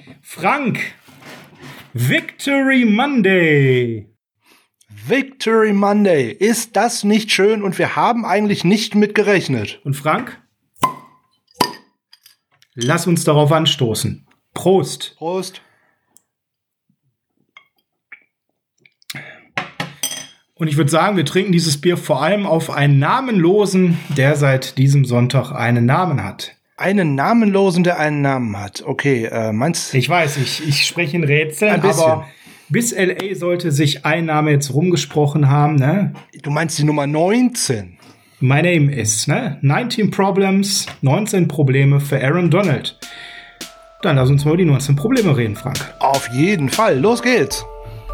Frank, Victory Monday. Victory Monday. Ist das nicht schön? Und wir haben eigentlich nicht mit gerechnet. Und Frank, lass uns darauf anstoßen. Prost. Prost. Und ich würde sagen, wir trinken dieses Bier vor allem auf einen Namenlosen, der seit diesem Sonntag einen Namen hat. Einen Namenlosen, der einen Namen hat. Okay, meinst du? Ich weiß, ich spreche in Rätseln, aber bis L.A. sollte sich ein Name jetzt rumgesprochen haben, ne? Du meinst die Nummer 19? My name is, ne? 19 Problems, 19 Probleme für Aaron Donald. Dann lass uns mal über die 19 Probleme reden, Frank. Auf jeden Fall, los geht's.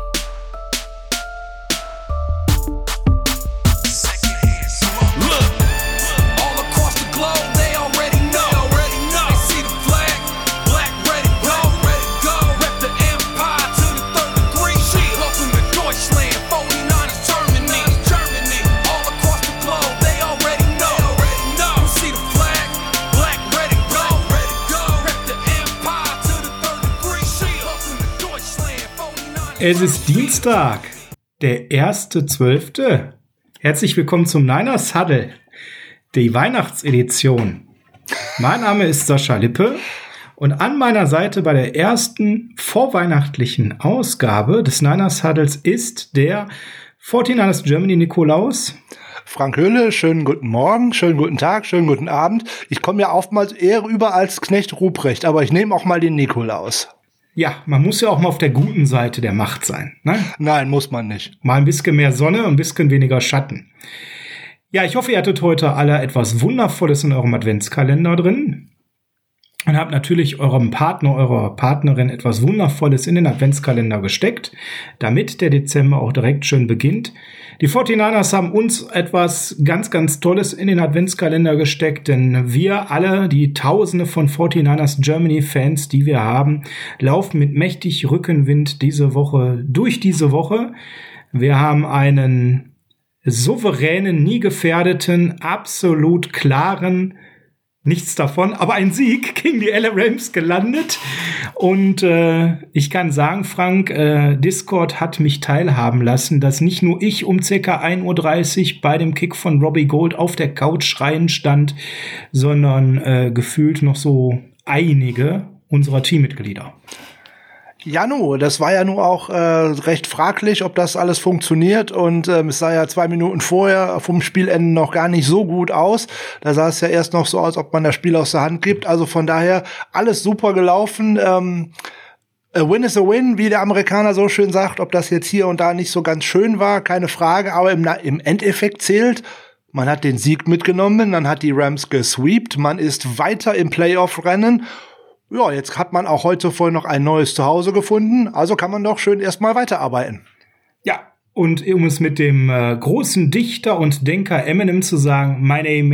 Es ist Dienstag, der 1.12. Herzlich willkommen zum Niners Huddle, die Weihnachtsedition. Mein Name ist Sascha Lippe und an meiner Seite bei der ersten vorweihnachtlichen Ausgabe des Niners Huddles ist der 49ers Germany Nikolaus. Frank Höhle, schönen guten Morgen, schönen guten Tag, schönen guten Abend. Ich komme ja oftmals eher rüber als Knecht Ruprecht, aber ich nehme auch mal den Nikolaus. Ja, man muss ja auch mal auf der guten Seite der Macht sein, ne? Nein, muss man nicht. Mal ein bisschen mehr Sonne und ein bisschen weniger Schatten. Ja, ich hoffe, ihr hattet heute alle etwas Wundervolles in eurem Adventskalender drin und habt natürlich eurem Partner, eurer Partnerin etwas Wundervolles in den Adventskalender gesteckt, damit der Dezember auch direkt schön beginnt. Die 49ers haben uns etwas ganz, ganz Tolles in den Adventskalender gesteckt, denn wir alle, die Tausende von 49ers Germany-Fans, die wir haben, laufen mit mächtig Rückenwind durch diese Woche. Wir haben einen souveränen, nie gefährdeten, absolut klaren, nichts davon, aber ein Sieg gegen die LA Rams gelandet. Und ich kann sagen, Frank, Discord hat mich teilhaben lassen, dass nicht nur ich um ca. 1:30 Uhr bei dem Kick von Robbie Gould auf der Couch schreien stand, sondern gefühlt noch so einige unserer Teammitglieder. Ja, das war ja nun auch recht fraglich, ob das alles funktioniert und es sah ja 2 Minuten vorher vom Spielende noch gar nicht so gut aus. Da sah es ja erst noch so aus, ob man das Spiel aus der Hand gibt. Also von daher alles super gelaufen. A win is a win, wie der Amerikaner so schön sagt. Ob das jetzt hier und da nicht so ganz schön war, keine Frage. Aber im Endeffekt zählt, man hat den Sieg mitgenommen, man hat die Rams gesweept, man ist weiter im Playoff-Rennen. Ja, jetzt hat man auch heute vorhin noch ein neues Zuhause gefunden, also kann man doch schön erstmal weiterarbeiten. Ja, und um es mit dem großen Dichter und Denker Eminem zu sagen, my name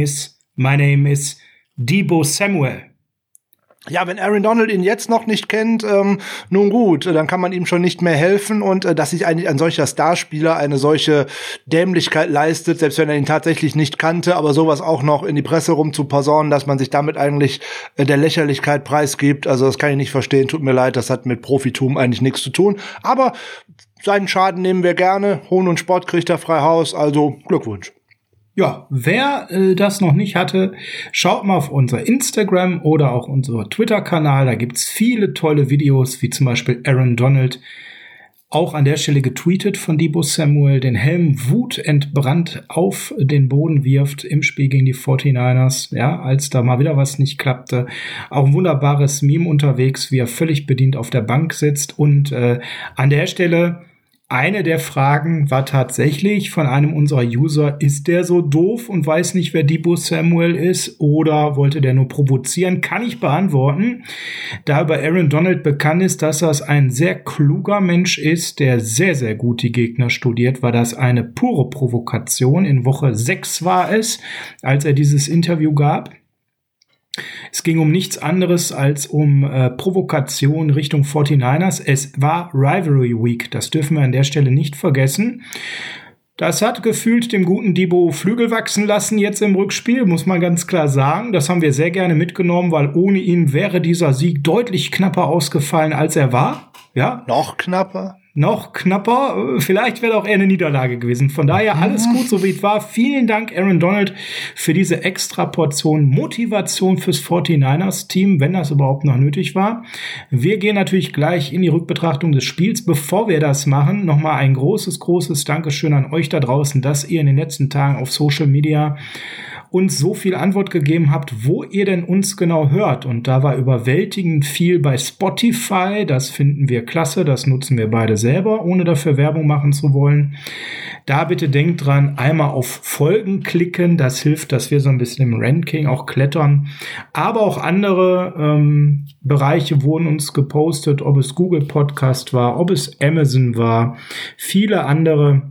is Deebo Samuel. Ja, wenn Aaron Donald ihn jetzt noch nicht kennt, nun gut, dann kann man ihm schon nicht mehr helfen und dass sich eigentlich ein solcher Starspieler eine solche Dämlichkeit leistet, selbst wenn er ihn tatsächlich nicht kannte, aber sowas auch noch in die Presse rumzuposaunen, dass man sich damit eigentlich der Lächerlichkeit preisgibt, also das kann ich nicht verstehen, tut mir leid, das hat mit Profitum eigentlich nichts zu tun, aber seinen Schaden nehmen wir gerne, Hohn und Spott kriegt er frei Haus, also Glückwunsch. Ja, wer das noch nicht hatte, schaut mal auf unser Instagram oder auch unser Twitter-Kanal. Da gibt's viele tolle Videos, wie zum Beispiel Aaron Donald, auch an der Stelle getweetet von Deebo Samuel, den Helm wutentbrannt auf den Boden wirft im Spiel gegen die 49ers, ja, als da mal wieder was nicht klappte. Auch ein wunderbares Meme unterwegs, wie er völlig bedient auf der Bank sitzt. Und an der Stelle eine der Fragen war tatsächlich von einem unserer User, ist der so doof und weiß nicht, wer Deebo Samuel ist oder wollte der nur provozieren? Kann ich beantworten. Da über Aaron Donald bekannt ist, dass das ein sehr kluger Mensch ist, der sehr, sehr gut die Gegner studiert, war das eine pure Provokation. In Woche 6 war es, als er dieses Interview gab. Es ging um nichts anderes als um Provokation Richtung 49ers. Es war Rivalry Week, das dürfen wir an der Stelle nicht vergessen. Das hat gefühlt dem guten Debo Flügel wachsen lassen jetzt im Rückspiel, muss man ganz klar sagen. Das haben wir sehr gerne mitgenommen, weil ohne ihn wäre dieser Sieg deutlich knapper ausgefallen, als er war. Ja? Noch knapper? Noch knapper. Vielleicht wäre auch eher eine Niederlage gewesen. Von daher alles gut, so wie es war. Vielen Dank, Aaron Donald, für diese extra Portion Motivation fürs 49ers-Team, wenn das überhaupt noch nötig war. Wir gehen natürlich gleich in die Rückbetrachtung des Spiels. Bevor wir das machen, nochmal ein großes Dankeschön an euch da draußen, dass ihr in den letzten Tagen auf Social Media uns so viel Antwort gegeben habt, wo ihr denn uns genau hört. Und da war überwältigend viel bei Spotify. Das finden wir klasse. Das nutzen wir beide selber, ohne dafür Werbung machen zu wollen. Da bitte denkt dran, einmal auf Folgen klicken. Das hilft, dass wir so ein bisschen im Ranking auch klettern. Aber auch andere Bereiche wurden uns gepostet, ob es Google Podcast war, ob es Amazon war. Viele andere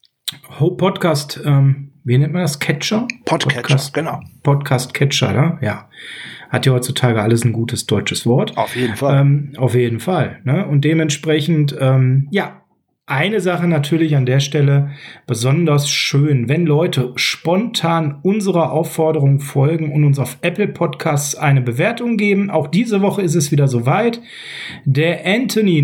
Podcast wie nennt man das? Catcher? Podcast, genau. Podcast-Catcher, ne? Ja. Hat ja heutzutage alles ein gutes deutsches Wort. Auf jeden Fall. Auf jeden Fall. Ne? Und dementsprechend, eine Sache natürlich an der Stelle besonders schön, wenn Leute spontan unserer Aufforderung folgen und uns auf Apple Podcasts eine Bewertung geben. Auch diese Woche ist es wieder soweit. Der Anthony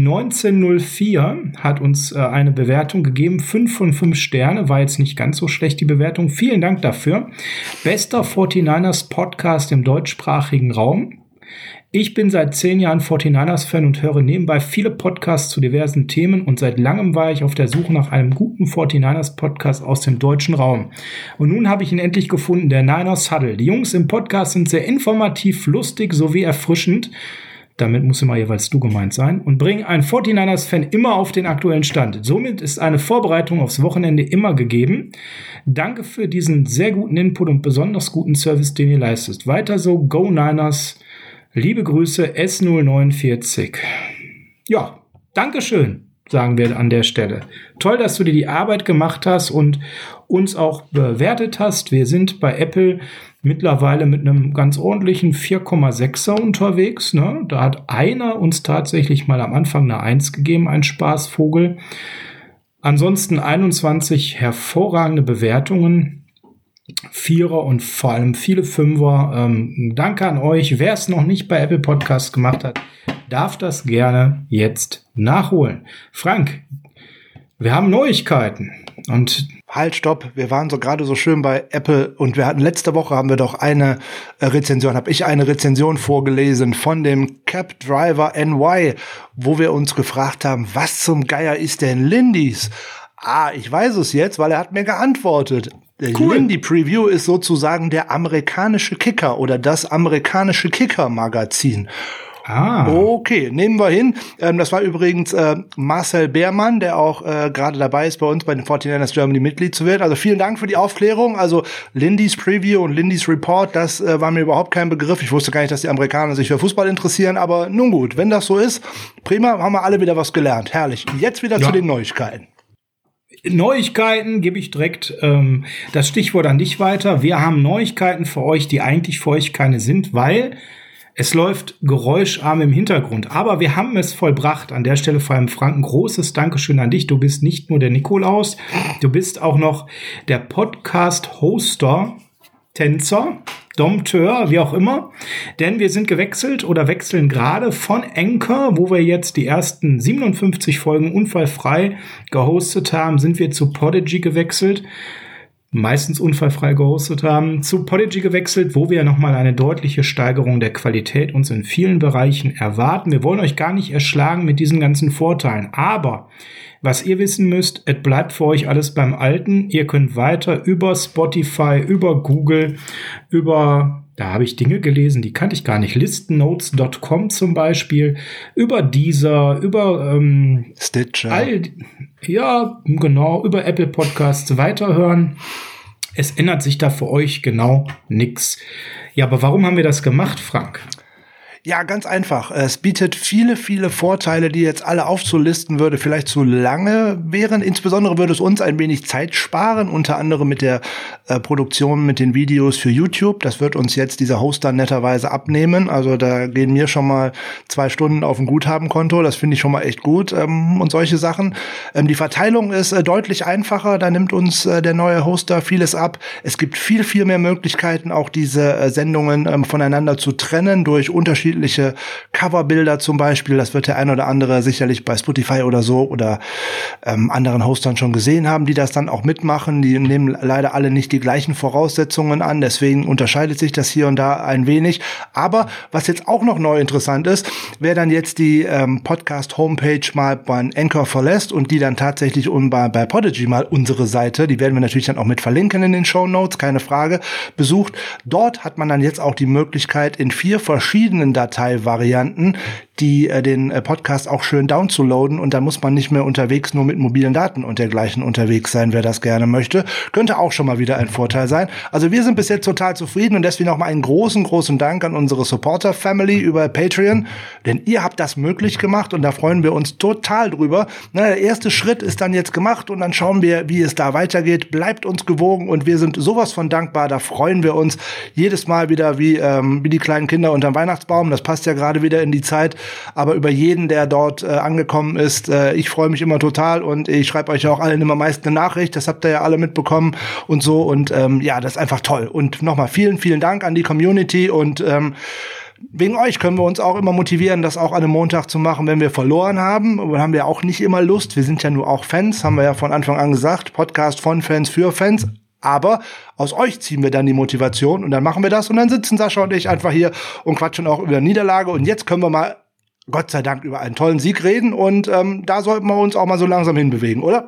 1904 hat uns eine Bewertung gegeben. 5 von 5 Sterne. War jetzt nicht ganz so schlecht, die Bewertung. Vielen Dank dafür. Bester 49ers Podcast im deutschsprachigen Raum. Ich bin seit 10 Jahren 49ers-Fan und höre nebenbei viele Podcasts zu diversen Themen und seit langem war ich auf der Suche nach einem guten 49ers-Podcast aus dem deutschen Raum. Und nun habe ich ihn endlich gefunden, der Niners Huddle. Die Jungs im Podcast sind sehr informativ, lustig sowie erfrischend. Damit muss immer jeweils du gemeint sein. Und bringen einen 49ers-Fan immer auf den aktuellen Stand. Somit ist eine Vorbereitung aufs Wochenende immer gegeben. Danke für diesen sehr guten Input und besonders guten Service, den ihr leistet. Weiter so, Go Niners. Liebe Grüße, S049. Ja, Dankeschön, sagen wir an der Stelle. Toll, dass du dir die Arbeit gemacht hast und uns auch bewertet hast. Wir sind bei Apple mittlerweile mit einem ganz ordentlichen 4,6er unterwegs. Ne? Da hat einer uns tatsächlich mal am Anfang eine 1 gegeben, ein Spaßvogel. Ansonsten 21 hervorragende Bewertungen. 4er und vor allem viele 5er. Danke an euch. Wer es noch nicht bei Apple Podcasts gemacht hat, darf das gerne jetzt nachholen. Frank, wir haben Neuigkeiten. Und halt, stopp. Wir waren so gerade so schön bei Apple und wir hatten letzte Woche haben wir doch eine Rezension, habe ich eine Rezension vorgelesen von dem Cab Driver NY, wo wir uns gefragt haben, was zum Geier ist denn Lindy's? Ich weiß es jetzt, weil er hat mir geantwortet. Cool. Lindy Preview ist sozusagen der amerikanische Kicker oder das amerikanische Kicker-Magazin. Okay, nehmen wir hin. Das war übrigens Marcel Beermann, der auch gerade dabei ist, bei uns bei den 49ers Germany Mitglied zu werden. Also vielen Dank für die Aufklärung. Also Lindy's Preview und Lindy's Report, das war mir überhaupt kein Begriff. Ich wusste gar nicht, dass die Amerikaner sich für Fußball interessieren. Aber nun gut, wenn das so ist, prima, haben wir alle wieder was gelernt. Herrlich. Jetzt wieder zu den Neuigkeiten. Neuigkeiten gebe ich direkt das Stichwort an dich weiter. Wir haben Neuigkeiten für euch, die eigentlich für euch keine sind, weil es läuft geräuscharm im Hintergrund. Aber wir haben es vollbracht. An der Stelle vor allem Frank, ein großes Dankeschön an dich. Du bist nicht nur der Nikolaus, du bist auch noch der Podcast-Hoster, Tänzer, Dompteur, wie auch immer. Denn wir sind gewechselt oder wechseln gerade von Anchor, wo wir jetzt die ersten 57 Folgen unfallfrei gehostet haben, sind wir zu Podigy gewechselt. Meistens unfallfrei gehostet haben, zu Podigy gewechselt, wo wir nochmal eine deutliche Steigerung der Qualität uns in vielen Bereichen erwarten. Wir wollen euch gar nicht erschlagen mit diesen ganzen Vorteilen, aber was ihr wissen müsst, es bleibt für euch alles beim Alten. Ihr könnt weiter über Spotify, über Google, da habe ich Dinge gelesen, die kannte ich gar nicht, listennotes.com zum Beispiel, über Deezer, über Stitcher. Über Apple Podcasts weiterhören. Es ändert sich da für euch genau nichts. Ja, aber warum haben wir das gemacht, Frank? Ja, ganz einfach. Es bietet viele, viele Vorteile, die jetzt alle aufzulisten würde, vielleicht zu lange wären. Insbesondere würde es uns ein wenig Zeit sparen, unter anderem mit der Produktion mit den Videos für YouTube. Das wird uns jetzt dieser Hoster netterweise abnehmen. Also da gehen mir schon mal 2 Stunden auf ein Guthabenkonto. Das finde ich schon mal echt gut und solche Sachen. Die Verteilung ist deutlich einfacher. Da nimmt uns der neue Hoster vieles ab. Es gibt viel, viel mehr Möglichkeiten, auch diese Sendungen voneinander zu trennen durch unterschiedliche Coverbilder zum Beispiel. Das wird der ein oder andere sicherlich bei Spotify oder so oder anderen Hostern schon gesehen haben, die das dann auch mitmachen. Die nehmen leider alle nicht die gleichen Voraussetzungen an. Deswegen unterscheidet sich das hier und da ein wenig. Aber was jetzt auch noch neu interessant ist, wer dann jetzt die Podcast-Homepage mal bei Anchor verlässt und die dann tatsächlich bei Podigy mal unsere Seite, die werden wir natürlich dann auch mit verlinken in den Shownotes, keine Frage, besucht. Dort hat man dann jetzt auch die Möglichkeit, in 4 verschiedenen Dateivarianten den Podcast auch schön downzuladen und dann muss man nicht mehr unterwegs nur mit mobilen Daten und dergleichen unterwegs sein, wer das gerne möchte. Könnte auch schon mal wieder ein Vorteil sein. Also wir sind bis jetzt total zufrieden und deswegen nochmal einen großen, großen Dank an unsere Supporter-Family über Patreon, denn ihr habt das möglich gemacht und da freuen wir uns total drüber. Der erste Schritt ist dann jetzt gemacht und dann schauen wir, wie es da weitergeht. Bleibt uns gewogen und wir sind sowas von dankbar. Da freuen wir uns jedes Mal wieder wie die kleinen Kinder unterm Weihnachtsbaum. Das passt ja gerade wieder in die Zeit. Aber über jeden, der dort angekommen ist, ich freue mich immer total und ich schreibe euch auch allen immer meist eine Nachricht, das habt ihr ja alle mitbekommen und so und ja, das ist einfach toll. Und nochmal vielen, vielen Dank an die Community und wegen euch können wir uns auch immer motivieren, das auch an einem Montag zu machen, wenn wir verloren haben. Aber haben wir auch nicht immer Lust, wir sind ja nur auch Fans, haben wir ja von Anfang an gesagt, Podcast von Fans für Fans. Aber aus euch ziehen wir dann die Motivation und dann machen wir das und dann sitzen Sascha und ich einfach hier und quatschen auch über Niederlage und jetzt können wir mal Gott sei Dank über einen tollen Sieg reden und da sollten wir uns auch mal so langsam hinbewegen, oder?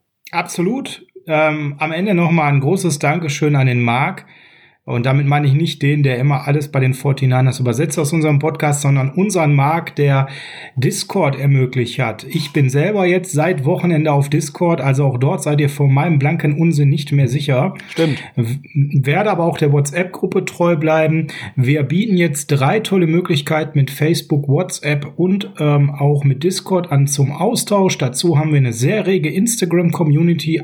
Absolut. Am Ende nochmal ein großes Dankeschön an den Marc. Und damit meine ich nicht den, der immer alles bei den 49ers übersetzt aus unserem Podcast, sondern unseren Marc, der Discord ermöglicht hat. Ich bin selber jetzt seit Wochenende auf Discord, also auch dort seid ihr vor meinem blanken Unsinn nicht mehr sicher. Stimmt. Werde aber auch der WhatsApp-Gruppe treu bleiben. Wir bieten jetzt 3 tolle Möglichkeiten mit Facebook, WhatsApp und auch mit Discord an zum Austausch. Dazu haben wir eine sehr rege Instagram-Community,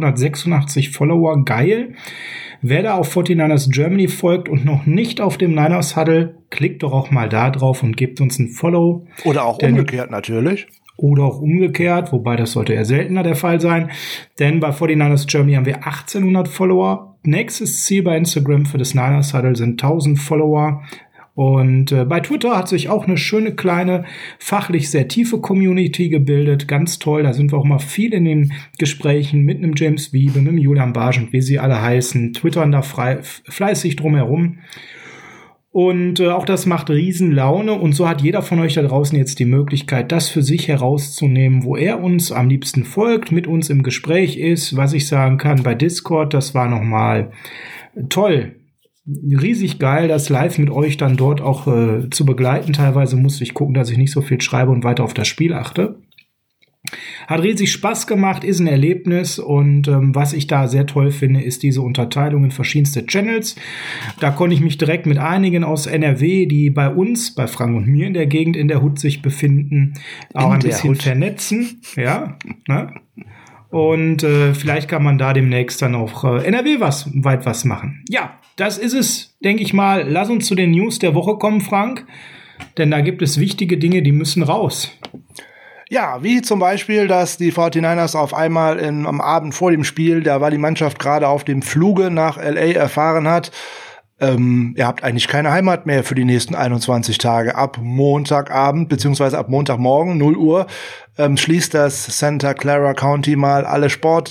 886 Follower, geil. Wer da auf 49ers Germany folgt und noch nicht auf dem Niners Huddle, klickt doch auch mal da drauf und gebt uns ein Follow. Oder auch umgekehrt natürlich. Oder auch umgekehrt, wobei das sollte eher seltener der Fall sein. Denn bei 49ers Germany haben wir 1800 Follower. Nächstes Ziel bei Instagram für das Niners Huddle sind 1000 Follower. Und bei Twitter hat sich auch eine schöne, kleine, fachlich sehr tiefe Community gebildet. Ganz toll, da sind wir auch mal viel in den Gesprächen mit einem James Wiebe, mit einem Julian Barsch und wie sie alle heißen. Twittern da fleißig drumherum. Und auch das macht riesen Laune. Und so hat jeder von euch da draußen jetzt die Möglichkeit, das für sich herauszunehmen, wo er uns am liebsten folgt, mit uns im Gespräch ist. Was ich sagen kann, bei Discord, das war nochmal toll. Riesig geil, das live mit euch dann dort auch zu begleiten. Teilweise musste ich gucken, dass ich nicht so viel schreibe und weiter auf das Spiel achte. Hat riesig Spaß gemacht, ist ein Erlebnis und was ich da sehr toll finde, ist diese Unterteilung in verschiedenste Channels. Da konnte ich mich direkt mit einigen aus NRW, die bei uns, bei Frank und mir in der Gegend in der Hut sich befinden, auch ein bisschen vernetzen. Ja, ne? Und vielleicht kann man da demnächst dann auch NRW weit was machen. Ja, das ist es, denke ich mal. Lass uns zu den News der Woche kommen, Frank. Denn da gibt es wichtige Dinge, die müssen raus. Ja, wie zum Beispiel, dass die 49ers auf einmal am Abend vor dem Spiel, da war die Mannschaft gerade auf dem Fluge nach L.A. erfahren hat, ihr habt eigentlich keine Heimat mehr für die nächsten 21 Tage. Ab Montagabend, beziehungsweise ab Montagmorgen, 0 Uhr, schließt das Santa Clara County mal alle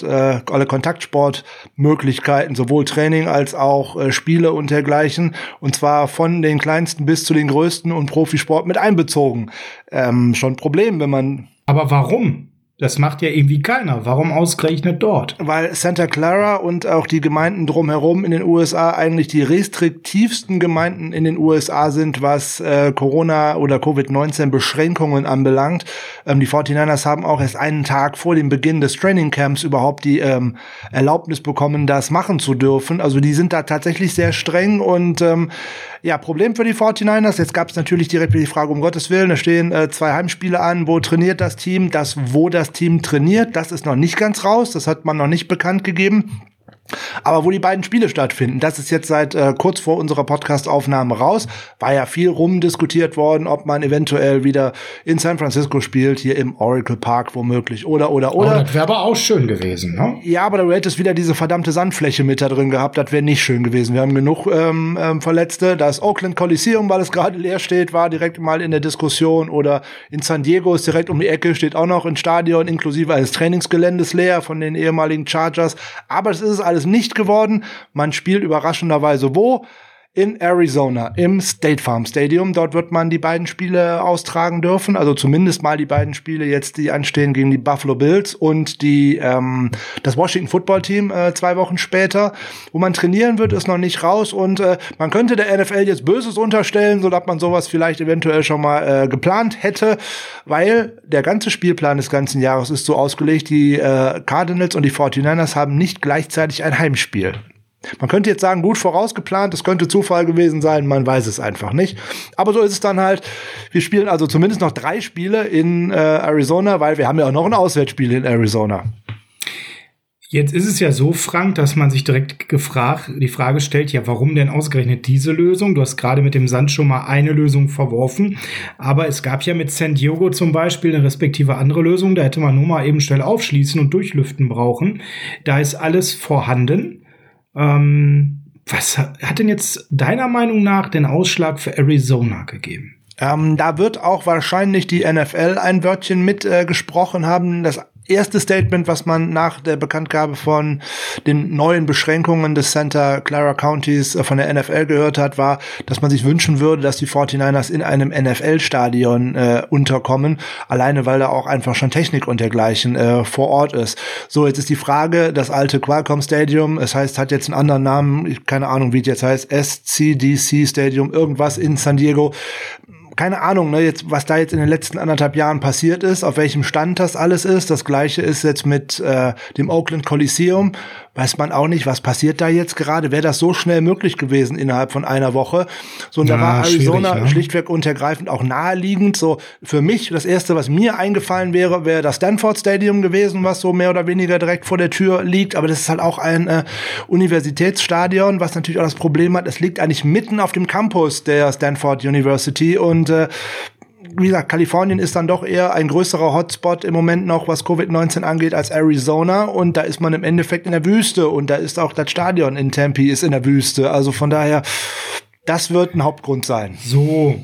Kontaktsportmöglichkeiten, sowohl Training als auch Spiele und dergleichen. Und zwar von den kleinsten bis zu den größten und Profisport mit einbezogen. Schon ein Problem, wenn man... Aber warum? Das macht ja irgendwie keiner. Warum ausgerechnet dort? Weil Santa Clara und auch die Gemeinden drumherum in den USA eigentlich die restriktivsten Gemeinden in den USA sind, was Corona- oder Covid-19-Beschränkungen anbelangt. Die 49ers haben auch erst einen Tag vor dem Beginn des Trainingcamps überhaupt die Erlaubnis bekommen, das machen zu dürfen. Also die sind da tatsächlich sehr streng und Problem für die 49ers. Jetzt gab es natürlich direkt wieder die Frage, um Gottes Willen, da stehen 2 Heimspiele an. Wo trainiert das Team? Wo das Team trainiert, das ist noch nicht ganz raus. Das hat man noch nicht bekannt gegeben. Aber wo die beiden Spiele stattfinden, das ist jetzt seit kurz vor unserer Podcast-Aufnahme raus. War ja viel rumdiskutiert worden, ob man eventuell wieder in San Francisco spielt, hier im Oracle Park womöglich. Oder. Oh, das wäre aber auch schön gewesen, ne? Ja, aber du hättest wieder diese verdammte Sandfläche mit da drin gehabt. Das wäre nicht schön gewesen. Wir haben genug Verletzte. Das Oakland Coliseum, weil es gerade leer steht, war direkt mal in der Diskussion. Oder in San Diego ist direkt um die Ecke, steht auch noch ein Stadion inklusive eines Trainingsgeländes leer von den ehemaligen Chargers. Aber es ist alles nicht geworden. Man spielt überraschenderweise wo? In Arizona, im State Farm Stadium. Dort wird man die beiden Spiele austragen dürfen. Also zumindest mal die beiden Spiele jetzt, die anstehen gegen die Buffalo Bills und das Washington Football Team 2 Wochen später. Wo man trainieren wird, ist noch nicht raus. Und man könnte der NFL jetzt Böses unterstellen, sodass man sowas vielleicht eventuell schon mal geplant hätte. Weil der ganze Spielplan des ganzen Jahres ist so ausgelegt, die Cardinals und die 49ers haben nicht gleichzeitig ein Heimspiel. Man könnte jetzt sagen, gut vorausgeplant, das könnte Zufall gewesen sein, man weiß es einfach nicht. Aber so ist es dann halt. Wir spielen also zumindest noch 3 Spiele in Arizona, weil wir haben ja auch noch ein Auswärtsspiel in Arizona. Jetzt ist es ja so, Frank, dass man sich direkt die Frage stellt, ja, warum denn ausgerechnet diese Lösung? Du hast gerade mit dem Sand schon mal eine Lösung verworfen, aber es gab ja mit San Diego zum Beispiel eine respektive andere Lösung, da hätte man nur mal eben schnell aufschließen und durchlüften brauchen. Da ist alles vorhanden. Was hat denn jetzt deiner Meinung nach den Ausschlag für Arizona gegeben? Da wird auch wahrscheinlich die NFL ein Wörtchen mit gesprochen haben. Das erste Statement, was man nach der Bekanntgabe von den neuen Beschränkungen des Santa Clara Countys von der NFL gehört hat, war, dass man sich wünschen würde, dass die 49ers in einem NFL-Stadion unterkommen, alleine weil da auch einfach schon Technik und dergleichen vor Ort ist. So, jetzt ist die Frage, das alte Qualcomm Stadium, es heißt, hat jetzt einen anderen Namen, keine Ahnung, wie es jetzt heißt, SCDC Stadium, irgendwas in San Diego. Keine Ahnung, ne, jetzt, was da jetzt in den letzten 1,5 Jahren passiert ist, auf welchem Stand das alles ist. Das Gleiche ist jetzt mit dem Oakland Coliseum. Weiß man auch nicht, was passiert da jetzt gerade. Wäre das so schnell möglich gewesen innerhalb von einer Woche? So, und da war Arizona schlichtweg und ergreifend auch naheliegend. So, für mich, das Erste, was mir eingefallen wäre das Stanford Stadium gewesen, was so mehr oder weniger direkt vor der Tür liegt. Aber das ist halt auch ein Universitätsstadion, was natürlich auch das Problem hat, es liegt eigentlich mitten auf dem Campus der Stanford University und wie gesagt, Kalifornien ist dann doch eher ein größerer Hotspot im Moment noch, was Covid-19 angeht, als Arizona. Und da ist man im Endeffekt in der Wüste. Und da ist auch das Stadion in Tempe ist in der Wüste. Also von daher, das wird ein Hauptgrund sein. So.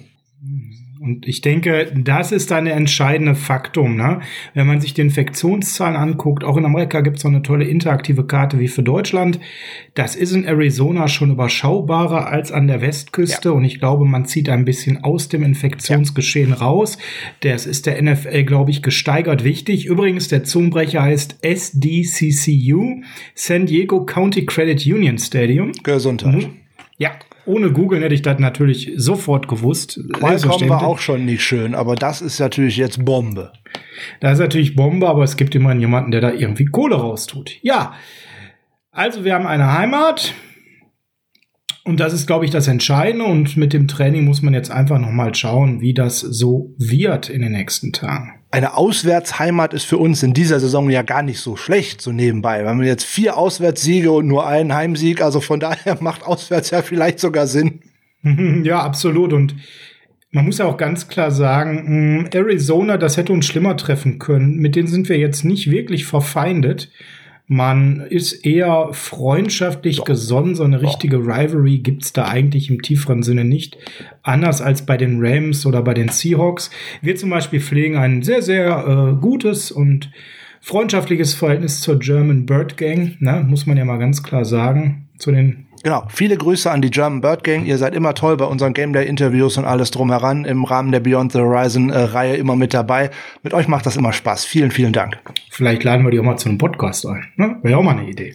Und ich denke, das ist dann der entscheidende Faktum, ne? Wenn man sich die Infektionszahlen anguckt, auch in Amerika gibt es noch eine tolle interaktive Karte wie für Deutschland. Das ist in Arizona schon überschaubarer als an der Westküste. Ja. Und ich glaube, man zieht ein bisschen aus dem Infektionsgeschehen raus. Das ist der NFL, glaube ich, gesteigert wichtig. Übrigens, der Zungenbrecher heißt SDCCU, San Diego County Credit Union Stadium. Gesundheit. Ja. Ohne Googeln hätte ich das natürlich sofort gewusst. Qualcomm war auch schon nicht schön, aber das ist natürlich jetzt Bombe. Das ist natürlich Bombe, aber es gibt immerhin jemanden, der da irgendwie Kohle raustut. Ja, also wir haben eine Heimat und das ist, glaube ich, das Entscheidende. Und mit dem Training muss man jetzt einfach noch mal schauen, wie das so wird in den nächsten Tagen. Eine Auswärtsheimat ist für uns in dieser Saison ja gar nicht so schlecht, so nebenbei. Wir haben jetzt 4 Auswärtssiege und nur einen Heimsieg, also von daher macht auswärts ja vielleicht sogar Sinn. Ja, absolut. Und man muss ja auch ganz klar sagen, Arizona, das hätte uns schlimmer treffen können. Mit denen sind wir jetzt nicht wirklich verfeindet. Man ist eher freundschaftlich gesonnen, so eine richtige Rivalry gibt's da eigentlich im tieferen Sinne nicht. Anders als bei den Rams oder bei den Seahawks. Wir zum Beispiel pflegen ein sehr, sehr gutes und freundschaftliches Verhältnis zur German Bird Gang, ne, muss man ja mal ganz klar sagen, zu den. Genau, viele Grüße an die German Bird Gang. Ihr seid immer toll bei unseren Game Day Interviews und alles drumheran im Rahmen der Beyond the Horizon Reihe immer mit dabei. Mit euch macht das immer Spaß. Vielen, vielen Dank. Vielleicht laden wir die auch mal zu einem Podcast ein. Ne? Wäre auch mal eine Idee.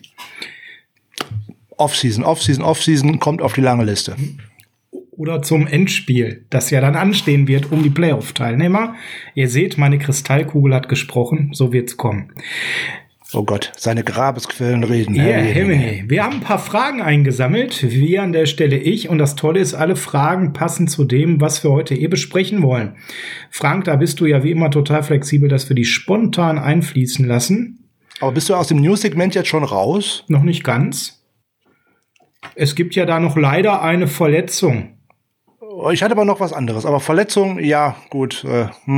Off-Season kommt auf die lange Liste. Oder zum Endspiel, das ja dann anstehen wird um die Playoff-Teilnehmer. Ihr seht, meine Kristallkugel hat gesprochen. So wird's kommen. Oh Gott, seine Grabesquellen reden. Ja, Hemini. Wir haben ein paar Fragen eingesammelt, wie an der Stelle ich. Und das Tolle ist, alle Fragen passen zu dem, was wir heute besprechen wollen. Frank, da bist du ja wie immer total flexibel, dass wir die spontan einfließen lassen. Aber bist du aus dem News-Segment jetzt schon raus? Noch nicht ganz. Es gibt ja da noch leider eine Verletzung. Ich hatte aber noch was anderes. Aber Verletzung, ja, gut.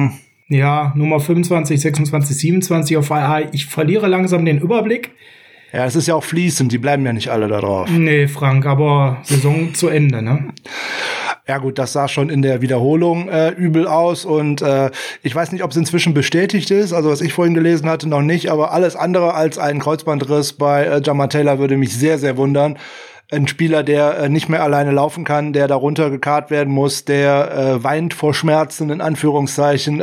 Ja, Nummer 25, 26, 27 auf IA. Ich verliere langsam den Überblick. Ja, es ist ja auch fließend, die bleiben ja nicht alle da drauf. Nee, Frank, aber Saison zu Ende, ne? Ja gut, das sah schon in der Wiederholung übel aus und ich weiß nicht, ob es inzwischen bestätigt ist, also was ich vorhin gelesen hatte, noch nicht, aber alles andere als ein Kreuzbandriss bei Jamar Taylor würde mich sehr, sehr wundern. Ein Spieler, der nicht mehr alleine laufen kann, der da runtergekarrt werden muss, der weint vor Schmerzen, in Anführungszeichen,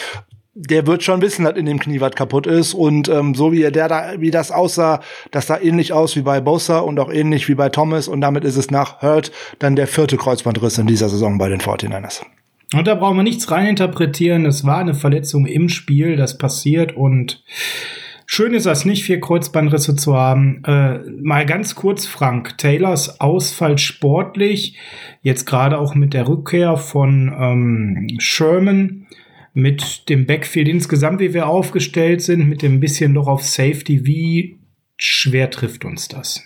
der wird schon wissen, dass in dem Knie was kaputt ist. Und so wie wie das aussah, das sah ähnlich aus wie bei Bosa und auch ähnlich wie bei Thomas. Und damit ist es nach Hurt dann der 4. Kreuzbandriss in dieser Saison bei den 49ers. Und da brauchen wir nichts reininterpretieren. Es war eine Verletzung im Spiel, das passiert und schön ist das nicht, 4 Kreuzbandrisse zu haben. Mal ganz kurz, Frank. Taylors Ausfall sportlich, jetzt gerade auch mit der Rückkehr von Sherman, mit dem Backfield insgesamt, wie wir aufgestellt sind, mit dem bisschen noch auf Safety, wie schwer trifft uns das?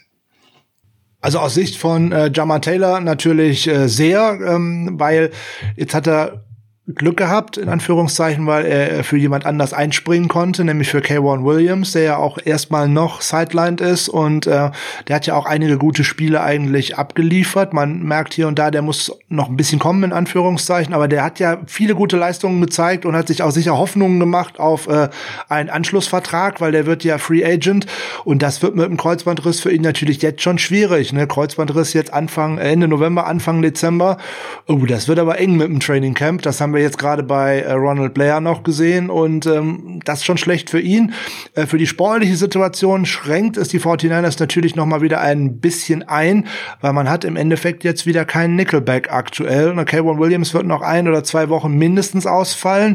Also aus Sicht von Jamar Taylor natürlich sehr, weil jetzt hat er Glück gehabt, in Anführungszeichen, weil er für jemand anders einspringen konnte, nämlich für K'Waun Williams, der ja auch erstmal noch sidelined ist und der hat ja auch einige gute Spiele eigentlich abgeliefert. Man merkt hier und da, der muss noch ein bisschen kommen, in Anführungszeichen, aber der hat ja viele gute Leistungen gezeigt und hat sich auch sicher Hoffnungen gemacht auf einen Anschlussvertrag, weil der wird ja Free Agent und das wird mit dem Kreuzbandriss für ihn natürlich jetzt schon schwierig, ne? Kreuzbandriss jetzt Ende November, Anfang Dezember. Oh, das wird aber eng mit dem Training Camp. Das haben wir jetzt gerade bei Ronald Blair noch gesehen und das ist schon schlecht für ihn. Für die sportliche Situation schränkt es die 49ers natürlich noch mal wieder ein bisschen ein, weil man hat im Endeffekt jetzt wieder keinen Nickelback aktuell. Und K'Waun Williams wird noch 1 oder 2 Wochen mindestens ausfallen.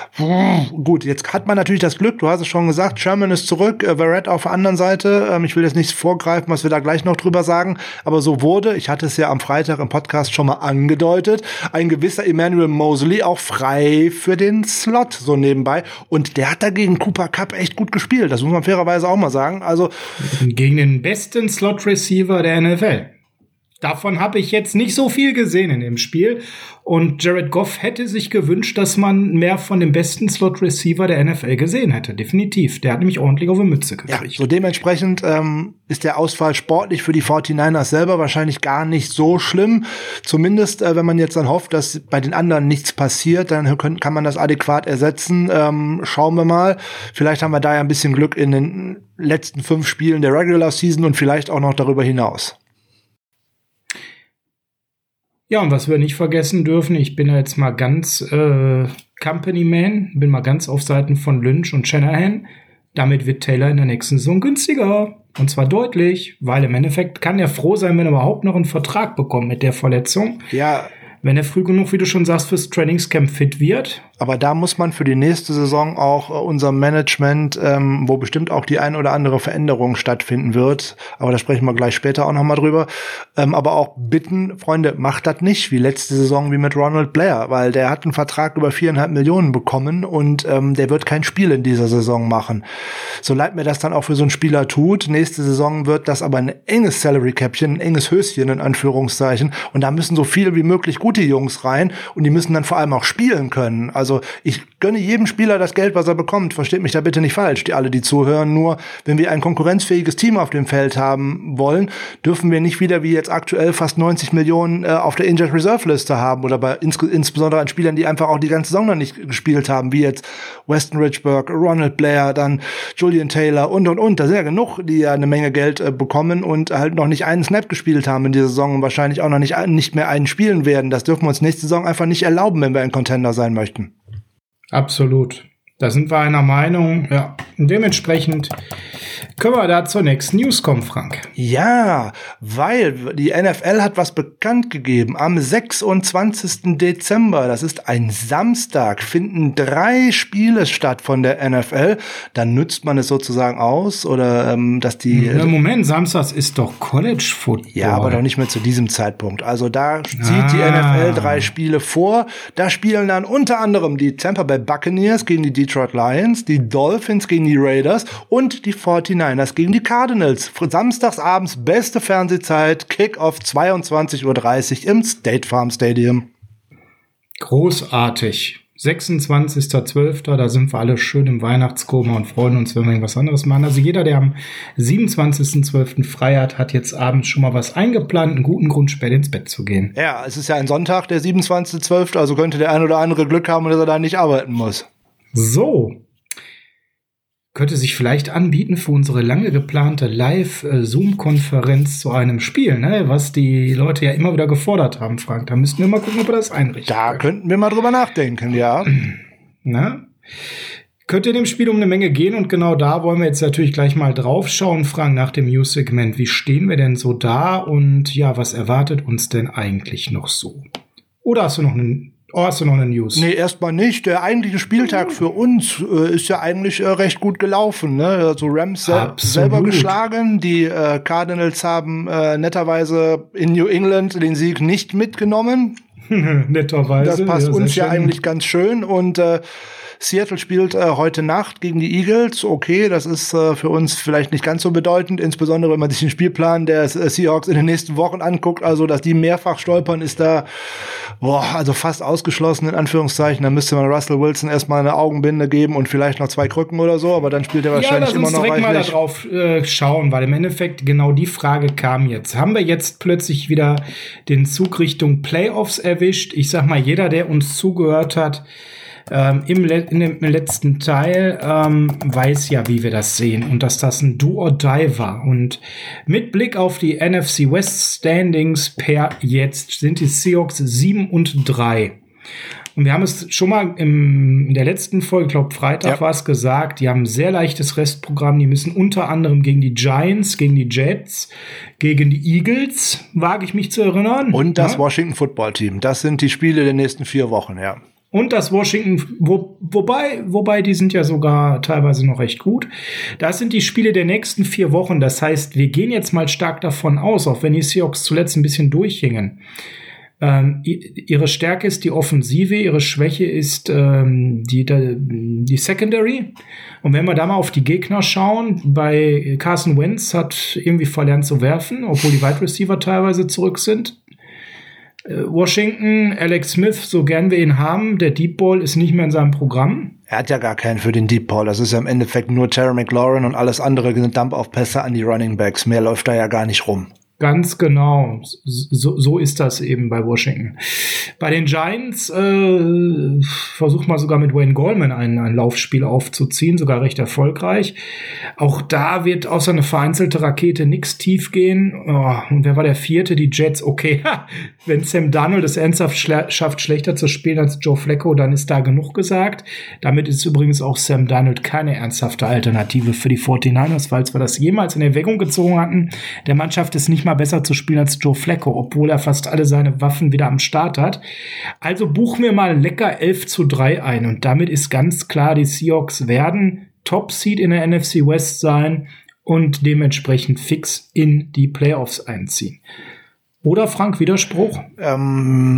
Gut, jetzt hat man natürlich das Glück, du hast es schon gesagt, Sherman ist zurück, Verrett auf der anderen Seite. Ich will jetzt nicht vorgreifen, was wir da gleich noch drüber sagen, aber so wurde, ich hatte es ja am Freitag im Podcast schon mal angedeutet, ein gewisser Emmanuel Moseley auch frei für den Slot so nebenbei. Und der hat dagegen Cooper Kupp echt gut gespielt. Das muss man fairerweise auch mal sagen. Also gegen den besten Slot-Receiver der NFL. Davon habe ich jetzt nicht so viel gesehen in dem Spiel. Und Jared Goff hätte sich gewünscht, dass man mehr von dem besten Slot-Receiver der NFL gesehen hätte. Definitiv. Der hat nämlich ordentlich auf die Mütze gekriegt. Ja, so dementsprechend ist der Ausfall sportlich für die 49ers selber wahrscheinlich gar nicht so schlimm. Zumindest, wenn man jetzt dann hofft, dass bei den anderen nichts passiert, dann kann man das adäquat ersetzen. Schauen wir mal. Vielleicht haben wir da ja ein bisschen Glück in den letzten 5 Spielen der Regular Season und vielleicht auch noch darüber hinaus. Ja, und was wir nicht vergessen dürfen, ich bin ja jetzt mal ganz Company Man, bin mal ganz auf Seiten von Lynch und Shanahan. Damit wird Taylor in der nächsten Saison günstiger. Und zwar deutlich, weil im Endeffekt kann er froh sein, wenn er überhaupt noch einen Vertrag bekommt mit der Verletzung. Ja. Wenn er früh genug, wie du schon sagst, fürs Trainingscamp fit wird. Aber da muss man für die nächste Saison auch unser Management, wo bestimmt auch die ein oder andere Veränderung stattfinden wird, aber da sprechen wir gleich später auch noch mal drüber, aber auch bitten, Freunde, macht das nicht wie letzte Saison wie mit Ronald Blair, weil der hat einen Vertrag über 4,5 Millionen bekommen und der wird kein Spiel in dieser Saison machen. So leid mir das dann auch für so einen Spieler tut, nächste Saison wird das aber ein enges Salary-Capchen, ein enges Höschen in Anführungszeichen und da müssen so viele wie möglich gute Jungs rein und die müssen dann vor allem auch spielen können. Also Also ich gönne jedem Spieler das Geld, was er bekommt. Versteht mich da bitte nicht falsch, die zuhören. Nur wenn wir ein konkurrenzfähiges Team auf dem Feld haben wollen, dürfen wir nicht wieder wie jetzt aktuell fast 90 Millionen auf der Injured Reserve Liste haben oder insbesondere an Spielern, die einfach auch die ganze Saison noch nicht gespielt haben, wie jetzt Weston Richburg, Ronald Blair, dann Julian Taylor und. Da sind ja genug, die ja eine Menge Geld bekommen und halt noch nicht einen Snap gespielt haben in dieser Saison und wahrscheinlich auch noch nicht mehr einen spielen werden. Das dürfen wir uns nächste Saison einfach nicht erlauben, wenn wir ein Contender sein möchten. Absolut. Da sind wir einer Meinung, ja. Und dementsprechend können wir da zur nächsten News kommen, Frank. Ja, weil die NFL hat was bekannt gegeben. Am 26. Dezember, das ist ein Samstag, finden 3 Spiele statt von der NFL. Dann nutzt man es sozusagen aus oder dass die... Moment, Samstags ist doch College Football. Ja, aber doch nicht mehr zu diesem Zeitpunkt. Also da sieht die NFL 3 Spiele vor. Da spielen dann unter anderem die Tampa Bay Buccaneers gegen die Detroit Lions, die Dolphins gegen die Raiders und die 49ers gegen die Cardinals. Samstags abends beste Fernsehzeit, Kickoff 22:30 Uhr im State Farm Stadium. Großartig. 26.12., da sind wir alle schön im Weihnachtskoma und freuen uns, wenn wir irgendwas anderes machen. Also jeder, der am 27.12. frei hat jetzt abends schon mal was eingeplant, einen guten Grund, spät ins Bett zu gehen. Ja, es ist ja ein Sonntag, der 27.12., also könnte der ein oder andere Glück haben, dass er da nicht arbeiten muss. So. Könnte sich vielleicht anbieten für unsere lange geplante Live-Zoom-Konferenz zu einem Spiel, ne? Was die Leute ja immer wieder gefordert haben, Frank. Da müssten wir mal gucken, ob wir das einrichten. Da könnten wir mal drüber nachdenken, ja. Na? Könnte in dem Spiel um eine Menge gehen und genau da wollen wir jetzt natürlich gleich mal drauf schauen, Frank, nach dem News-Segment. Wie stehen wir denn so da und ja, was erwartet uns denn eigentlich noch so? Oder hast du noch eine News? Nee, erstmal nicht. Der eigentliche Spieltag für uns ist ja eigentlich recht gut gelaufen. Ne? Also Rams selber geschlagen. Die Cardinals haben netterweise in New England den Sieg nicht mitgenommen. Netterweise. Das passt uns ja eigentlich ganz schön. Und Seattle spielt heute Nacht gegen die Eagles. Okay, das ist für uns vielleicht nicht ganz so bedeutend, insbesondere wenn man sich den Spielplan der Seahawks in den nächsten Wochen anguckt. Also, dass die mehrfach stolpern, ist da also fast ausgeschlossen, in Anführungszeichen. Da müsste man Russell Wilson erstmal eine Augenbinde geben und vielleicht noch 2 Krücken oder so, aber dann spielt er wahrscheinlich immer noch reichlich. Ja, lass uns direkt mal darauf schauen, weil im Endeffekt genau die Frage kam jetzt. Haben wir jetzt plötzlich wieder den Zug Richtung Playoffs erwischt? Ich sag mal, jeder, der uns zugehört hat, im letzten Teil weiß ja, wie wir das sehen und dass das ein Do-or-Die war. Und mit Blick auf die NFC West Standings per jetzt sind die Seahawks 7-3. Und wir haben es schon mal in der letzten Folge, ich glaube Freitag war es gesagt, die haben ein sehr leichtes Restprogramm. Die müssen unter anderem gegen die Giants, gegen die Jets, gegen die Eagles, wage ich mich zu erinnern. Und das Washington Football Team. Das sind die Spiele der nächsten 4 Wochen, ja. Und das Washington, wobei die sind ja sogar teilweise noch recht gut. Das sind die Spiele der nächsten 4 Wochen. Das heißt, wir gehen jetzt mal stark davon aus, auch wenn die Seahawks zuletzt ein bisschen durchhingen. Ihre Stärke ist die Offensive, ihre Schwäche ist die Secondary. Und wenn wir da mal auf die Gegner schauen, bei Carson Wentz hat irgendwie verlernt zu werfen, obwohl die Wide Receiver teilweise zurück sind. Washington, Alex Smith, so gern wir ihn haben, der Deep Ball ist nicht mehr in seinem Programm. Er hat ja gar keinen für den Deep Ball. Das ist ja im Endeffekt nur Terry McLaurin und alles andere sind Dump-Off-Pässe an die Running Backs. Mehr läuft da ja gar nicht rum. Ganz genau. So ist das eben bei Washington. Bei den Giants versucht man sogar mit Wayne Gallman ein Laufspiel aufzuziehen, sogar recht erfolgreich. Auch da wird außer eine vereinzelte Rakete nichts tief gehen. Und wer war der 4.? Die Jets. Okay, wenn Sam Darnold es ernsthaft schafft, schlechter zu spielen als Joe Flacco, dann ist da genug gesagt. Damit ist übrigens auch Sam Darnold keine ernsthafte Alternative für die 49ers, falls wir das jemals in Erwägung gezogen hatten. Der Mannschaft ist nicht mal besser zu spielen als Joe Flacco, obwohl er fast alle seine Waffen wieder am Start hat. Also buchen wir mal lecker 11-3 ein und damit ist ganz klar, die Seahawks werden Top-Seed in der NFC West sein und dementsprechend fix in die Playoffs einziehen. Oder, Frank, Widerspruch?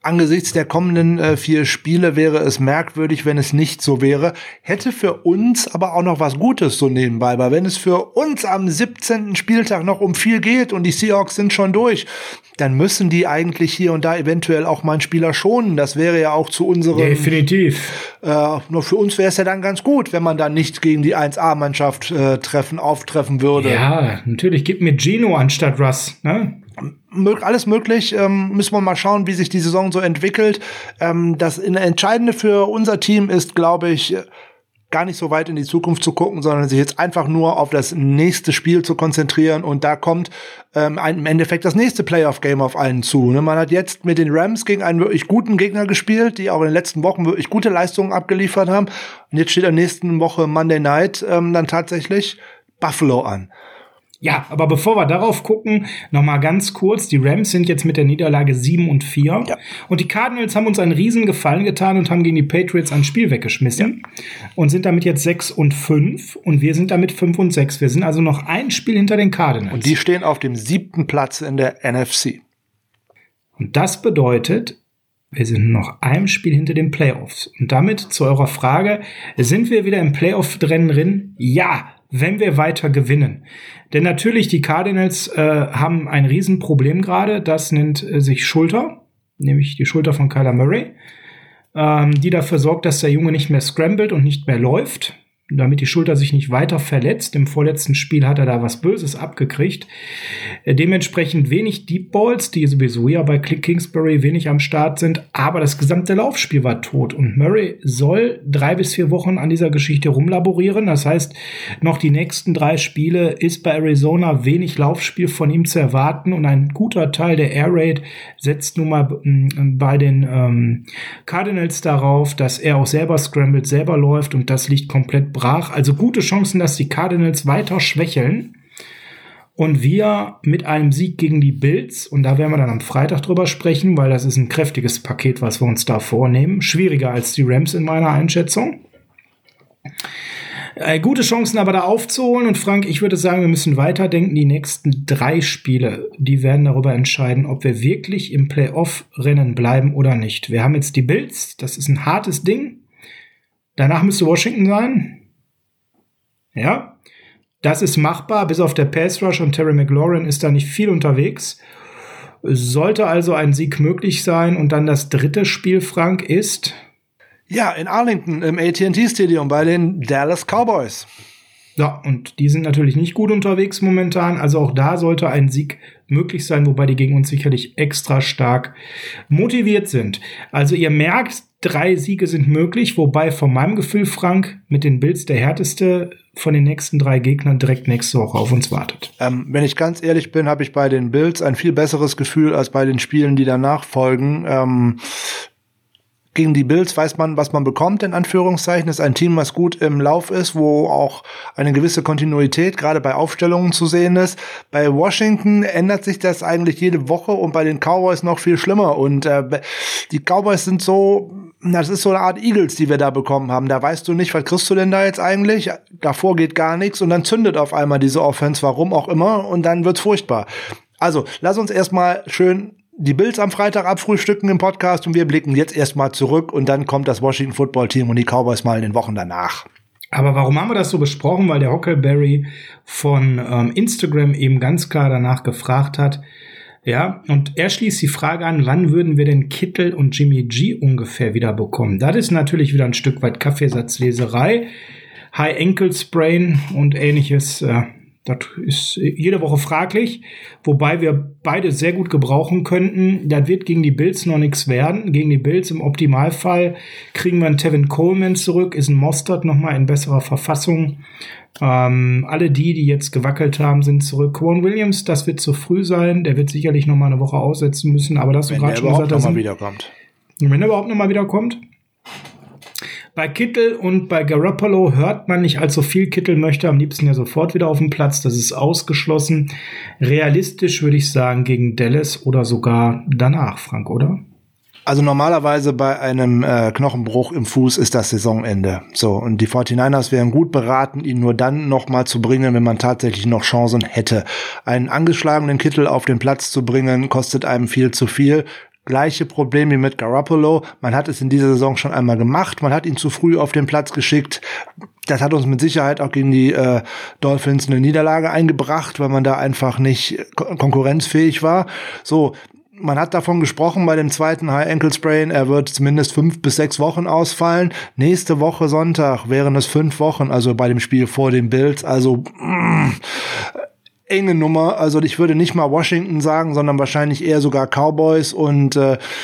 angesichts der kommenden 4 Spiele wäre es merkwürdig, wenn es nicht so wäre. Hätte für uns aber auch noch was Gutes so nebenbei, weil wenn es für uns am 17. Spieltag noch um viel geht und die Seahawks sind schon durch, dann müssen die eigentlich hier und da eventuell auch mal einen Spieler schonen. Das wäre ja auch zu unserem... Definitiv. Nur für uns wäre es ja dann ganz gut, wenn man dann nicht gegen die 1A-Mannschaft auftreffen würde. Ja, natürlich. Gib mir Geno anstatt Russ, ne? Alles möglich, müssen wir mal schauen, wie sich die Saison so entwickelt. Das Entscheidende für unser Team ist, glaube ich, gar nicht so weit in die Zukunft zu gucken, sondern sich jetzt einfach nur auf das nächste Spiel zu konzentrieren. Und da kommt im Endeffekt das nächste Playoff-Game auf einen zu. Ne? Man hat jetzt mit den Rams gegen einen wirklich guten Gegner gespielt, die auch in den letzten Wochen wirklich gute Leistungen abgeliefert haben. Und jetzt steht in der nächsten Woche Monday Night dann tatsächlich Buffalo an. Ja, aber bevor wir darauf gucken, noch mal ganz kurz. Die Rams sind jetzt mit der Niederlage 7-4. Ja. Und die Cardinals haben uns einen riesen Gefallen getan und haben gegen die Patriots ein Spiel weggeschmissen. Ja. Und sind damit jetzt 6-5. Und wir sind damit 5-6. Wir sind also noch ein Spiel hinter den Cardinals. Und die stehen auf dem 7. Platz in der NFC. Und das bedeutet, wir sind noch ein Spiel hinter den Playoffs. Und damit zu eurer Frage, sind wir wieder im Playoff-Rennen drin? Ja, wenn wir weiter gewinnen. Denn natürlich, die Cardinals haben ein Riesenproblem gerade. Das nennt sich Schulter, nämlich die Schulter von Kyler Murray, die dafür sorgt, dass der Junge nicht mehr scrambled und nicht mehr läuft, damit die Schulter sich nicht weiter verletzt. Im vorletzten Spiel hat er da was Böses abgekriegt. Dementsprechend wenig Deep Balls, die sowieso ja bei Kingsbury wenig am Start sind. Aber das gesamte Laufspiel war tot. Und Murray soll 3 bis 4 Wochen an dieser Geschichte rumlaborieren. Das heißt, noch die nächsten 3 Spiele ist bei Arizona wenig Laufspiel von ihm zu erwarten. Und ein guter Teil der Air Raid setzt nun mal bei den Cardinals darauf, dass er auch selber scrambled, selber läuft. Und das liegt komplett brach. Also gute Chancen, dass die Cardinals weiter schwächeln und wir mit einem Sieg gegen die Bills, und da werden wir dann am Freitag drüber sprechen, weil das ist ein kräftiges Paket, was wir uns da vornehmen. Schwieriger als die Rams in meiner Einschätzung. Gute Chancen aber da aufzuholen, und Frank, ich würde sagen, wir müssen weiterdenken. Die nächsten 3 Spiele, die werden darüber entscheiden, ob wir wirklich im Playoff-Rennen bleiben oder nicht. Wir haben jetzt die Bills, das ist ein hartes Ding. Danach müsste Washington sein. Ja, das ist machbar. Bis auf der Pass Rush und Terry McLaurin ist da nicht viel unterwegs. Sollte also ein Sieg möglich sein. Und dann das 3. Spiel, Frank, ist... Ja, in Arlington im AT&T Stadium bei den Dallas Cowboys. Ja, und die sind natürlich nicht gut unterwegs momentan. Also auch da sollte ein Sieg möglich sein, wobei die gegen uns sicherlich extra stark motiviert sind. Also ihr merkt, 3 Siege sind möglich, wobei von meinem Gefühl, Frank, mit den Bills der härteste von den nächsten 3 Gegnern direkt nächste Woche auf uns wartet. Wenn ich ganz ehrlich bin, habe ich bei den Bills ein viel besseres Gefühl als bei den Spielen, die danach folgen. Gegen die Bills weiß man, was man bekommt, in Anführungszeichen. Das ist ein Team, was gut im Lauf ist, wo auch eine gewisse Kontinuität gerade bei Aufstellungen zu sehen ist. Bei Washington ändert sich das eigentlich jede Woche und bei den Cowboys noch viel schlimmer. Und die Cowboys sind so, das ist so eine Art Eagles, die wir da bekommen haben. Da weißt du nicht, was kriegst du denn da jetzt eigentlich? Davor geht gar nichts und dann zündet auf einmal diese Offense, warum auch immer, und dann wird's furchtbar. Also, lass uns erstmal schön die Bills am Freitag abfrühstücken im Podcast und wir blicken jetzt erstmal zurück und dann kommt das Washington Football Team und die Cowboys mal in den Wochen danach. Aber warum haben wir das so besprochen? Weil der Huckleberry von Instagram eben ganz klar danach gefragt hat. Ja, und er schließt die Frage an, wann würden wir denn Kittel und Jimmy G ungefähr wieder bekommen? Das ist natürlich wieder ein Stück weit Kaffeesatzleserei, High Ankle Sprain und ähnliches. Das ist jede Woche fraglich, wobei wir beide sehr gut gebrauchen könnten. Das wird gegen die Bills noch nichts werden. Gegen die Bills im Optimalfall kriegen wir einen Tevin Coleman zurück, ist ein Mostert nochmal in besserer Verfassung. Alle die jetzt gewackelt haben, sind zurück. Quan Williams, das wird zu früh sein. Der wird sicherlich nochmal eine Woche aussetzen müssen. Aber das, wenn er überhaupt nochmal wiederkommt. Wenn er überhaupt nochmal wiederkommt. Bei Kittel und bei Garoppolo hört man nicht allzu viel. Kittel möchte am liebsten ja sofort wieder auf den Platz. Das ist ausgeschlossen. Realistisch würde ich sagen gegen Dallas oder sogar danach, Frank, oder? Also normalerweise bei einem Knochenbruch im Fuß ist das Saisonende. So, und die 49ers wären gut beraten, ihn nur dann noch mal zu bringen, wenn man tatsächlich noch Chancen hätte. Einen angeschlagenen Kittel auf den Platz zu bringen, kostet einem viel zu viel. gleiche Problem wie mit Garoppolo. Man hat es in dieser Saison schon einmal gemacht. Man hat ihn zu früh auf den Platz geschickt. Das hat uns mit Sicherheit auch gegen die Dolphins eine Niederlage eingebracht, weil man da einfach nicht konkurrenzfähig war. So, man hat davon gesprochen bei dem zweiten High Ankle Sprain, er wird zumindest 5 bis 6 Wochen ausfallen. Nächste Woche Sonntag wären es 5 Wochen, also bei dem Spiel vor den Bills. Also enge Nummer. Also ich würde nicht mal Washington sagen, sondern wahrscheinlich eher sogar Cowboys. Und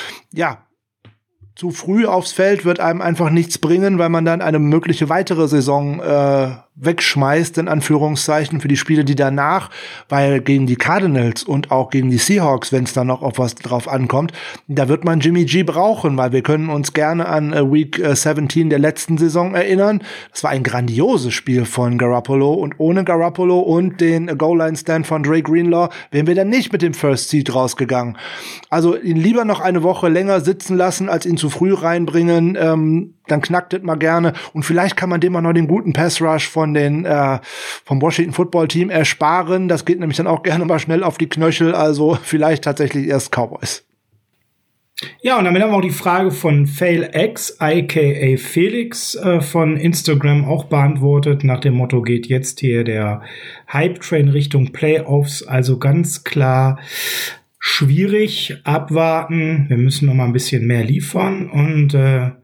zu früh aufs Feld wird einem einfach nichts bringen, weil man dann eine mögliche weitere Saison wegschmeißt, in Anführungszeichen, für die Spiele, die danach, weil gegen die Cardinals und auch gegen die Seahawks, wenn es dann noch auf was drauf ankommt, da wird man Jimmy G brauchen, weil wir können uns gerne an Week 17 der letzten Saison erinnern. Das war ein grandioses Spiel von Garoppolo und ohne Garoppolo und den Goal-Line-Stand von Dre Greenlaw wären wir dann nicht mit dem First Seed rausgegangen. Also ihn lieber noch eine Woche länger sitzen lassen, als ihn zu früh reinbringen, dann knackt es mal gerne und vielleicht kann man dem auch noch den guten Pass-Rush vom Washington Football Team ersparen. Das geht nämlich dann auch gerne mal schnell auf die Knöchel, also vielleicht tatsächlich erst Cowboys. Ja, und damit haben wir auch die Frage von FailX, aka Felix, von Instagram auch beantwortet. Nach dem Motto geht jetzt hier der Hype-Train Richtung Playoffs, also ganz klar schwierig, abwarten. Wir müssen noch mal ein bisschen mehr liefern und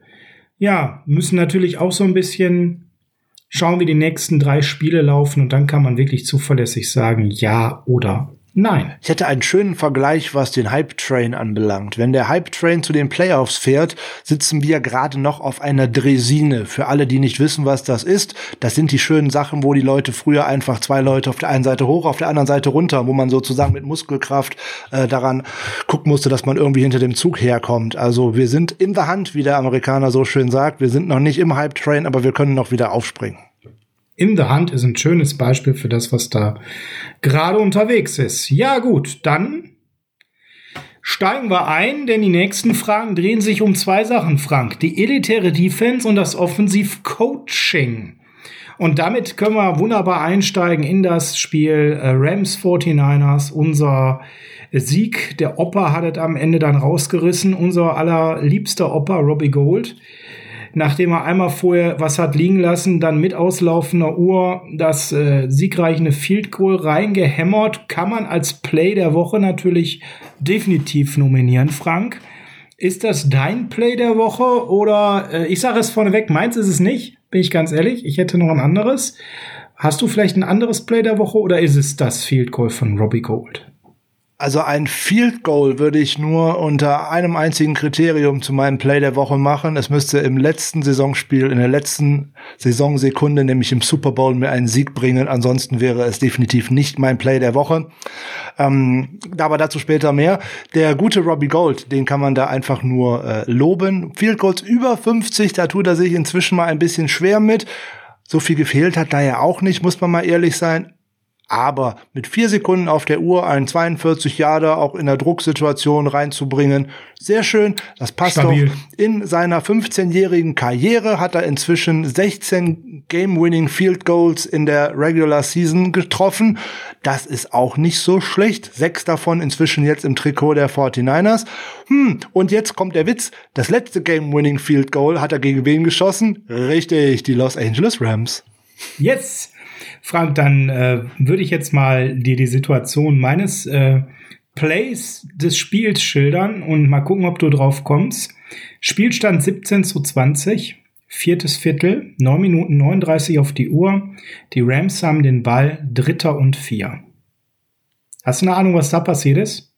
müssen natürlich auch so ein bisschen schauen, wie die nächsten 3 Spiele laufen und dann kann man wirklich zuverlässig sagen, ja oder nein. Ich hätte einen schönen Vergleich, was den Hype-Train anbelangt. Wenn der Hype-Train zu den Playoffs fährt, sitzen wir gerade noch auf einer Draisine. Für alle, die nicht wissen, was das ist, das sind die schönen Sachen, wo die Leute früher einfach 2 Leute auf der einen Seite hoch, auf der anderen Seite runter, wo man sozusagen mit Muskelkraft daran gucken musste, dass man irgendwie hinter dem Zug herkommt. Also wir sind in the Hand, wie der Amerikaner so schön sagt. Wir sind noch nicht im Hype-Train, aber wir können noch wieder aufspringen. In the Hand ist ein schönes Beispiel für das, was da gerade unterwegs ist. Ja gut, dann steigen wir ein, denn die nächsten Fragen drehen sich um 2 Sachen, Frank. Die elitäre Defense und das Offensiv-Coaching. Und damit können wir wunderbar einsteigen in das Spiel Rams 49ers. Unser Sieg, der Opa hat es am Ende dann rausgerissen. Unser allerliebster Opa, Robbie Gould. Nachdem er einmal vorher was hat liegen lassen, dann mit auslaufender Uhr das siegreiche Field Goal reingehämmert, kann man als Play der Woche natürlich definitiv nominieren, Frank. Ist das dein Play der Woche oder ich sage es vorneweg, meins ist es nicht, bin ich ganz ehrlich, ich hätte noch ein anderes. Hast du vielleicht ein anderes Play der Woche oder ist es das Field Goal von Robbie Gould? Also ein Field Goal würde ich nur unter einem einzigen Kriterium zu meinem Play der Woche machen. Es müsste im letzten Saisonspiel, in der letzten Saisonsekunde, nämlich im Super Bowl, mir einen Sieg bringen. Ansonsten wäre es definitiv nicht mein Play der Woche. Aber dazu später mehr. Der gute Robbie Gould, den kann man da einfach nur loben. Field Goals über 50, da tut er sich inzwischen mal ein bisschen schwer mit. So viel gefehlt hat da ja auch nicht, muss man mal ehrlich sein. Aber mit 4 Sekunden auf der Uhr einen 42-Yarder auch in der Drucksituation reinzubringen, sehr schön. Das passt stabil. Doch. In seiner 15-jährigen Karriere hat er inzwischen 16 Game-Winning Field Goals in der Regular Season getroffen. Das ist auch nicht so schlecht. 6 davon inzwischen jetzt im Trikot der 49ers. Und jetzt kommt der Witz. Das letzte Game-Winning Field Goal hat er gegen wen geschossen? Richtig, die Los Angeles Rams. Yes! Frank, dann würde ich jetzt mal dir die Situation meines Plays des Spiels schildern und mal gucken, ob du drauf kommst. Spielstand 17:20, 4. Viertel, 9 Minuten 39 auf die Uhr. Die Rams haben den Ball, 3. und 4. Hast du eine Ahnung, was da passiert ist?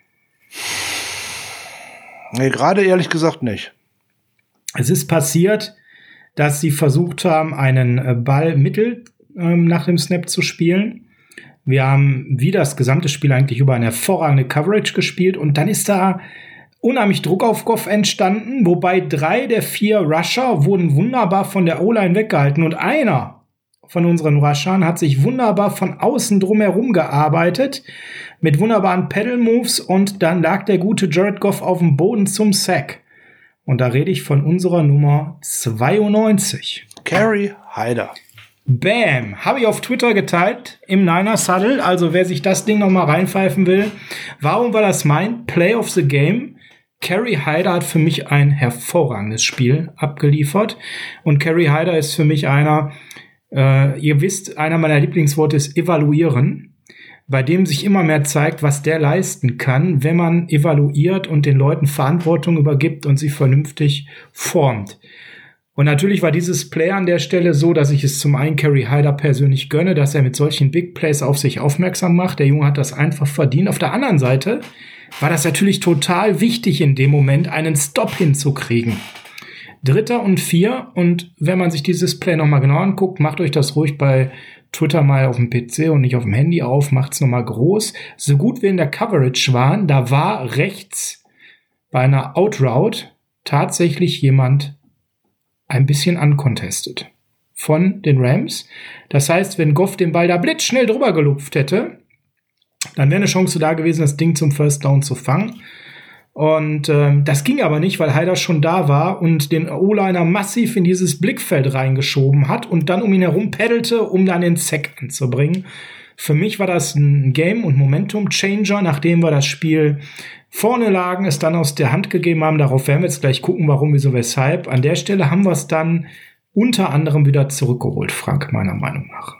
Nee, gerade ehrlich gesagt nicht. Es ist passiert, dass sie versucht haben, einen Ball nach dem Snap zu spielen. Wir haben wie das gesamte Spiel eigentlich über eine hervorragende Coverage gespielt und dann ist da unheimlich Druck auf Goff entstanden, wobei 3 der 4 Rusher wurden wunderbar von der O-Line weggehalten und einer von unseren Rushern hat sich wunderbar von außen drumherum gearbeitet mit wunderbaren Pedal-Moves und dann lag der gute Jared Goff auf dem Boden zum Sack. Und da rede ich von unserer Nummer 92. Kerry Hyder. Bam! Habe ich auf Twitter geteilt im Niners Huddle. Also wer sich das Ding noch mal reinpfeifen will. Warum war das mein Play of the Game? Kerry Hyder hat für mich ein hervorragendes Spiel abgeliefert. Und Kerry Hyder ist für mich einer meiner Lieblingsworte ist evaluieren, bei dem sich immer mehr zeigt, was der leisten kann, wenn man evaluiert und den Leuten Verantwortung übergibt und sie vernünftig formt. Und natürlich war dieses Play an der Stelle so, dass ich es zum einen Kerry Hyder persönlich gönne, dass er mit solchen Big Plays auf sich aufmerksam macht. Der Junge hat das einfach verdient. Auf der anderen Seite war das natürlich total wichtig in dem Moment, einen Stop hinzukriegen. 3. und 4. Und wenn man sich dieses Play nochmal genau anguckt, macht euch das ruhig bei Twitter mal auf dem PC und nicht auf dem Handy auf, macht's nochmal groß. So gut wir in der Coverage waren, da war rechts bei einer Outroute tatsächlich jemand ein bisschen uncontested von den Rams. Das heißt, wenn Goff den Ball da blitzschnell drüber gelupft hätte, dann wäre eine Chance da gewesen, das Ding zum First Down zu fangen. Und das ging aber nicht, weil Hyder schon da war und den O-Liner massiv in dieses Blickfeld reingeschoben hat und dann um ihn herum paddelte, um dann den Sack anzubringen. Für mich war das ein Game- und Momentum-Changer, nachdem wir das Spiel vorne lagen, es dann aus der Hand gegeben haben. Darauf werden wir jetzt gleich gucken, warum, wieso, weshalb. An der Stelle haben wir es dann unter anderem wieder zurückgeholt, Frank, meiner Meinung nach.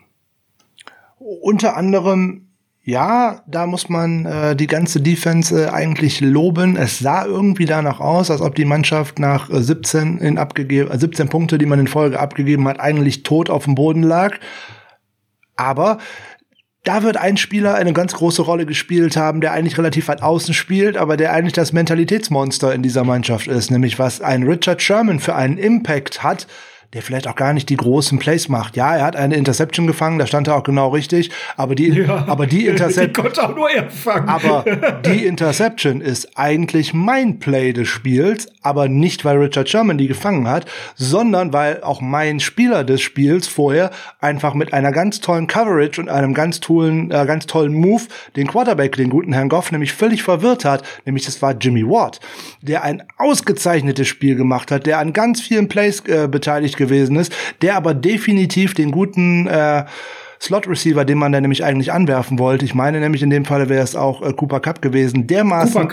Unter anderem, ja, da muss man die ganze Defense eigentlich loben. Es sah irgendwie danach aus, als ob die Mannschaft nach 17 Punkte, die man in Folge abgegeben hat, eigentlich tot auf dem Boden lag. Aber da wird ein Spieler eine ganz große Rolle gespielt haben, der eigentlich relativ weit außen spielt, aber der eigentlich das Mentalitätsmonster in dieser Mannschaft ist, nämlich was ein Richard Sherman für einen Impact hat, der vielleicht auch gar nicht die großen Plays macht. Ja, er hat eine Interception gefangen, da stand er auch genau richtig, aber die Interception, die konnte auch nur er fangen. Aber die Interception ist eigentlich mein Play des Spiels, aber nicht, weil Richard Sherman die gefangen hat, sondern weil auch mein Spieler des Spiels vorher einfach mit einer ganz tollen Coverage und einem ganz tollen Move den Quarterback, den guten Herrn Goff, nämlich völlig verwirrt hat, nämlich das war Jimmy Ward, der ein ausgezeichnetes Spiel gemacht hat, der an ganz vielen Plays beteiligt gewesen ist, der aber definitiv den guten Slot-Receiver, den man da nämlich eigentlich anwerfen wollte, ich meine nämlich in dem Fall wäre es auch Cooper Kupp gewesen, dermaßen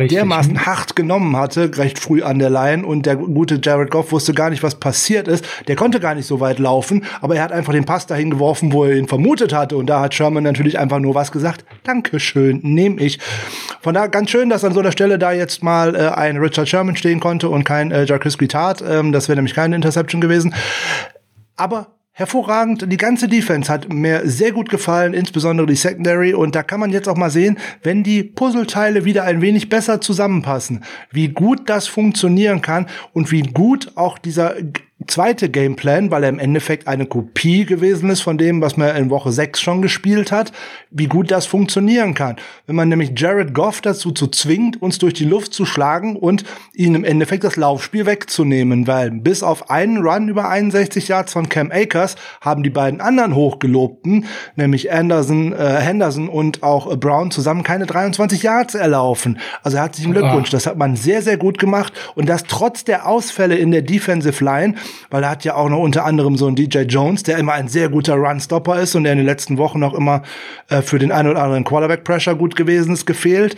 hart genommen hatte, recht früh an der Line, und der gute Jared Goff wusste gar nicht, was passiert ist. Der konnte gar nicht so weit laufen, aber er hat einfach den Pass dahin geworfen, wo er ihn vermutet hatte, und da hat Sherman natürlich einfach nur was gesagt. Dankeschön, nehme ich. Von daher ganz schön, dass an so einer Stelle da jetzt mal ein Richard Sherman stehen konnte und kein Jarquez Guitart. Das wäre nämlich keine Interception gewesen. Aber hervorragend, die ganze Defense hat mir sehr gut gefallen, insbesondere die Secondary, und da kann man jetzt auch mal sehen, wenn die Puzzleteile wieder ein wenig besser zusammenpassen, wie gut das funktionieren kann und wie gut auch dieser zweite Gameplan, weil er im Endeffekt eine Kopie gewesen ist von dem, was man in Woche 6 schon gespielt hat, wie gut das funktionieren kann. Wenn man nämlich Jared Goff dazu zwingt, uns durch die Luft zu schlagen und ihn im Endeffekt das Laufspiel wegzunehmen, weil bis auf einen Run über 61 Yards von Cam Akers haben die beiden anderen Hochgelobten, nämlich Henderson und auch Brown zusammen keine 23 Yards erlaufen. Also herzlichen Glückwunsch, das hat man sehr, sehr gut gemacht, und das trotz der Ausfälle in der Defensive Line, weil er hat ja auch noch unter anderem so einen DJ Jones, der immer ein sehr guter Run-Stopper ist und der in den letzten Wochen auch immer für den einen oder anderen Quarterback-Pressure gut gewesen ist, gefehlt.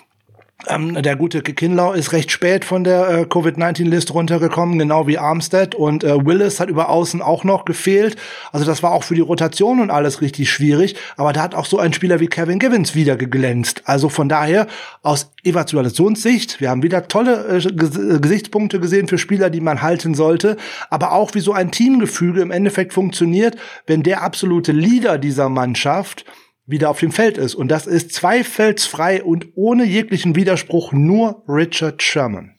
Der gute Kinlaw ist recht spät von der Covid-19-Liste runtergekommen, genau wie Armstead, und Willis hat über Außen auch noch gefehlt. Also das war auch für die Rotation und alles richtig schwierig, aber da hat auch so ein Spieler wie Kevin Givens wieder geglänzt. Also von daher, aus Evaluationssicht, wir haben wieder tolle Gesichtspunkte gesehen für Spieler, die man halten sollte, aber auch wie so ein Teamgefüge im Endeffekt funktioniert, wenn der absolute Leader dieser Mannschaft wieder auf dem Feld ist. Und das ist zweifelsfrei und ohne jeglichen Widerspruch nur Richard Sherman.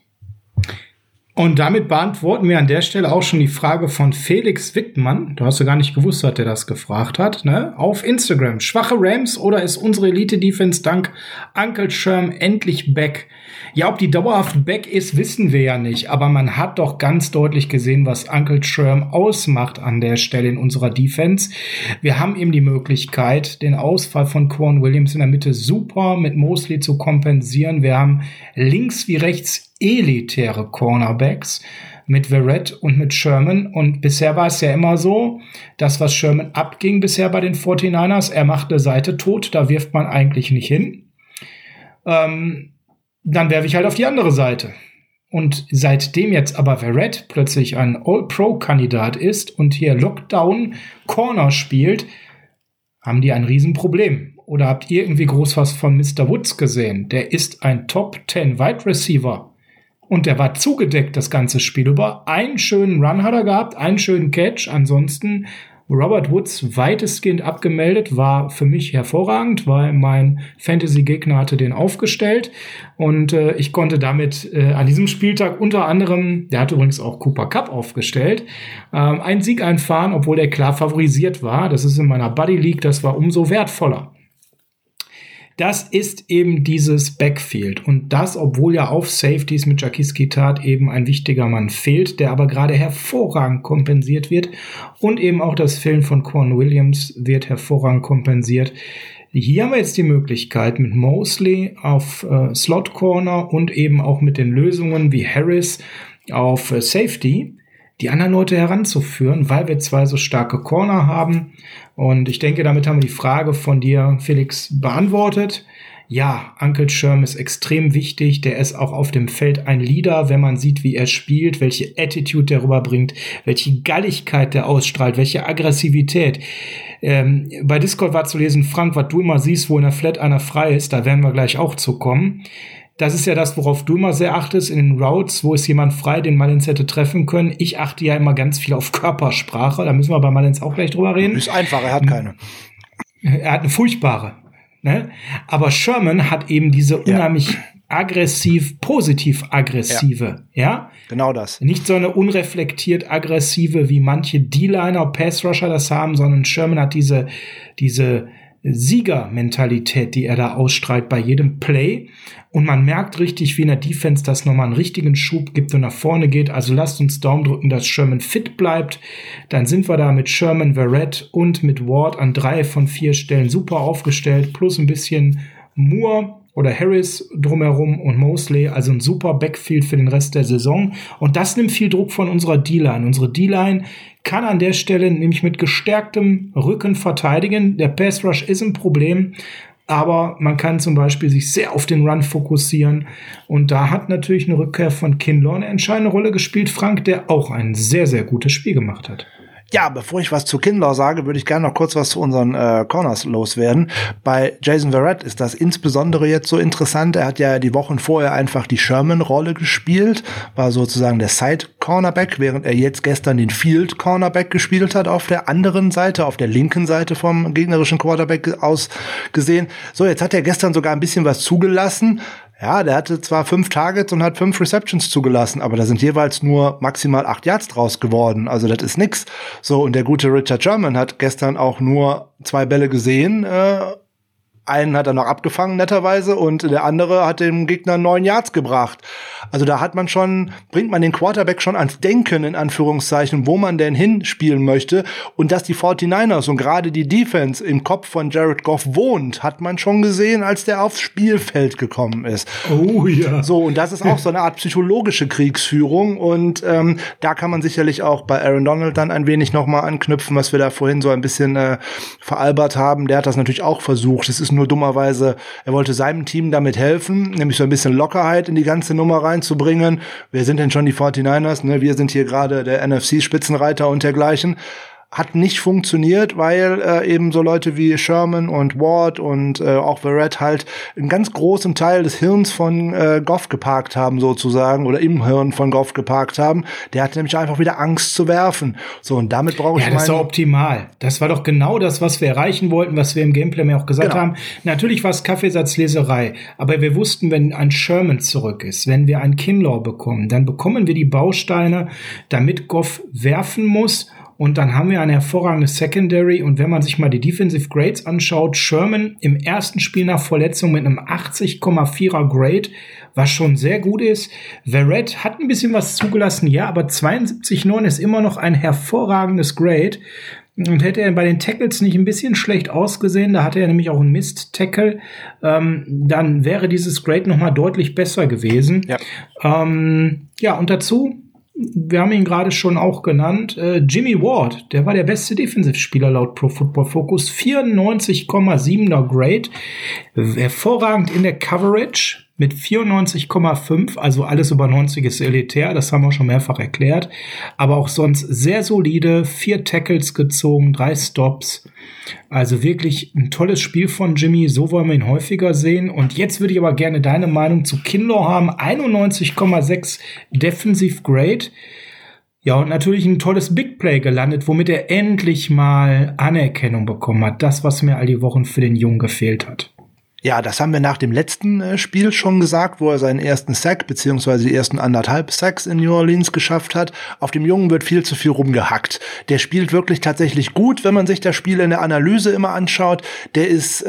Und damit beantworten wir an der Stelle auch schon die Frage von Felix Wittmann. Du hast ja gar nicht gewusst, dass der das gefragt hat, ne? Auf Instagram. Schwache Rams oder ist unsere Elite-Defense dank Uncle Sherm endlich back? Ja, ob die dauerhaft back ist, wissen wir ja nicht. Aber man hat doch ganz deutlich gesehen, was Uncle Sherm ausmacht an der Stelle in unserer Defense. Wir haben eben die Möglichkeit, den Ausfall von Quan Williams in der Mitte super mit Mosley zu kompensieren. Wir haben links wie rechts elitäre Cornerbacks mit Verrett und mit Sherman. Und bisher war es ja immer so, dass was Sherman abging bisher bei den 49ers, er macht eine Seite tot, da wirft man eigentlich nicht hin. dann werfe ich halt auf die andere Seite. Und seitdem jetzt aber Verrett plötzlich ein All-Pro-Kandidat ist und hier Lockdown-Corner spielt, haben die ein Riesenproblem. Oder habt ihr irgendwie groß was von Mr. Woods gesehen? Der ist ein Top-10 Wide Receiver. Und der war zugedeckt das ganze Spiel über. Einen schönen Run hat er gehabt, einen schönen Catch. Ansonsten Robert Woods weitestgehend abgemeldet, war für mich hervorragend, weil mein Fantasy-Gegner hatte den aufgestellt. Und ich konnte damit an diesem Spieltag unter anderem, der hat übrigens auch Cooper Kupp aufgestellt, einen Sieg einfahren, obwohl der klar favorisiert war. Das ist in meiner Buddy League, das war umso wertvoller. Das ist eben dieses Backfield. Und das, obwohl ja auf Safeties mit Jaquiski Tartt eben ein wichtiger Mann fehlt, der aber gerade hervorragend kompensiert wird. Und eben auch das Fehlen von Quan Williams wird hervorragend kompensiert. Hier haben wir jetzt die Möglichkeit mit Mosley auf Slot Corner und eben auch mit den Lösungen wie Harris auf Safety die anderen Leute heranzuführen, weil wir zwei so starke Corner haben. Und ich denke, damit haben wir die Frage von dir, Felix, beantwortet. Ja, Uncle Sherm ist extrem wichtig. Der ist auch auf dem Feld ein Leader, wenn man sieht, wie er spielt, welche Attitude der rüberbringt, welche Galligkeit der ausstrahlt, welche Aggressivität. Bei Discord war zu lesen, Frank, was du immer siehst, wo in der Flat einer frei ist, da werden wir gleich auch zu kommen. Das ist ja das, worauf du immer sehr achtest in den Routes, wo ist jemand frei, den Mullins hätte treffen können. Ich achte ja immer ganz viel auf Körpersprache. Da müssen wir bei Mullins auch gleich drüber reden. Ist einfach, er hat keine. Er hat eine furchtbare. Ne? Aber Sherman hat eben diese unheimlich positiv aggressive. Ja? Genau das. Nicht so eine unreflektiert aggressive, wie manche D-Liner, Pass-Rusher das haben, sondern Sherman hat diese Siegermentalität, die er da ausstrahlt bei jedem Play. Und man merkt richtig, wie in der Defense das nochmal einen richtigen Schub gibt und nach vorne geht. Also lasst uns Daumen drücken, dass Sherman fit bleibt. Dann sind wir da mit Sherman, Verrett und mit Ward an 3 von 4 Stellen super aufgestellt. Plus ein bisschen Moore oder Harris drumherum und Mosley. Also ein super Backfield für den Rest der Saison. Und das nimmt viel Druck von unserer D-Line. Unsere D-Line kann an der Stelle nämlich mit gestärktem Rücken verteidigen. Der Pass Rush ist ein Problem, aber man kann zum Beispiel sich sehr auf den Run fokussieren. Und da hat natürlich eine Rückkehr von Kinlaw eine entscheidende Rolle gespielt, Frank, der auch ein sehr, sehr gutes Spiel gemacht hat. Ja, bevor ich was zu Kinlaw sage, würde ich gerne noch kurz was zu unseren Corners loswerden. Bei Jason Verrett ist das insbesondere jetzt so interessant. Er hat ja die Wochen vorher einfach die Sherman-Rolle gespielt, war sozusagen der Side-Cornerback, während er jetzt gestern den Field-Cornerback gespielt hat auf der anderen Seite, auf der linken Seite vom gegnerischen Quarterback aus gesehen. So, jetzt hat er gestern sogar ein bisschen was zugelassen. Ja, der hatte zwar 5 Targets und hat 5 Receptions zugelassen, aber da sind jeweils nur maximal 8 Yards draus geworden. Also das ist nix. So, und der gute Richard Sherman hat gestern auch nur 2 Bälle gesehen. Einen hat er noch abgefangen, netterweise, und der andere hat dem Gegner 9 Yards gebracht. Also da bringt man den Quarterback schon ans Denken, in Anführungszeichen, wo man denn hinspielen möchte. Und dass die 49ers und gerade die Defense im Kopf von Jared Goff wohnt, hat man schon gesehen, als der aufs Spielfeld gekommen ist. Oh ja. So, und das ist auch so eine Art psychologische Kriegsführung. Und da kann man sicherlich auch bei Aaron Donald dann ein wenig nochmal anknüpfen, was wir da vorhin so ein bisschen veralbert haben. Der hat das natürlich auch versucht. Es ist nur dummerweise, er wollte seinem Team damit helfen, nämlich so ein bisschen Lockerheit in die ganze Nummer reinzubringen. Wer sind denn schon die 49ers? Ne? Wir sind hier gerade der NFC-Spitzenreiter und dergleichen. Hat nicht funktioniert, weil eben so Leute wie Sherman und Ward und auch Verrett halt einen ganz großen Teil des Hirns von Goff geparkt haben sozusagen, oder im Hirn von Goff geparkt haben. Der hatte nämlich einfach wieder Angst zu werfen. So, und damit brauche ich das ist doch optimal. Das war doch genau das, was wir erreichen wollten, was wir im Gameplay mir auch gesagt haben. Natürlich war es Kaffeesatzleserei, aber wir wussten, wenn ein Sherman zurück ist, wenn wir einen Kinlaw bekommen, dann bekommen wir die Bausteine, damit Goff werfen muss. Und dann haben wir eine hervorragende Secondary. Und wenn man sich mal die Defensive Grades anschaut, Sherman im ersten Spiel nach Verletzung mit einem 80,4er Grade, was schon sehr gut ist. Verrett hat ein bisschen was zugelassen, ja, aber 72,9 ist immer noch ein hervorragendes Grade. Und hätte er bei den Tackles nicht ein bisschen schlecht ausgesehen, da hatte er nämlich auch einen Mist-Tackle, dann wäre dieses Grade noch mal deutlich besser gewesen. Ja, und dazu, wir haben ihn gerade schon auch genannt, Jimmy Ward, der war der beste Defensivspieler laut Pro Football Focus, 94,7er Grade, hervorragend in der Coverage, mit 94,5, also alles über 90 ist elitär, das haben wir schon mehrfach erklärt, aber auch sonst sehr solide, 4 Tackles gezogen, 3 Stops, also wirklich ein tolles Spiel von Jimmy, so wollen wir ihn häufiger sehen. Und jetzt würde ich aber gerne deine Meinung zu Kinlaw haben, 91,6 Defensive Grade. Ja, und natürlich ein tolles Big Play gelandet, womit er endlich mal Anerkennung bekommen hat. Das, was mir all die Wochen für den Jungen gefehlt hat. Ja, das haben wir nach dem letzten Spiel schon gesagt, wo er seinen ersten Sack beziehungsweise die ersten 1,5 Sacks in New Orleans geschafft hat. Auf dem Jungen wird viel zu viel rumgehackt. Der spielt wirklich tatsächlich gut, wenn man sich das Spiel in der Analyse immer anschaut. Der ist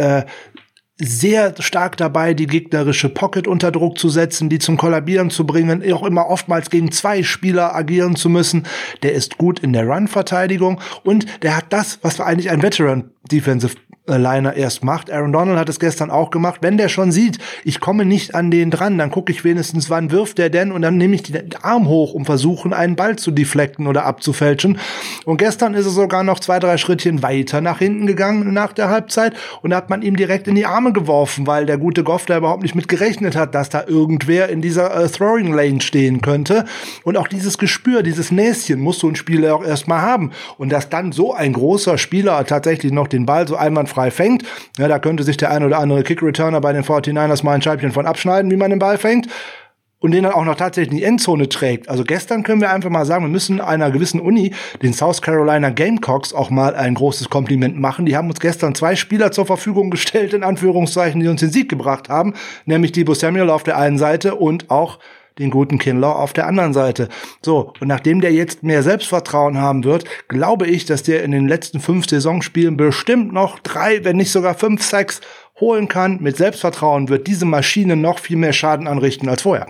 sehr stark dabei, die gegnerische Pocket unter Druck zu setzen, die zum Kollabieren zu bringen, auch immer oftmals gegen 2 Spieler agieren zu müssen. Der ist gut in der Run-Verteidigung und der hat das, was eigentlich ein Veteran-Defensive Liner erst macht. Aaron Donald hat es gestern auch gemacht. Wenn der schon sieht, ich komme nicht an den dran, dann gucke ich wenigstens, wann wirft der denn, und dann nehme ich den Arm hoch, um versuchen, einen Ball zu deflecten oder abzufälschen. Und gestern ist er sogar noch 2, 3 Schrittchen weiter nach hinten gegangen nach der Halbzeit und da hat man ihm direkt in die Arme geworfen, weil der gute Goff da überhaupt nicht mit gerechnet hat, dass da irgendwer in dieser Throwing Lane stehen könnte. Und auch dieses Gespür, dieses Näschen muss so ein Spieler auch erstmal haben. Und dass dann so ein großer Spieler tatsächlich noch den Ball so einwandfrei fängt, ja, da könnte sich der ein oder andere Kick-Returner bei den 49ers mal ein Scheibchen von abschneiden, wie man den Ball fängt. Und den dann auch noch tatsächlich in die Endzone trägt. Also gestern können wir einfach mal sagen, wir müssen einer gewissen Uni, den South Carolina Gamecocks, auch mal ein großes Kompliment machen. Die haben uns gestern 2 Spieler zur Verfügung gestellt, in Anführungszeichen, die uns den Sieg gebracht haben. Nämlich Deebo Samuel auf der einen Seite und auch den guten Kinlaw auf der anderen Seite. So, und nachdem der jetzt mehr Selbstvertrauen haben wird, glaube ich, dass der in den letzten 5 Saisonspielen bestimmt noch 3, wenn nicht sogar 5 Sacks holen kann. Mit Selbstvertrauen wird diese Maschine noch viel mehr Schaden anrichten als vorher.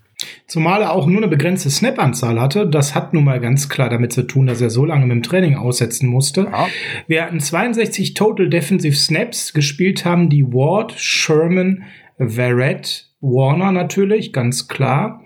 Zumal er auch nur eine begrenzte Snap-Anzahl hatte. Das hat nun mal ganz klar damit zu tun, dass er so lange mit dem Training aussetzen musste. Ja. Wir hatten 62 Total Defensive Snaps. Gespielt haben die Ward, Sherman, Verrett, Warner natürlich, ganz klar.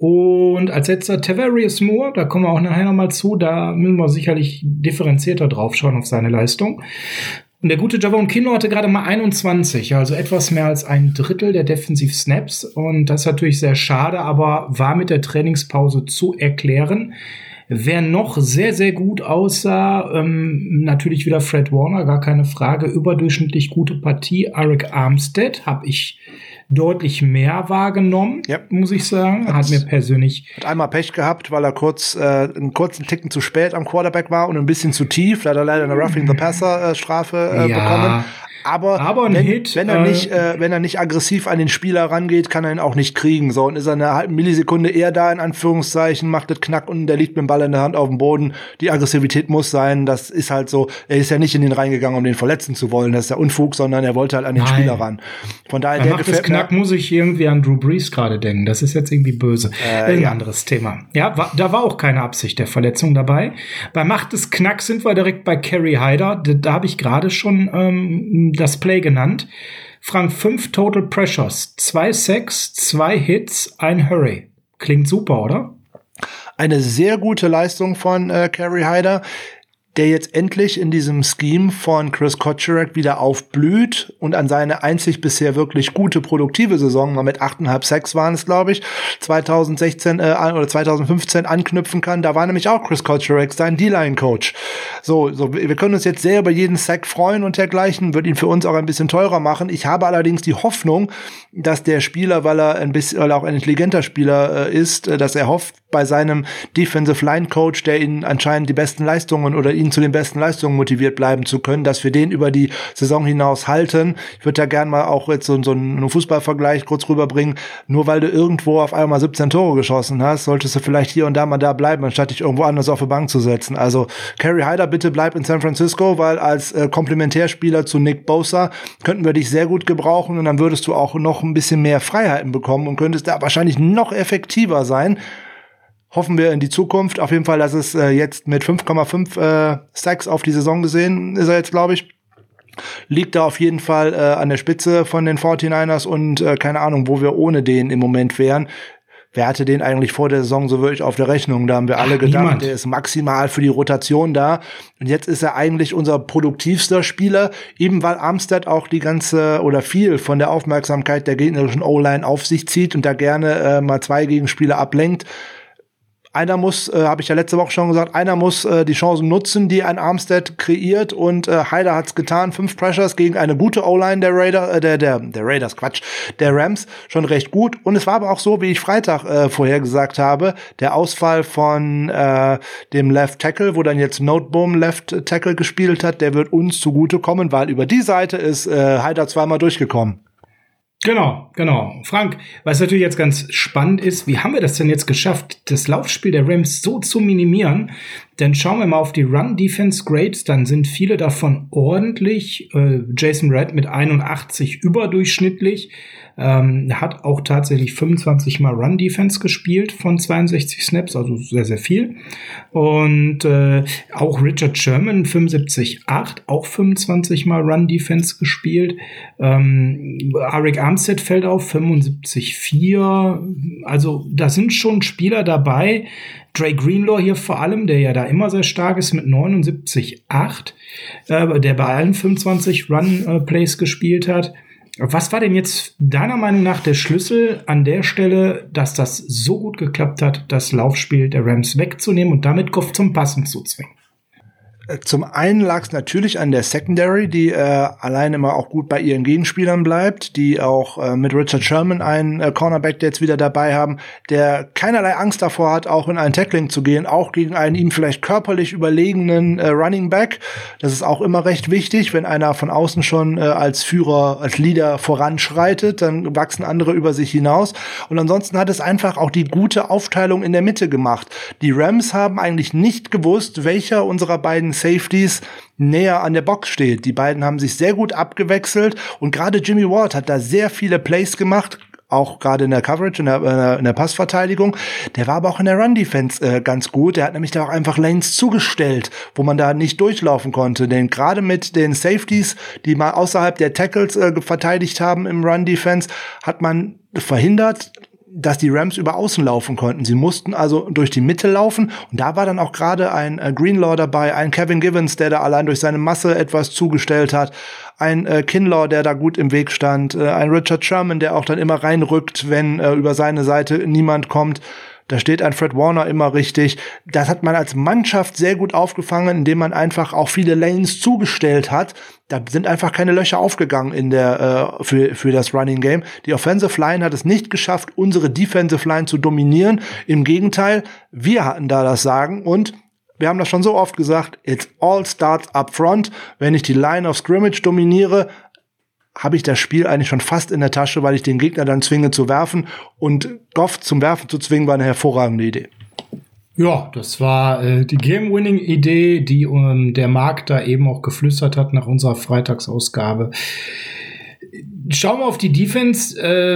Und als letzter Tavarius Moore, da kommen wir auch nachher nochmal zu, da müssen wir sicherlich differenzierter drauf schauen auf seine Leistung. Und der gute Javon Kinlaw hatte gerade mal 21, also etwas mehr als ein Drittel der Defensive Snaps. Und das ist natürlich sehr schade, aber war mit der Trainingspause zu erklären. Wer noch sehr, sehr gut aussah, natürlich wieder Fred Warner, gar keine Frage. Überdurchschnittlich gute Partie. Arik Armstead habe ich deutlich mehr wahrgenommen, muss ich sagen. Hat mir persönlich... Hat einmal Pech gehabt, weil er einen kurzen Ticken zu spät am Quarterback war und ein bisschen zu tief. Da hat er leider eine Roughing the Passer Strafe bekommen. Aber ein Hit, wenn er nicht aggressiv an den Spieler rangeht, kann er ihn auch nicht kriegen. So, und ist er eine halbe Millisekunde eher da, in Anführungszeichen, macht das Knack und der liegt mit dem Ball in der Hand auf dem Boden. Die Aggressivität muss sein. Das ist halt so. Er ist ja nicht in den reingegangen, um den verletzen zu wollen. Das ist ja Unfug, sondern er wollte halt an den Spieler ran. Von daher, der gefällt mir. Knack muss ich irgendwie an Drew Brees gerade denken. Das ist jetzt irgendwie böse. Ein anderes Thema. Ja, da war auch keine Absicht der Verletzung dabei. Bei Macht des Knacks sind wir direkt bei Kerry Hyder. Da habe ich gerade schon das Play genannt. Frank, 5 Total Pressures, 2 Sacks, 2 Hits, 1 Hurry. Klingt super, oder? Eine sehr gute Leistung von Kerry Hyder, der jetzt endlich in diesem Scheme von Chris Kotcherek wieder aufblüht und an seine einzig bisher wirklich gute, produktive Saison, mal mit 8,5 Sacks waren es, glaube ich, 2016 oder 2015 anknüpfen kann. Da war nämlich auch Chris Kotcherek sein D-Line-Coach. So, wir können uns jetzt sehr über jeden Sack freuen und dergleichen, wird ihn für uns auch ein bisschen teurer machen. Ich habe allerdings die Hoffnung, dass der Spieler, weil er auch ein intelligenter Spieler ist, dass er hofft, bei seinem Defensive Line Coach, der ihn anscheinend die besten Leistungen oder ihn zu den besten Leistungen motiviert bleiben zu können, dass wir den über die Saison hinaus halten. Ich würde da gerne mal auch jetzt so einen Fußballvergleich kurz rüberbringen. Nur weil du irgendwo auf einmal 17 Tore geschossen hast, solltest du vielleicht hier und da mal da bleiben, anstatt dich irgendwo anders auf die Bank zu setzen. Also Kerry Hyder, bitte bleib in San Francisco, weil als Komplementärspieler zu Nick Bosa könnten wir dich sehr gut gebrauchen und dann würdest du auch noch ein bisschen mehr Freiheiten bekommen und könntest da wahrscheinlich noch effektiver sein. Hoffen wir in die Zukunft. Auf jeden Fall, dass es jetzt mit 5,5 Sacks auf die Saison gesehen ist er jetzt, glaube ich. Liegt da auf jeden Fall an der Spitze von den 49ers und keine Ahnung, wo wir ohne den im Moment wären. wer hatte den eigentlich vor der Saison so wirklich auf der Rechnung? Da haben wir alle gedacht, niemand. Der ist maximal für die Rotation da. Und jetzt ist er eigentlich unser produktivster Spieler, eben weil Armstead auch die ganze oder viel von der Aufmerksamkeit der gegnerischen O-Line auf sich zieht und da gerne mal 2 Gegenspieler ablenkt. Einer muss, habe ich ja letzte Woche schon gesagt, einer muss die Chancen nutzen, die ein Armstead kreiert, und Hyder hat's getan. 5 Pressures gegen eine gute O-Line der Rams, schon recht gut. Und es war aber auch so, wie ich Freitag vorher gesagt habe, der Ausfall von dem Left Tackle, wo dann jetzt Noteboom Left Tackle gespielt hat, der wird uns zugutekommen, weil über die Seite ist Hyder zweimal durchgekommen. Genau. Frank, was natürlich jetzt ganz spannend ist, wie haben wir das denn jetzt geschafft, das Laufspiel der Rams so zu minimieren? Denn schauen wir mal auf die Run-Defense-Grades, dann sind viele davon ordentlich. Jason Red mit 81 überdurchschnittlich, hat auch tatsächlich 25 Mal Run-Defense gespielt von 62 Snaps, also sehr, sehr viel. Und auch Richard Sherman 75,8, auch 25 Mal Run-Defense gespielt. Arik Armstead fällt auf 75,4. Also da sind schon Spieler dabei. Dre Greenlaw hier vor allem, der ja da immer sehr stark ist mit 79,8, der bei allen 25 Run-Plays gespielt hat. Was war denn jetzt deiner Meinung nach der Schlüssel an der Stelle, dass das so gut geklappt hat, das Laufspiel der Rams wegzunehmen und damit Goff zum Passen zu zwingen? Zum einen lag es natürlich an der Secondary, die allein immer auch gut bei ihren Gegenspielern bleibt, die auch mit Richard Sherman einen Cornerback, der jetzt wieder dabei haben, der keinerlei Angst davor hat, auch in ein Tackling zu gehen, auch gegen einen ihm vielleicht körperlich überlegenen Running Back. Das ist auch immer recht wichtig, wenn einer von außen schon als Führer, als Leader voranschreitet, dann wachsen andere über sich hinaus. Und ansonsten hat es einfach auch die gute Aufteilung in der Mitte gemacht. Die Rams haben eigentlich nicht gewusst, welcher unserer beiden Safeties näher an der Box steht. Die beiden haben sich sehr gut abgewechselt und gerade Jimmy Ward hat da sehr viele Plays gemacht, auch gerade in der Coverage, in der Passverteidigung. Der war aber auch in der Run-Defense ganz gut. Der hat nämlich da auch einfach Lanes zugestellt, wo man da nicht durchlaufen konnte. Denn gerade mit den Safeties, die mal außerhalb der Tackles verteidigt haben im Run-Defense, hat man verhindert, dass die Rams über außen laufen konnten. Sie mussten also durch die Mitte laufen und da war dann auch gerade ein Greenlaw dabei, ein Kevin Givens, der da allein durch seine Masse etwas zugestellt hat, ein Kinlaw, der da gut im Weg stand, ein Richard Sherman, der auch dann immer reinrückt, wenn über seine Seite niemand kommt. Da steht ein Fred Warner immer richtig. Das hat man als Mannschaft sehr gut aufgefangen, indem man einfach auch viele Lanes zugestellt hat. Da sind einfach keine Löcher aufgegangen in der für das Running Game. Die Offensive Line hat es nicht geschafft, unsere Defensive Line zu dominieren. Im Gegenteil, wir hatten da das Sagen und wir haben das schon so oft gesagt, it all starts up front. Wenn ich die Line of Scrimmage dominiere, habe ich das Spiel eigentlich schon fast in der Tasche, weil ich den Gegner dann zwinge zu werfen. Und Goff zum Werfen zu zwingen, war eine hervorragende Idee. Ja, das war die Game-Winning-Idee, die der Marc da eben auch geflüstert hat nach unserer Freitagsausgabe. Schauen wir auf die Defense.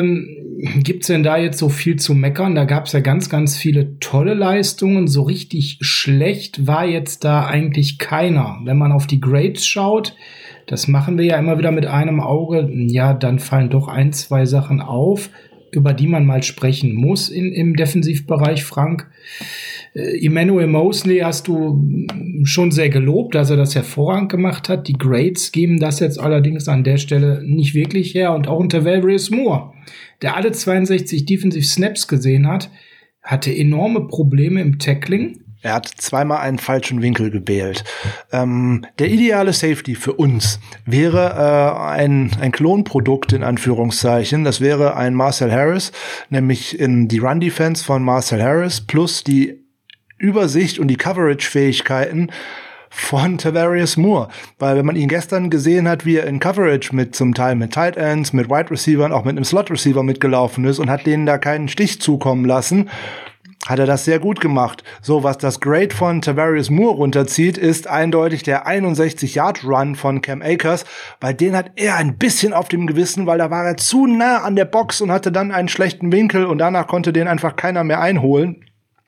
Gibt's denn da jetzt so viel zu meckern? Da gab's ja ganz, ganz viele tolle Leistungen. So richtig schlecht war jetzt da eigentlich keiner. Wenn man auf die Grades schaut, das machen wir ja immer wieder mit einem Auge, ja, dann fallen doch 1, 2 Sachen auf, über die man mal sprechen muss im Defensivbereich, Frank. Emmanuel Mosley hast du schon sehr gelobt, dass er das hervorragend gemacht hat. Die Grades geben das jetzt allerdings an der Stelle nicht wirklich her. Und auch unter Tavarius Moore, der alle 62 Defensive Snaps gesehen hat, hatte enorme Probleme im Tackling. Er hat zweimal einen falschen Winkel gewählt. Der ideale Safety für uns wäre ein Klonprodukt in Anführungszeichen. Das wäre ein Marcel Harris, nämlich in die Run-Defense von Marcel Harris plus die Übersicht und die Coverage-Fähigkeiten von Tavarius Moore. Weil wenn man ihn gestern gesehen hat, wie er in Coverage zum Teil mit Tight Ends, mit Wide Receivern, auch mit einem Slot Receiver mitgelaufen ist und hat denen da keinen Stich zukommen lassen, hat er das sehr gut gemacht. So, was das Grade von Tavarius Moore runterzieht, ist eindeutig der 61-Yard-Run von Cam Akers, weil den hat er ein bisschen auf dem Gewissen, weil da war er zu nah an der Box und hatte dann einen schlechten Winkel und danach konnte den einfach keiner mehr einholen.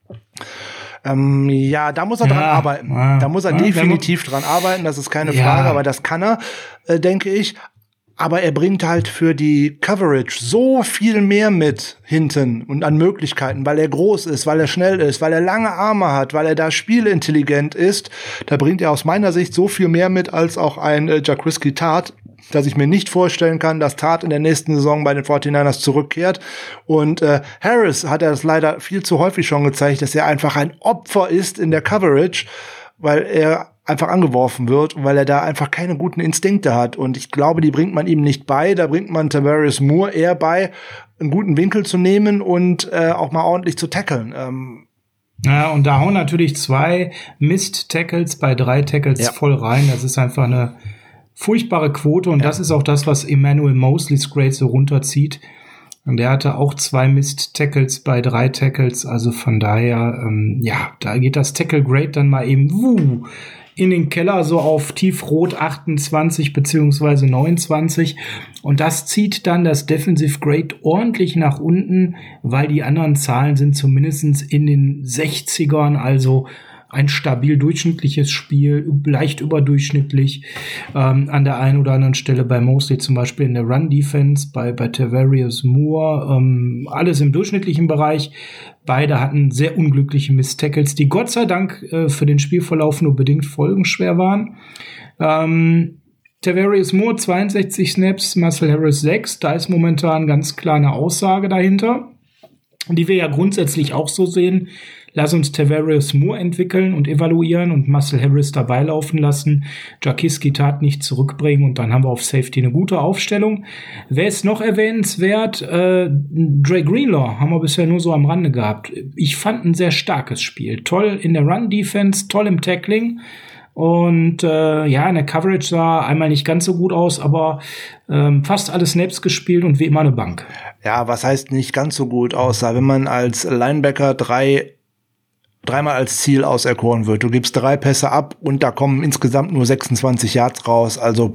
Ja, da muss er dran arbeiten. Da muss er definitiv dran arbeiten, das ist keine Frage, aber das kann er, denke ich. Aber er bringt halt für die Coverage so viel mehr mit hinten und an Möglichkeiten, weil er groß ist, weil er schnell ist, weil er lange Arme hat, weil er da spielintelligent ist. Da bringt er aus meiner Sicht so viel mehr mit als auch ein Jaquiski Tartt, dass ich mir nicht vorstellen kann, dass Tartt in der nächsten Saison bei den 49ers zurückkehrt. Und Harris hat er das leider viel zu häufig schon gezeigt, dass er einfach ein Opfer ist in der Coverage, weil er einfach angeworfen wird und weil er da einfach keine guten Instinkte hat. Und ich glaube, die bringt man ihm nicht bei. Da bringt man Tarvarius Moore eher bei, einen guten Winkel zu nehmen und auch mal ordentlich zu tackeln. Ja, und da hauen natürlich 2 Missed-Tackles bei 3 Tackles voll rein. Das ist einfach eine furchtbare Quote. Und das ist auch das, was Emmanuel Mosleys Grade so runterzieht. Und der hatte auch 2 Missed-Tackles bei 3 Tackles. Also von daher, da geht das Tackle-Grade dann mal eben in den Keller, so auf tiefrot 28 beziehungsweise 29. Und das zieht dann das Defensive Grade ordentlich nach unten, weil die anderen Zahlen sind zumindest in den 60ern, also ein stabil durchschnittliches Spiel, leicht überdurchschnittlich an der einen oder anderen Stelle bei Mosley, zum Beispiel in der Run-Defense, bei Tarvarius Moore, alles im durchschnittlichen Bereich. Beide hatten sehr unglückliche Miss-Tackles, die Gott sei Dank für den Spielverlauf nur bedingt folgenschwer waren. Tarvarius Moore 62 Snaps, Marcel Harris 6, da ist momentan ganz klar eine Aussage dahinter, die wir ja grundsätzlich auch so sehen. Lass uns Tarvarius Moore entwickeln und evaluieren und Marcel Harris dabei laufen lassen, Jaquiski Tartt nicht zurückbringen und dann haben wir auf Safety eine gute Aufstellung. Wer ist noch erwähnenswert? Dre Greenlaw haben wir bisher nur so am Rande gehabt. Ich fand ein sehr starkes Spiel. Toll in der Run-Defense, toll im Tackling. Und in der Coverage sah einmal nicht ganz so gut aus, aber fast alle Snaps gespielt und wie immer eine Bank. Ja, was heißt nicht ganz so gut aussah? Wenn man als Linebacker dreimal als Ziel auserkoren wird. Du gibst 3 Pässe ab und da kommen insgesamt nur 26 Yards raus. Also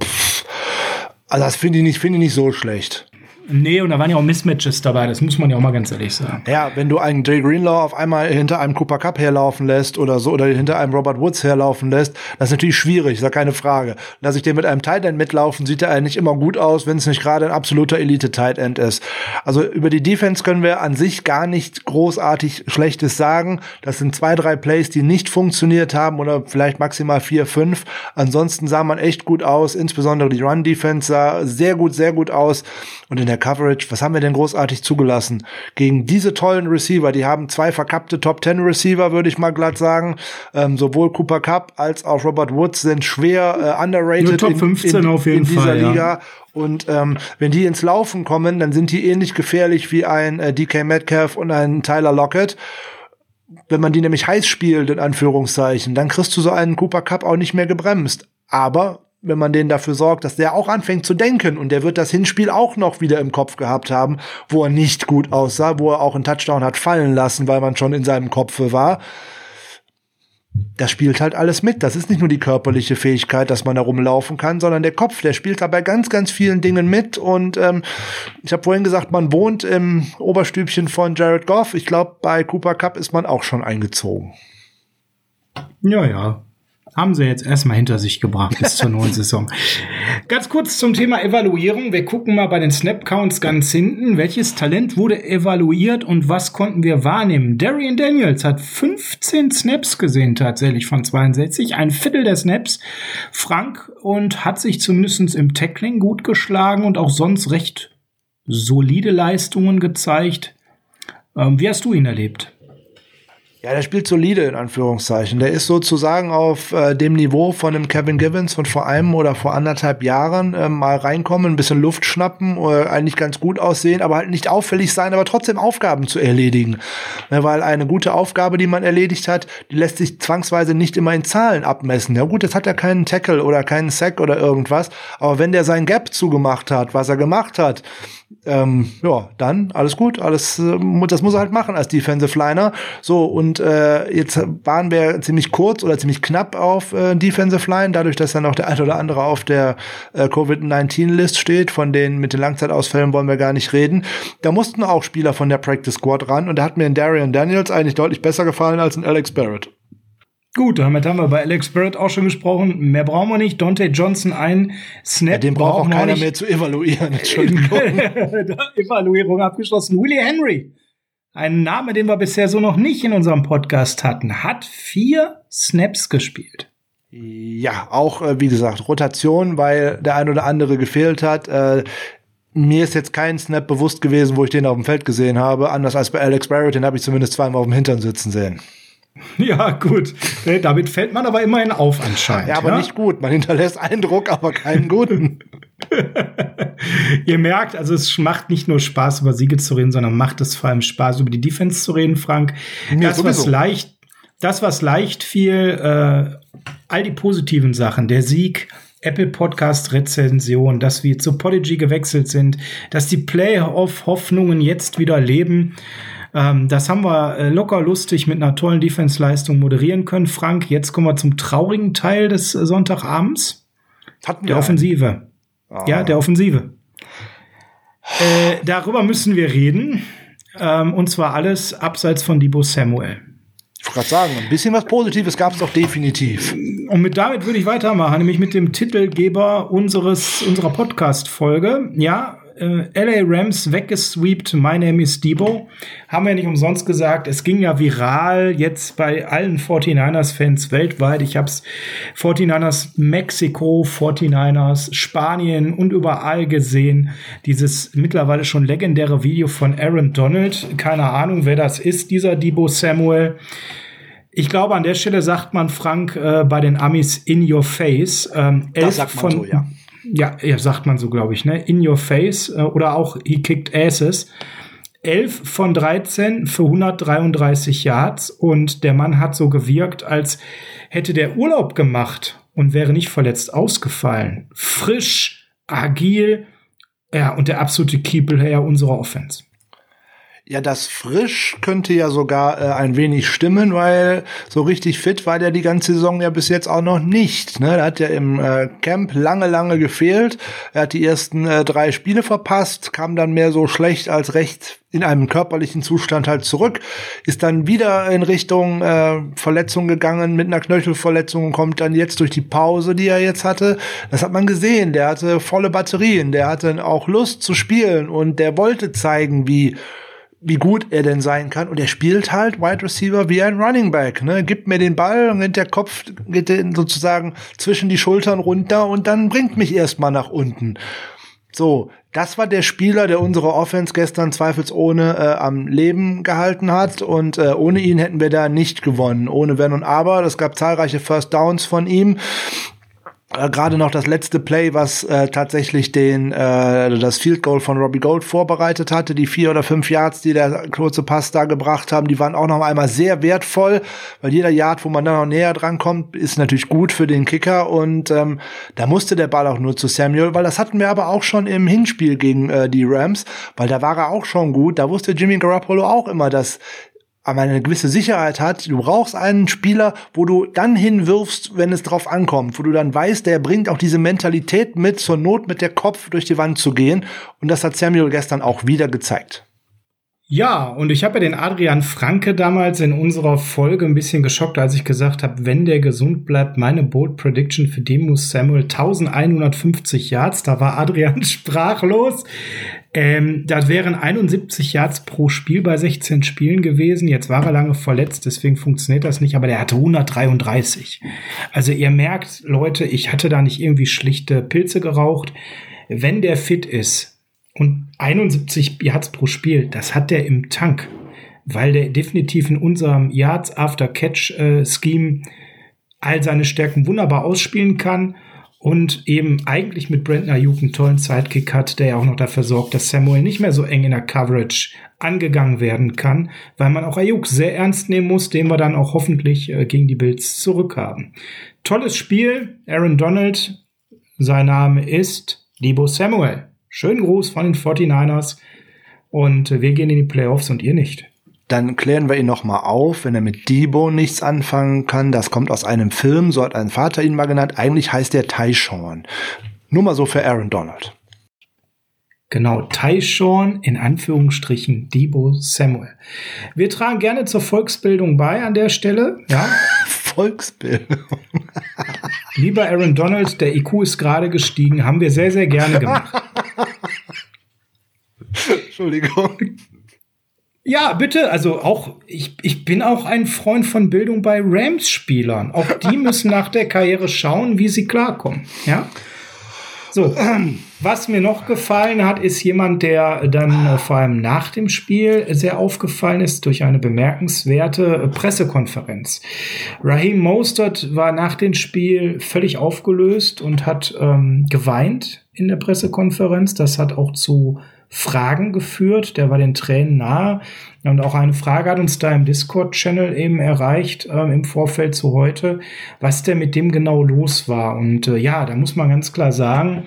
das finde ich nicht so schlecht. Nee, und da waren ja auch Mismatches dabei, das muss man ja auch mal ganz ehrlich sagen. Ja, wenn du einen Dre Greenlaw auf einmal hinter einem Cooper Kupp herlaufen lässt oder so, oder hinter einem Robert Woods herlaufen lässt, das ist natürlich schwierig, ist ja keine Frage. Lass ich den mit einem Tight End mitlaufen, sieht er eigentlich immer gut aus, wenn es nicht gerade ein absoluter Elite-Tight End ist. Also über die Defense können wir an sich gar nicht großartig Schlechtes sagen. Das sind 2, 3 Plays, die nicht funktioniert haben oder vielleicht maximal 4, 5. Ansonsten sah man echt gut aus, insbesondere die Run-Defense sah sehr gut aus. Und in der Coverage, was haben wir denn großartig zugelassen? Gegen diese tollen Receiver, die haben 2 verkappte Top-10 Receiver, würde ich mal glatt sagen. Sowohl Cooper Kupp als auch Robert Woods sind schwer underrated Top 15 auf jeden in dieser Fall, Liga. Ja. Und wenn die ins Laufen kommen, dann sind die ähnlich gefährlich wie ein DK Metcalf und ein Tyler Lockett. Wenn man die nämlich heiß spielt, in Anführungszeichen, dann kriegst du so einen Cooper Kupp auch nicht mehr gebremst. Aber wenn man denen dafür sorgt, dass der auch anfängt zu denken und der wird das Hinspiel auch noch wieder im Kopf gehabt haben, wo er nicht gut aussah, wo er auch einen Touchdown hat fallen lassen, weil man schon in seinem Kopf war. Das spielt halt alles mit. Das ist nicht nur die körperliche Fähigkeit, dass man da rumlaufen kann, sondern der Kopf, der spielt da bei ganz, ganz vielen Dingen mit. Und ich habe vorhin gesagt, man wohnt im Oberstübchen von Jared Goff. Ich glaube, bei Cooper Kupp ist man auch schon eingezogen. Ja. Haben sie jetzt erstmal hinter sich gebracht bis zur neuen Saison. Ganz kurz zum Thema Evaluierung. Wir gucken mal bei den Snap-Counts ganz hinten. Welches Talent wurde evaluiert und was konnten wir wahrnehmen? Darian Daniels hat 15 Snaps gesehen tatsächlich von 62. Ein Viertel der Snaps. Frank und hat sich zumindest im Tackling gut geschlagen und auch sonst recht solide Leistungen gezeigt. Wie hast du ihn erlebt? Ja, der spielt solide, in Anführungszeichen. Der ist sozusagen auf dem Niveau von dem Kevin Givens von vor einem oder vor 1,5 Jahren mal reinkommen, ein bisschen Luft schnappen, eigentlich ganz gut aussehen, aber halt nicht auffällig sein, aber trotzdem Aufgaben zu erledigen. Ja, weil eine gute Aufgabe, die man erledigt hat, die lässt sich zwangsweise nicht immer in Zahlen abmessen. Ja gut, jetzt hat er keinen Tackle oder keinen Sack oder irgendwas, aber wenn der sein Gap zugemacht hat, was er gemacht hat, dann alles gut, das muss er halt machen als Defensive Liner. So, und jetzt waren wir ziemlich kurz oder ziemlich knapp auf Defensive Line, dadurch, dass dann noch der ein oder andere auf der Covid-19-List steht, von denen mit den Langzeitausfällen wollen wir gar nicht reden. Da mussten auch Spieler von der Practice Squad ran und da hat mir in Darian Daniels eigentlich deutlich besser gefallen als in Alex Barrett. Gut, damit haben wir bei Alex Barrett auch schon gesprochen. Mehr brauchen wir nicht. Dante Johnson, ein Snap. Ja, den braucht auch keiner mehr zu evaluieren. Entschuldigung. Evaluierung abgeschlossen. Willie Henry, ein Name, den wir bisher so noch nicht in unserem Podcast hatten, hat 4 Snaps gespielt. Ja, auch, wie gesagt, Rotation, weil der ein oder andere gefehlt hat. Mir ist jetzt kein Snap bewusst gewesen, wo ich den auf dem Feld gesehen habe. Anders als bei Alex Barrett, den habe ich zumindest zweimal auf dem Hintern sitzen sehen. Ja, gut. Damit fällt man aber immerhin auf anscheinend. Ja, aber nicht gut. Man hinterlässt Eindruck, aber keinen guten. Ihr merkt, also es macht nicht nur Spaß, über Siege zu reden, sondern macht es vor allem Spaß, über die Defense zu reden, Frank. Das, was leicht fiel, all die positiven Sachen, der Sieg, Apple Podcast Rezension, dass wir zu Podigy gewechselt sind, dass die Playoff-Hoffnungen jetzt wieder leben. Das haben wir locker lustig mit einer tollen Defense-Leistung moderieren können. Frank, jetzt kommen wir zum traurigen Teil des Sonntagabends. Der Offensive. Ja, der Offensive. Darüber müssen wir reden. Und zwar alles abseits von Deebo Samuel. Ich wollte gerade sagen, ein bisschen was Positives gab es doch definitiv. Und damit würde ich weitermachen, nämlich mit dem Titelgeber unserer Podcast-Folge. Ja, LA Rams weggesweept, My Name is Deebo. Haben wir ja nicht umsonst gesagt, es ging ja viral jetzt bei allen 49ers-Fans weltweit. Ich hab's 49ers Mexiko, 49ers Spanien und überall gesehen. Dieses mittlerweile schon legendäre Video von Aaron Donald. Keine Ahnung, wer das ist, dieser Deebo Samuel. Ich glaube, an der Stelle sagt man, Frank, bei den Amis in your face. Das sagt man so, ja. Ja, sagt man so, glaube ich, ne? In your face oder auch he kicked asses. 11 von 13 für 133 Yards und der Mann hat so gewirkt, als hätte der Urlaub gemacht und wäre nicht verletzt ausgefallen. Frisch, agil, ja, und der absolute Key-Player unserer Offense. Ja, das frisch könnte ja sogar ein wenig stimmen, weil so richtig fit war der die ganze Saison ja bis jetzt auch noch nicht. Ne? Der hat ja im Camp lange gefehlt. Er hat die ersten 3 Spiele verpasst, kam dann mehr so schlecht als recht in einem körperlichen Zustand halt zurück, ist dann wieder in Richtung Verletzung gegangen mit einer Knöchelverletzung und kommt dann jetzt durch die Pause, die er jetzt hatte. Das hat man gesehen, der hatte volle Batterien, der hatte auch Lust zu spielen und der wollte zeigen, wie gut er denn sein kann. Und er spielt halt Wide Receiver wie ein Running Back. Ne? Gibt mir den Ball und der Kopf geht sozusagen zwischen die Schultern runter und dann bringt mich erstmal nach unten. So, das war der Spieler, der unsere Offense gestern zweifelsohne am Leben gehalten hat. Und ohne ihn hätten wir da nicht gewonnen. Ohne Wenn und Aber. Es gab zahlreiche First Downs von ihm. Gerade noch das letzte Play, was tatsächlich das Field Goal von Robbie Gould vorbereitet hatte, die 4 oder 5 Yards, die der kurze Pass da gebracht haben, die waren auch noch einmal sehr wertvoll, weil jeder Yard, wo man dann noch näher dran kommt, ist natürlich gut für den Kicker und da musste der Ball auch nur zu Samuel, weil das hatten wir aber auch schon im Hinspiel gegen die Rams, weil da war er auch schon gut, da wusste Jimmy Garoppolo auch immer, dass aber eine gewisse Sicherheit hat. Du brauchst einen Spieler, wo du dann hinwirfst, wenn es drauf ankommt, wo du dann weißt, der bringt auch diese Mentalität mit, zur Not mit der Kopf durch die Wand zu gehen. Und das hat Samuel gestern auch wieder gezeigt. Ja, und ich habe ja den Adrian Franke damals in unserer Folge ein bisschen geschockt, als ich gesagt habe, wenn der gesund bleibt, meine Bold Prediction für Deebo Samuel 1150 Yards. Da war Adrian sprachlos. Das wären 71 Yards pro Spiel bei 16 Spielen gewesen. Jetzt war er lange verletzt, deswegen funktioniert das nicht, aber der hatte 133. Also ihr merkt, Leute, ich hatte da nicht irgendwie schlichte Pilze geraucht. Wenn der fit ist und 71 Yards pro Spiel, das hat der im Tank, weil der definitiv in unserem Yards After Catch Scheme all seine Stärken wunderbar ausspielen kann. Und eben eigentlich mit Brandon Ayuk einen tollen Sidekick hat, der ja auch noch dafür sorgt, dass Samuel nicht mehr so eng in der Coverage angegangen werden kann, weil man auch Ayuk sehr ernst nehmen muss, den wir dann auch hoffentlich gegen die Bills zurückhaben. Tolles Spiel, Aaron Donald, sein Name ist Deebo Samuel. Schönen Gruß von den 49ers und wir gehen in die Playoffs und ihr nicht. Dann klären wir ihn noch mal auf, wenn er mit Deebo nichts anfangen kann. Das kommt aus einem Film, so hat ein Vater ihn mal genannt. Eigentlich heißt er Tyshawn. Nur mal so für Aaron Donald. Genau, Tyshawn, in Anführungsstrichen Deebo Samuel. Wir tragen gerne zur Volksbildung bei an der Stelle. Ja. Volksbildung. Lieber Aaron Donald, der IQ ist gerade gestiegen, haben wir sehr, sehr gerne gemacht. Entschuldigung. Ja, bitte, also auch, ich bin auch ein Freund von Bildung bei Rams-Spielern. Auch die müssen nach der Karriere schauen, wie sie klarkommen, ja? So, was mir noch gefallen hat, ist jemand, der dann vor allem nach dem Spiel sehr aufgefallen ist durch eine bemerkenswerte Pressekonferenz. Raheem Mostert war nach dem Spiel völlig aufgelöst und hat geweint in der Pressekonferenz. Das hat auch zu Fragen geführt, der war den Tränen nahe. Und auch eine Frage hat uns da im Discord-Channel eben erreicht, im Vorfeld zu heute, was denn mit dem genau los war. Und ja, da muss man ganz klar sagen,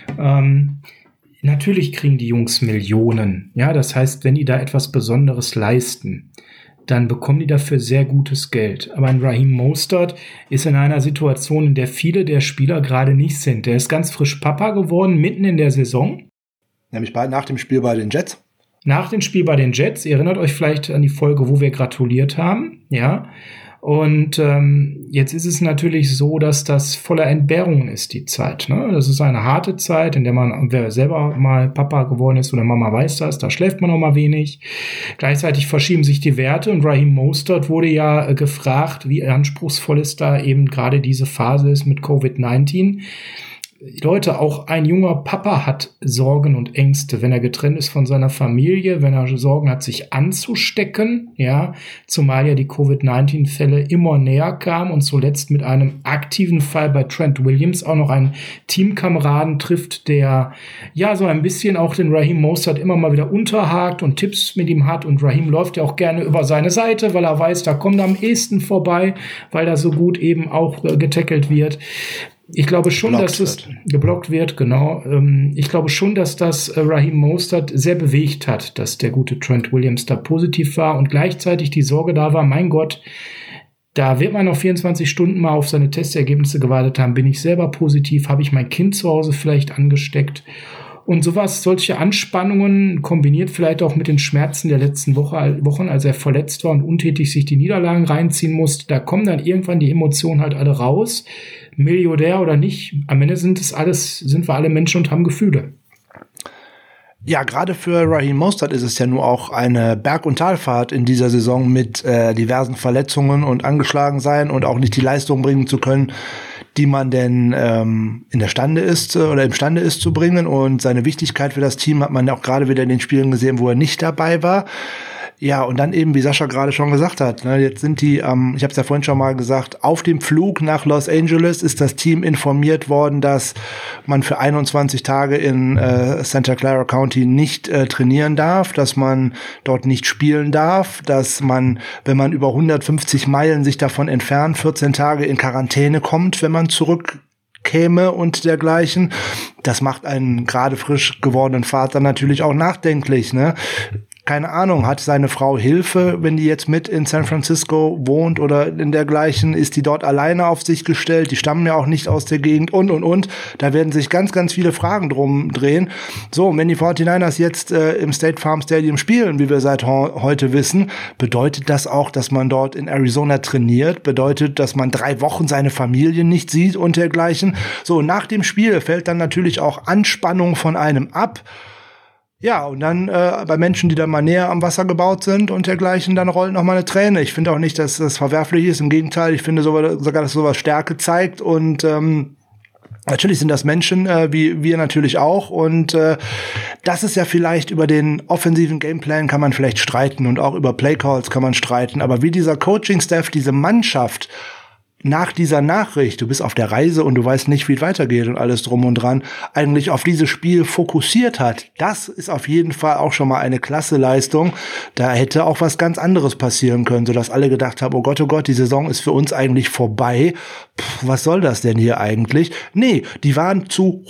natürlich kriegen die Jungs Millionen. Ja, das heißt, wenn die da etwas Besonderes leisten, dann bekommen die dafür sehr gutes Geld. Aber ein Raheem Mostert ist in einer Situation, in der viele der Spieler gerade nicht sind. Der ist ganz frisch Papa geworden, mitten in der Saison. Nämlich nach dem Spiel bei den Jets. Nach dem Spiel bei den Jets. Ihr erinnert euch vielleicht an die Folge, wo wir gratuliert haben. Ja. Und jetzt ist es natürlich so, dass das voller Entbehrungen ist, die Zeit. Ne? Das ist eine harte Zeit, in der man, wer selber mal Papa geworden ist oder Mama weiß das, da schläft man auch mal wenig. Gleichzeitig verschieben sich die Werte und Raheem Mostert wurde ja gefragt, wie anspruchsvoll es da eben gerade diese Phase ist mit Covid-19. Leute, auch ein junger Papa hat Sorgen und Ängste, wenn er getrennt ist von seiner Familie, wenn er Sorgen hat, sich anzustecken, ja, zumal ja die Covid-19-Fälle immer näher kamen und zuletzt mit einem aktiven Fall bei Trent Williams auch noch einen Teamkameraden trifft, der ja so ein bisschen auch den Raheem Mostert immer mal wieder unterhakt und Tipps mit ihm hat und Raheem läuft ja auch gerne über seine Seite, weil er weiß, da kommt er am ehesten vorbei, weil da so gut eben auch getackelt wird. Ich glaube schon, dass es geblockt wird, genau. Ich glaube schon, dass das Raheem Mostert sehr bewegt hat, dass der gute Trent Williams da positiv war und gleichzeitig die Sorge da war, mein Gott, da wird man noch 24 Stunden mal auf seine Testergebnisse gewartet haben. Bin ich selber positiv? Habe ich mein Kind zu Hause vielleicht angesteckt? Und sowas, solche Anspannungen, kombiniert vielleicht auch mit den Schmerzen der letzten Wochen, als er verletzt war und untätig sich die Niederlagen reinziehen musste, da kommen dann irgendwann die Emotionen halt alle raus. Milliardär oder nicht, am Ende sind wir alle Menschen und haben Gefühle. Ja, gerade für Raheem Mostert ist es ja nur auch eine Berg- und Talfahrt in dieser Saison mit diversen Verletzungen und angeschlagen sein und auch nicht die Leistung bringen zu können, die man denn imstande ist zu bringen. Und seine Wichtigkeit für das Team hat man ja auch gerade wieder in den Spielen gesehen, wo er nicht dabei war. Ja, und dann eben, wie Sascha gerade schon gesagt hat, ne, jetzt sind die, ich habe es ja vorhin schon mal gesagt, auf dem Flug nach Los Angeles ist das Team informiert worden, dass man für 21 Tage in Santa Clara County nicht trainieren darf, dass man dort nicht spielen darf, dass man, wenn man über 150 Meilen sich davon entfernt, 14 Tage in Quarantäne kommt, wenn man zurückkäme und dergleichen. Das macht einen gerade frisch gewordenen Vater natürlich auch nachdenklich, ne? Keine Ahnung, hat seine Frau Hilfe, wenn die jetzt mit in San Francisco wohnt oder in dergleichen? Ist die dort alleine auf sich gestellt? Die stammen ja auch nicht aus der Gegend und. Da werden sich ganz, ganz viele Fragen drum drehen. So, wenn die 49ers jetzt im State Farm Stadium spielen, wie wir seit heute wissen, bedeutet das auch, dass man dort in Arizona trainiert? Bedeutet, dass man 3 Wochen seine Familie nicht sieht und dergleichen? So, nach dem Spiel fällt dann natürlich auch Anspannung von einem ab. Ja, und dann bei Menschen, die dann mal näher am Wasser gebaut sind und dergleichen, dann rollt noch mal eine Träne. Ich finde auch nicht, dass das verwerflich ist. Im Gegenteil, ich finde sogar, dass sowas Stärke zeigt. Und natürlich sind das Menschen, wie wir natürlich auch. Und das ist ja vielleicht über den offensiven Gameplan kann man vielleicht streiten und auch über Playcalls kann man streiten. Aber wie dieser Coaching-Staff, diese Mannschaft nach dieser Nachricht, du bist auf der Reise und du weißt nicht, wie es weitergeht und alles drum und dran, eigentlich auf dieses Spiel fokussiert hat, das ist auf jeden Fall auch schon mal eine klasse Leistung. Da hätte auch was ganz anderes passieren können, sodass alle gedacht haben, oh Gott, die Saison ist für uns eigentlich vorbei. Was soll das denn hier eigentlich? Nee, die waren zu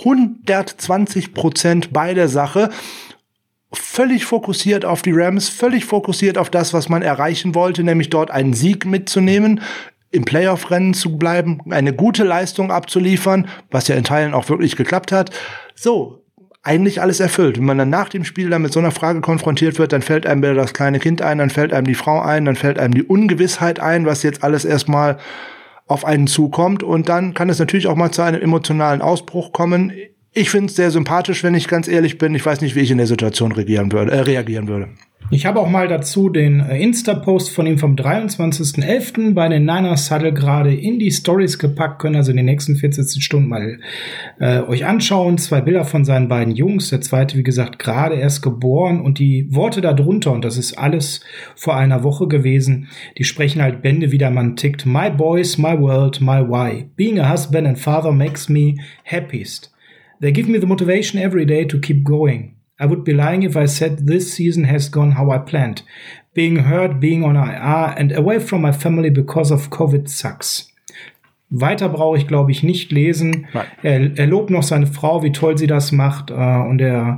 120% bei der Sache. Völlig fokussiert auf die Rams, völlig fokussiert auf das, was man erreichen wollte, nämlich dort einen Sieg mitzunehmen, im Playoff-Rennen zu bleiben, eine gute Leistung abzuliefern, was ja in Teilen auch wirklich geklappt hat. So, eigentlich alles erfüllt. Wenn man dann nach dem Spiel dann mit so einer Frage konfrontiert wird, dann fällt einem wieder das kleine Kind ein, dann fällt einem die Frau ein, dann fällt einem die Ungewissheit ein, was jetzt alles erstmal auf einen zukommt. Und dann kann es natürlich auch mal zu einem emotionalen Ausbruch kommen. Ich finde es sehr sympathisch, wenn ich ganz ehrlich bin. Ich weiß nicht, wie ich in der Situation reagieren würde. Ich habe auch mal dazu den Insta-Post von ihm vom 23.11. bei den Niners Huddle gerade in die Stories gepackt. Können also in den nächsten 14 Stunden mal euch anschauen. 2 Bilder von seinen beiden Jungs. Der zweite, wie gesagt, gerade erst geboren. Und die Worte darunter, und das ist alles vor einer Woche gewesen, die sprechen halt Bände, wie der Mann tickt. My boys, my world, my why. Being a husband and father makes me happiest. They give me the motivation every day to keep going. I would be lying if I said this season has gone how I planned. Being hurt, being on IR and away from my family because of COVID sucks. Weiter brauche ich, glaube ich, nicht lesen. Er lobt noch seine Frau, wie toll sie das macht. Und er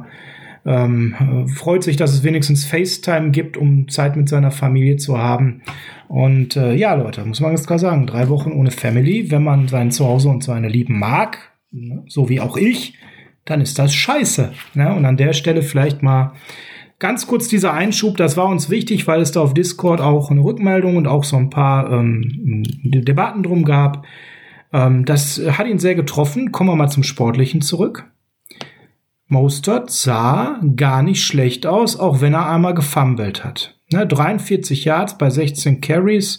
freut sich, dass es wenigstens FaceTime gibt, um Zeit mit seiner Familie zu haben. Und ja, Leute, muss man ganz klar sagen, 3 Wochen ohne Family, wenn man sein Zuhause und seine Lieben mag, so wie auch ich, dann ist das scheiße. Ne? Und an der Stelle vielleicht mal ganz kurz dieser Einschub, das war uns wichtig, weil es da auf Discord auch eine Rückmeldung und auch so ein paar Debatten drum gab. Das hat ihn sehr getroffen. Kommen wir mal zum Sportlichen zurück. Mostert sah gar nicht schlecht aus, auch wenn er einmal gefummelt hat. Ne? 43 Yards bei 16 Carries,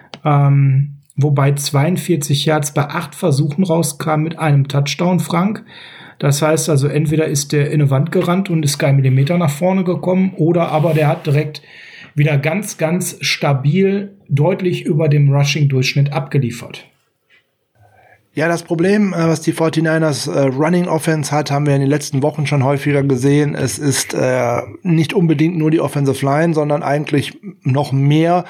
wobei 42 Yards bei 8 Versuchen rauskamen mit einem Touchdown, Frank. Das heißt also, entweder ist der in eine Wand gerannt und ist kein Millimeter nach vorne gekommen, oder aber der hat direkt wieder ganz, ganz stabil deutlich über dem Rushing-Durchschnitt abgeliefert. Ja, das Problem, was die 49ers Running Offense hat, haben wir in den letzten Wochen schon häufiger gesehen. Es ist nicht unbedingt nur die Offensive Line, sondern eigentlich noch mehr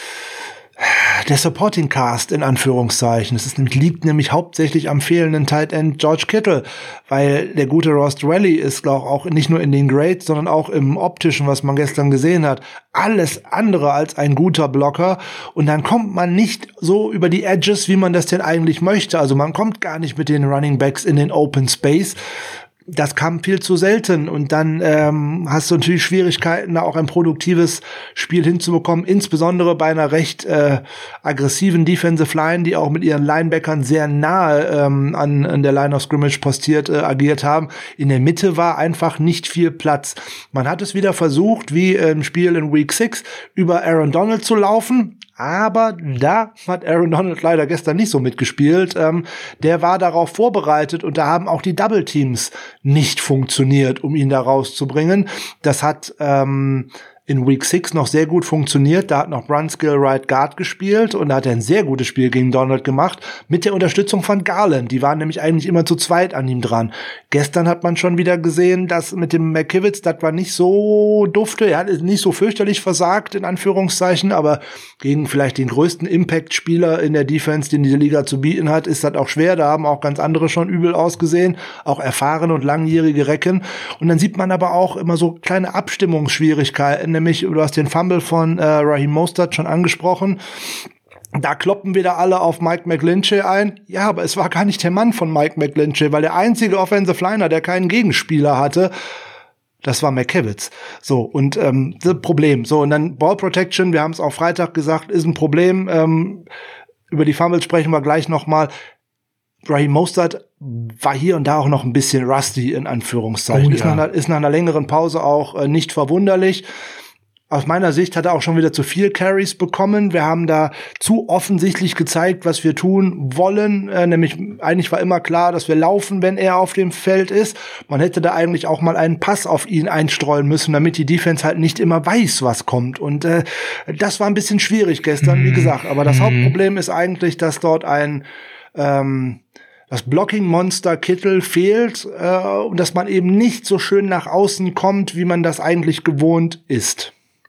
der Supporting Cast in Anführungszeichen. Liegt nämlich hauptsächlich am fehlenden Tight End George Kittle, weil der gute Ross Dwelly ist, glaube ich, auch nicht nur in den Grades, sondern auch im Optischen, was man gestern gesehen hat, alles andere als ein guter Blocker. Und dann kommt man nicht so über die Edges, wie man das denn eigentlich möchte. Also man kommt gar nicht mit den Running Backs in den Open Space. Das kam viel zu selten, und dann hast du natürlich Schwierigkeiten, da auch ein produktives Spiel hinzubekommen, insbesondere bei einer recht aggressiven Defensive Line, die auch mit ihren Linebackern sehr nahe an der Line of Scrimmage postiert agiert haben. In der Mitte war einfach nicht viel Platz. Man hat es wieder versucht, wie im Spiel in Week 6, über Aaron Donald zu laufen. Aber da hat Aaron Donald leider gestern nicht so mitgespielt. Der war darauf vorbereitet, und da haben auch die Double Teams nicht funktioniert, um ihn da rauszubringen. Das hat in Week 6 noch sehr gut funktioniert. Da hat noch Brunskill Right Guard gespielt, und da hat er ein sehr gutes Spiel gegen Donald gemacht, mit der Unterstützung von Garland. Die waren nämlich eigentlich immer zu zweit an ihm dran. Gestern hat man schon wieder gesehen, dass mit dem McKivitz, das war nicht so dufte. Er hat nicht so fürchterlich versagt, in Anführungszeichen, aber gegen vielleicht den größten Impact-Spieler in der Defense, den diese Liga zu bieten hat, ist das auch schwer. Da haben auch ganz andere schon übel ausgesehen, auch erfahrene und langjährige Recken. Und dann sieht man aber auch immer so kleine Abstimmungsschwierigkeiten, nämlich, du hast den Fumble von Raheem Mostert schon angesprochen. Da kloppen wieder alle auf Mike McGlinchey ein. Ja, aber es war gar nicht der Mann von Mike McGlinchey, weil der einzige Offensive Liner, der keinen Gegenspieler hatte, das war McKivitz. So, und das Problem. So, und dann Ball Protection, wir haben es auch Freitag gesagt, ist ein Problem. Über die Fumbles sprechen wir gleich nochmal. Raheem Mostert war hier und da auch noch ein bisschen rusty, in Anführungszeichen. Oh, ja. Ist nach einer längeren Pause auch nicht verwunderlich. Aus meiner Sicht hat er auch schon wieder zu viel Carries bekommen. Wir haben da zu offensichtlich gezeigt, was wir tun wollen. Nämlich, eigentlich war immer klar, dass wir laufen, wenn er auf dem Feld ist. Man hätte da eigentlich auch mal einen Pass auf ihn einstreuen müssen, damit die Defense halt nicht immer weiß, was kommt. Und das war ein bisschen schwierig gestern, wie gesagt. Aber das Hauptproblem ist eigentlich, dass dort das Blocking-Monster Kittle fehlt und dass man eben nicht so schön nach außen kommt, wie man das eigentlich gewohnt ist.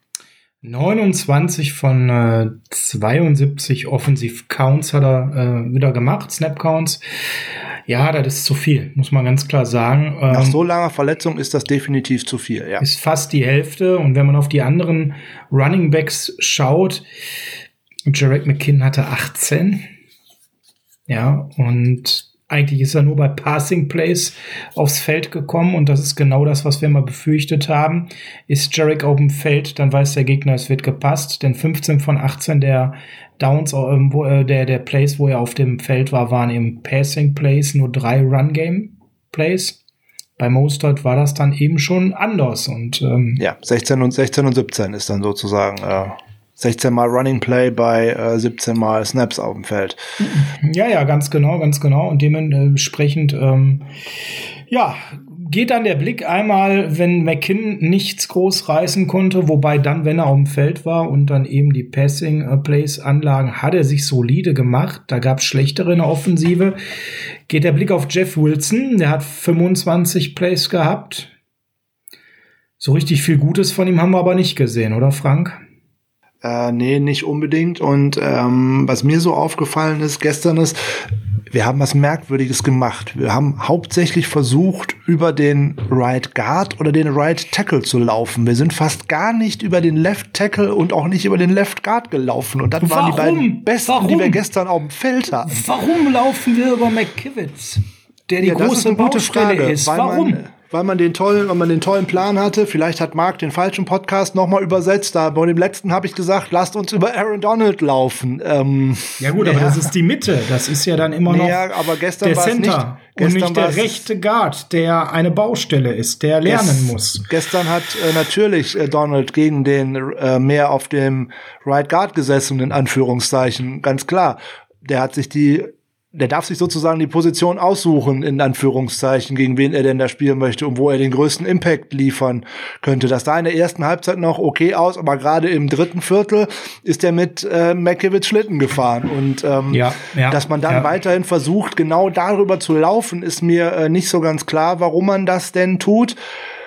29 von 72 Offensiv-Counts hat er wieder gemacht, Snap-Counts. Ja, das ist zu viel, muss man ganz klar sagen. Nach so langer Verletzung ist das definitiv zu viel, ja. Ist fast die Hälfte. Und wenn man auf die anderen Running Backs schaut, Jerick McKinnon hatte 18. Ja, und Eigentlich ist er nur bei Passing Plays aufs Feld gekommen und das ist genau das, was wir mal befürchtet haben. Ist Jarek auf dem Feld, dann weiß der Gegner, es wird gepasst, denn 15 von 18 der Downs, der Plays, wo er auf dem Feld war, waren eben Passing Plays, nur 3 Run-Game Plays. Bei Mostert war das dann eben schon anders und 16 und 17 ist dann sozusagen 16 Mal Running Play bei 17 Mal Snaps auf dem Feld. Ja, ganz genau. Und dementsprechend, geht dann der Blick einmal, wenn McKinnon nichts groß reißen konnte, wobei dann, wenn er auf dem Feld war und dann eben die Passing-Plays-Anlagen, hat er sich solide gemacht. Da gab es schlechtere in der Offensive. Geht der Blick auf Jeff Wilson, der hat 25 Plays gehabt. So richtig viel Gutes von ihm haben wir aber nicht gesehen, oder Frank? Nee, nicht unbedingt. Und was mir so aufgefallen ist gestern ist, wir haben was Merkwürdiges gemacht. Wir haben hauptsächlich versucht, über den Right Guard oder den Right Tackle zu laufen. Wir sind fast gar nicht über den Left Tackle und auch nicht über den Left Guard gelaufen. Und das waren die beiden besten, die wir gestern auf dem Feld hatten. Warum laufen wir über McKivitz, der die große Baustelle ist? Warum? Weil man den tollen Plan hatte. Vielleicht hat Marc den falschen Podcast nochmal übersetzt. Da bei dem letzten habe ich gesagt, lasst uns über Aaron Donald laufen. Ja gut, aber das ist die Mitte. Das ist ja dann immer noch aber gestern der Center und nicht der rechte Guard, der eine Baustelle ist, der lernen muss. Gestern hat natürlich Donald gegen den mehr auf dem Right Guard gesessen, in Anführungszeichen. Ganz klar. Der darf sich sozusagen die Position aussuchen, in Anführungszeichen, gegen wen er denn da spielen möchte und wo er den größten Impact liefern könnte. Das sah in der ersten Halbzeit noch okay aus, aber gerade im dritten Viertel ist er mit McKivitz Schlitten gefahren. Und dass man dann weiterhin versucht, genau darüber zu laufen, ist mir nicht so ganz klar, warum man das denn tut.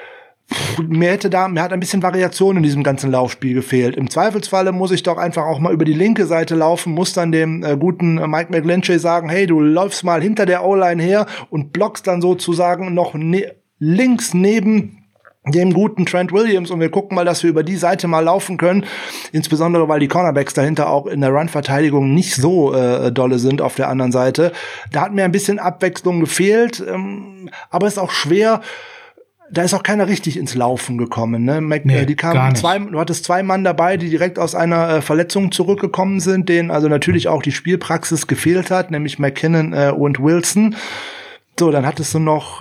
Mir hat ein bisschen Variation in diesem ganzen Laufspiel gefehlt. Im Zweifelsfalle muss ich doch einfach auch mal über die linke Seite laufen, muss dann dem guten Mike McGlinchey sagen, hey, du läufst mal hinter der O-Line her und blockst dann sozusagen noch links neben dem guten Trent Williams und wir gucken mal, dass wir über die Seite mal laufen können, insbesondere weil die Cornerbacks dahinter auch in der Run-Verteidigung nicht so dolle sind auf der anderen Seite. Da hat mir ein bisschen Abwechslung gefehlt, aber es ist auch schwer. Da ist auch keiner richtig ins Laufen gekommen, ne? Die kamen du hattest 2 Mann dabei, die direkt aus einer Verletzung zurückgekommen sind, denen also natürlich auch die Spielpraxis gefehlt hat, nämlich McKinnon und Wilson. So, dann hattest du noch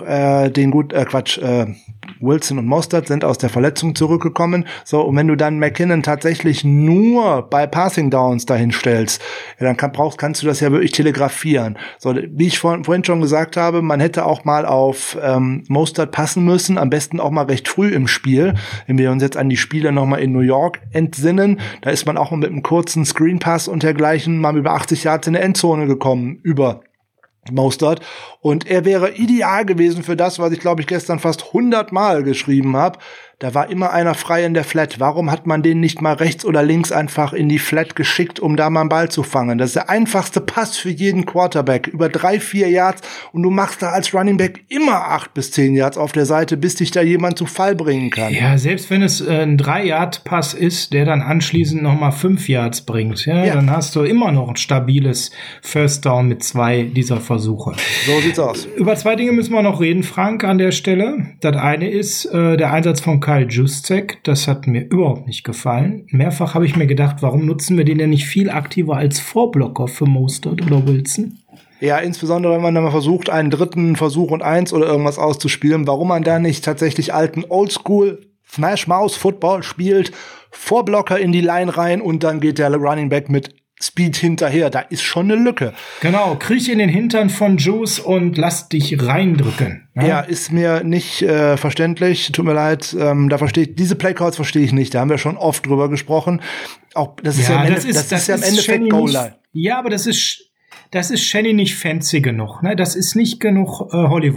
Wilson und Mostert sind aus der Verletzung zurückgekommen. So, und wenn du dann McKinnon tatsächlich nur bei Passing Downs dahin stellst, dann kannst du das ja wirklich telegrafieren. So, wie ich vorhin schon gesagt habe, man hätte auch mal auf Mostert passen müssen, am besten auch mal recht früh im Spiel. Wenn wir uns jetzt an die Spiele nochmal in New York entsinnen, da ist man auch mit einem kurzen Screen Pass und dergleichen mal über 80 Yards in der Endzone gekommen, über Mostert. Und er wäre ideal gewesen für das, was ich, glaube ich, gestern fast 100 Mal geschrieben habe. Da war immer einer frei in der Flat. Warum hat man den nicht mal rechts oder links einfach in die Flat geschickt, um da mal einen Ball zu fangen? Das ist der einfachste Pass für jeden Quarterback. Über 3-4 Yards. Und du machst da als Running Back immer 8 bis 10 Yards auf der Seite, bis dich da jemand zu Fall bringen kann. Ja, selbst wenn es ein 3-Yard-Pass ist, der dann anschließend nochmal 5 Yards bringt, dann hast du immer noch ein stabiles First Down mit 2 dieser Versuche. So sieht's aus. Über 2 Dinge müssen wir noch reden, Frank, an der Stelle. Das eine ist der Einsatz von Kyle Juszczyk. Das hat mir überhaupt nicht gefallen. Mehrfach habe ich mir gedacht, warum nutzen wir den denn nicht viel aktiver als Vorblocker für Mostert oder Wilson? Ja, insbesondere wenn man dann mal versucht, einen dritten Versuch und 1 oder irgendwas auszuspielen, warum man da nicht tatsächlich alten Oldschool Smash-Mouse-Football spielt, Vorblocker in die Line rein und dann geht der Running Back mit Speed hinterher. Da ist schon eine Lücke. Genau, kriech in den Hintern von Juice und lass dich reindrücken. Ja, ist mir nicht verständlich. Tut mir leid. Diese Playcalls verstehe ich nicht. Da haben wir schon oft drüber gesprochen. Auch das ist ja im Endeffekt Goal-Line. Ja, aber das ist Shanny nicht fancy genug. Ne? Das ist nicht genug Hollywood.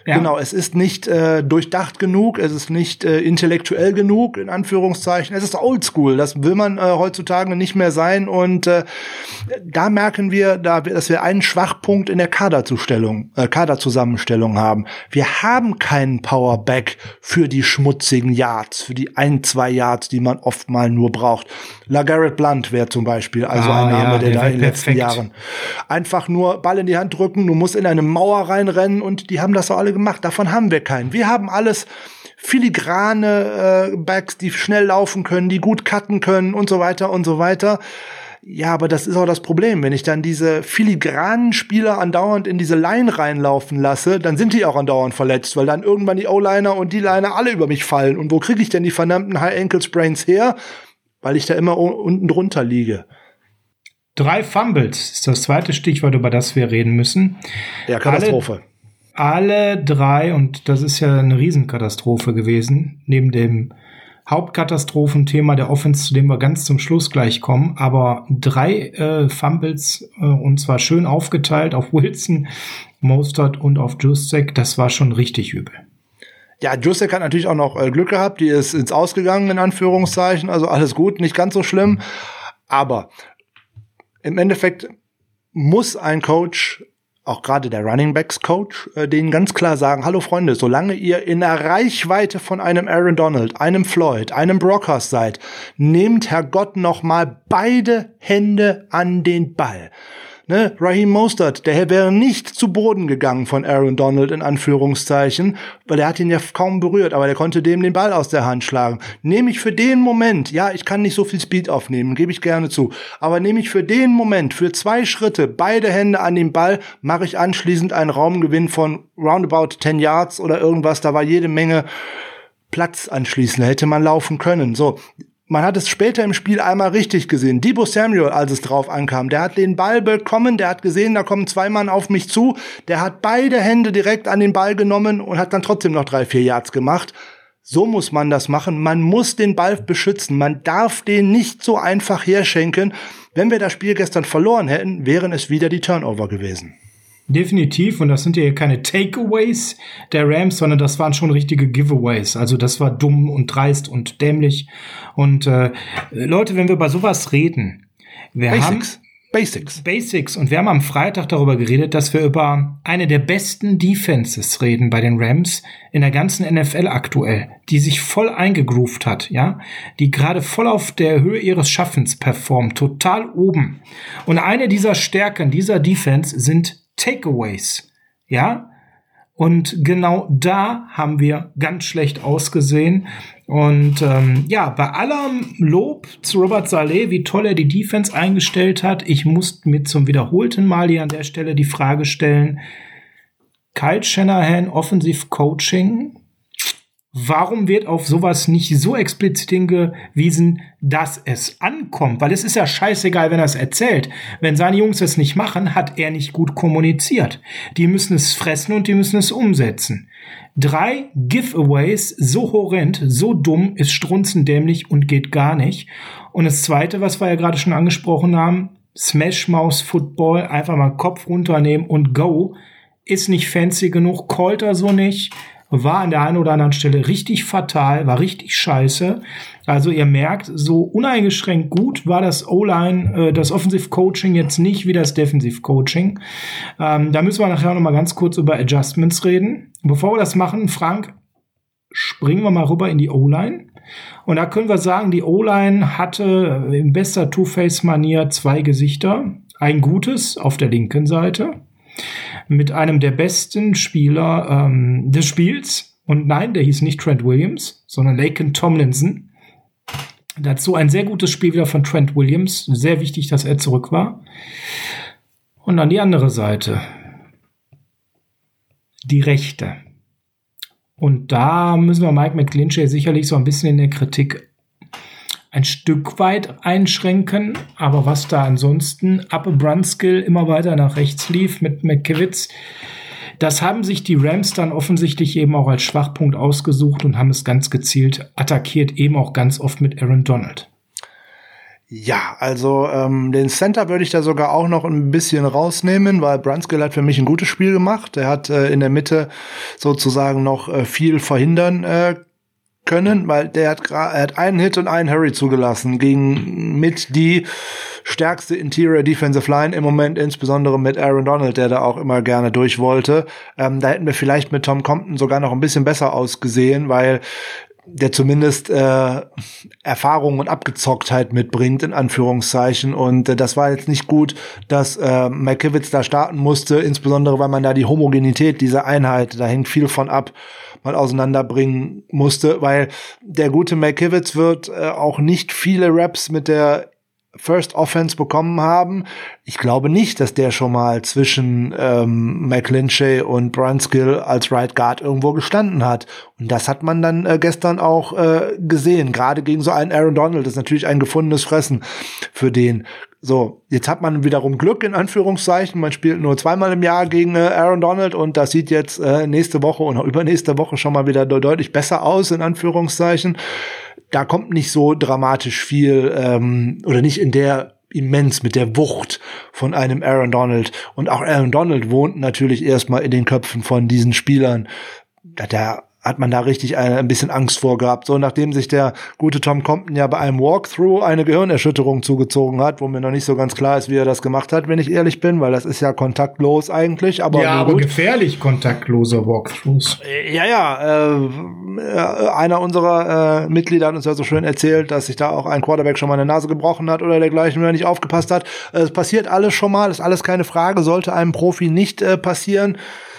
Ja. Genau, es ist nicht durchdacht genug, es ist nicht intellektuell genug, in Anführungszeichen. Es ist oldschool, das will man heutzutage nicht mehr sein. Und da merken wir, dass wir einen Schwachpunkt in der Kaderzusammenstellung haben. Wir haben keinen Powerback für die schmutzigen Yards, für die 1-2 Yards, die man oft mal nur braucht. LeGarrette Blount wäre zum Beispiel ein Name, der da in den letzten Jahren einfach nur Ball in die Hand drücken, du musst in eine Mauer reinrennen und die haben das auch alle gemacht. Davon haben wir keinen. Wir haben alles filigrane Backs, die schnell laufen können, die gut cutten können und so weiter und so weiter. Ja, aber das ist auch das Problem. Wenn ich dann diese filigranen Spieler andauernd in diese Line reinlaufen lasse, dann sind die auch andauernd verletzt, weil dann irgendwann die O-Liner und die Liner alle über mich fallen. Und wo kriege ich denn die verdammten High-Ankle-Sprains her? Weil ich da immer unten drunter liege. 3 Fumbles ist das zweite Stichwort, über das wir reden müssen. Ja, Katastrophe. Alle 3, und das ist ja eine Riesenkatastrophe gewesen, neben dem Hauptkatastrophenthema der Offense, zu dem wir ganz zum Schluss gleich kommen, aber 3 Fumbles, und zwar schön aufgeteilt auf Wilson, Mostert und auf Juszczyk, das war schon richtig übel. Ja, Juszczyk hat natürlich auch noch Glück gehabt, die ist ins Ausgegangen, in Anführungszeichen, also alles gut, nicht ganz so schlimm, aber im Endeffekt muss ein Coach, auch gerade der Running Backs Coach, denen ganz klar sagen, hallo Freunde, solange ihr in der Reichweite von einem Aaron Donald, einem Floyd, einem Brockhurst seid, nehmt Herrgott noch mal beide Hände an den Ball. Ne? Raheem Mostert, der wäre nicht zu Boden gegangen von Aaron Donald, in Anführungszeichen, weil er hat ihn ja kaum berührt, aber der konnte dem den Ball aus der Hand schlagen. Nehme ich für den Moment, ja, ich kann nicht so viel Speed aufnehmen, gebe ich gerne zu, aber nehme ich für den Moment, für 2 Schritte, beide Hände an den Ball, mache ich anschließend einen Raumgewinn von roundabout 10 Yards oder irgendwas, da war jede Menge Platz anschließend, da hätte man laufen können, so. Man hat es später im Spiel einmal richtig gesehen. Deebo Samuel, als es drauf ankam, der hat den Ball bekommen, der hat gesehen, da kommen 2 Mann auf mich zu, der hat beide Hände direkt an den Ball genommen und hat dann trotzdem noch 3-4 Yards gemacht. So muss man das machen. Man muss den Ball beschützen. Man darf den nicht so einfach herschenken. Wenn wir das Spiel gestern verloren hätten, wären es wieder die Turnover gewesen. Definitiv, und das sind ja keine Takeaways der Rams, sondern das waren schon richtige Giveaways. Also das war dumm und dreist und dämlich. Und Leute, wenn wir über sowas reden, Basics. Und wir haben am Freitag darüber geredet, dass wir über eine der besten Defenses reden bei den Rams in der ganzen NFL aktuell, die sich voll eingegroovt hat, ja, die gerade voll auf der Höhe ihres Schaffens performt, total oben. Und eine dieser Stärken dieser Defense sind Takeaways, ja, und genau da haben wir ganz schlecht ausgesehen. Und bei allem Lob zu Robert Saleh, wie toll er die Defense eingestellt hat, ich muss mir zum wiederholten Mal hier an der Stelle die Frage stellen, Kyle Shanahan, Offensive Coaching, warum wird auf sowas nicht so explizit hingewiesen, dass es ankommt? Weil es ist ja scheißegal, wenn er es erzählt. Wenn seine Jungs es nicht machen, hat er nicht gut kommuniziert. Die müssen es fressen und die müssen es umsetzen. 3 Giveaways, so horrend, so dumm, ist strunzendämlich und geht gar nicht. Und das Zweite, was wir ja gerade schon angesprochen haben, Smash Mouth Football, einfach mal Kopf runternehmen und go, ist nicht fancy genug, callt er so nicht. War an der einen oder anderen Stelle richtig fatal, war richtig scheiße. Also ihr merkt, so uneingeschränkt gut war das O-Line, das Offensive Coaching jetzt nicht wie das Defensive Coaching. Da müssen wir nachher noch mal ganz kurz über Adjustments reden. Bevor wir das machen, Frank, springen wir mal rüber in die O-Line. Und da können wir sagen, die O-Line hatte in bester Two-Face-Manier 2 Gesichter. Ein gutes auf der linken Seite mit einem der besten Spieler des Spiels. Und nein, der hieß nicht Trent Williams, sondern Laken Tomlinson. Dazu ein sehr gutes Spiel wieder von Trent Williams. Sehr wichtig, dass er zurück war. Und dann die andere Seite. Die rechte. Und da müssen wir Mike McGlinchey sicherlich so ein bisschen in der Kritik ein Stück weit einschränken, aber was da ansonsten ab Brunskill immer weiter nach rechts lief mit McKivitz, das haben sich die Rams dann offensichtlich eben auch als Schwachpunkt ausgesucht und haben es ganz gezielt attackiert, eben auch ganz oft mit Aaron Donald. Ja, also den Center würde ich da sogar auch noch ein bisschen rausnehmen, weil Brunskill hat für mich ein gutes Spiel gemacht. Er hat in der Mitte sozusagen noch viel verhindern können, weil er hat einen Hit und einen Hurry zugelassen gegen mit die stärkste Interior Defensive Line im Moment, insbesondere mit Aaron Donald, der da auch immer gerne durch wollte. Da hätten wir vielleicht mit Tom Compton sogar noch ein bisschen besser ausgesehen, weil der zumindest Erfahrung und Abgezocktheit mitbringt, in Anführungszeichen. Und das war jetzt nicht gut, dass Mankiewicz da starten musste, insbesondere weil man da die Homogenität dieser Einheit, da hängt viel von ab, mal auseinanderbringen musste, weil der gute Mankiewicz wird auch nicht viele Reps mit der First Offense bekommen haben. Ich glaube nicht, dass der schon mal zwischen McClinchy und Brunskill als Right Guard irgendwo gestanden hat. Und das hat man dann gestern auch gesehen. Gerade gegen so einen Aaron Donald. Das ist natürlich ein gefundenes Fressen für den. So, jetzt hat man wiederum Glück, in Anführungszeichen. Man spielt nur zweimal im Jahr gegen Aaron Donald und das sieht jetzt nächste Woche und übernächste Woche schon mal wieder deutlich besser aus, in Anführungszeichen. Da kommt nicht so dramatisch viel oder nicht in der immens mit der Wucht von einem Aaron Donald. Und auch Aaron Donald wohnt natürlich erstmal in den Köpfen von diesen Spielern. Da hat man da richtig ein bisschen Angst vor gehabt. So, nachdem sich der gute Tom Compton ja bei einem Walkthrough eine Gehirnerschütterung zugezogen hat, wo mir noch nicht so ganz klar ist, wie er das gemacht hat, wenn ich ehrlich bin, weil das ist ja kontaktlos eigentlich. Aber ja, aber gefährlich kontaktlose Walkthroughs. Einer unserer Mitglieder hat uns ja so schön erzählt, dass sich da auch ein Quarterback schon mal eine Nase gebrochen hat oder dergleichen, wenn er nicht aufgepasst hat. Es passiert alles schon mal, ist alles keine Frage, sollte einem Profi nicht passieren.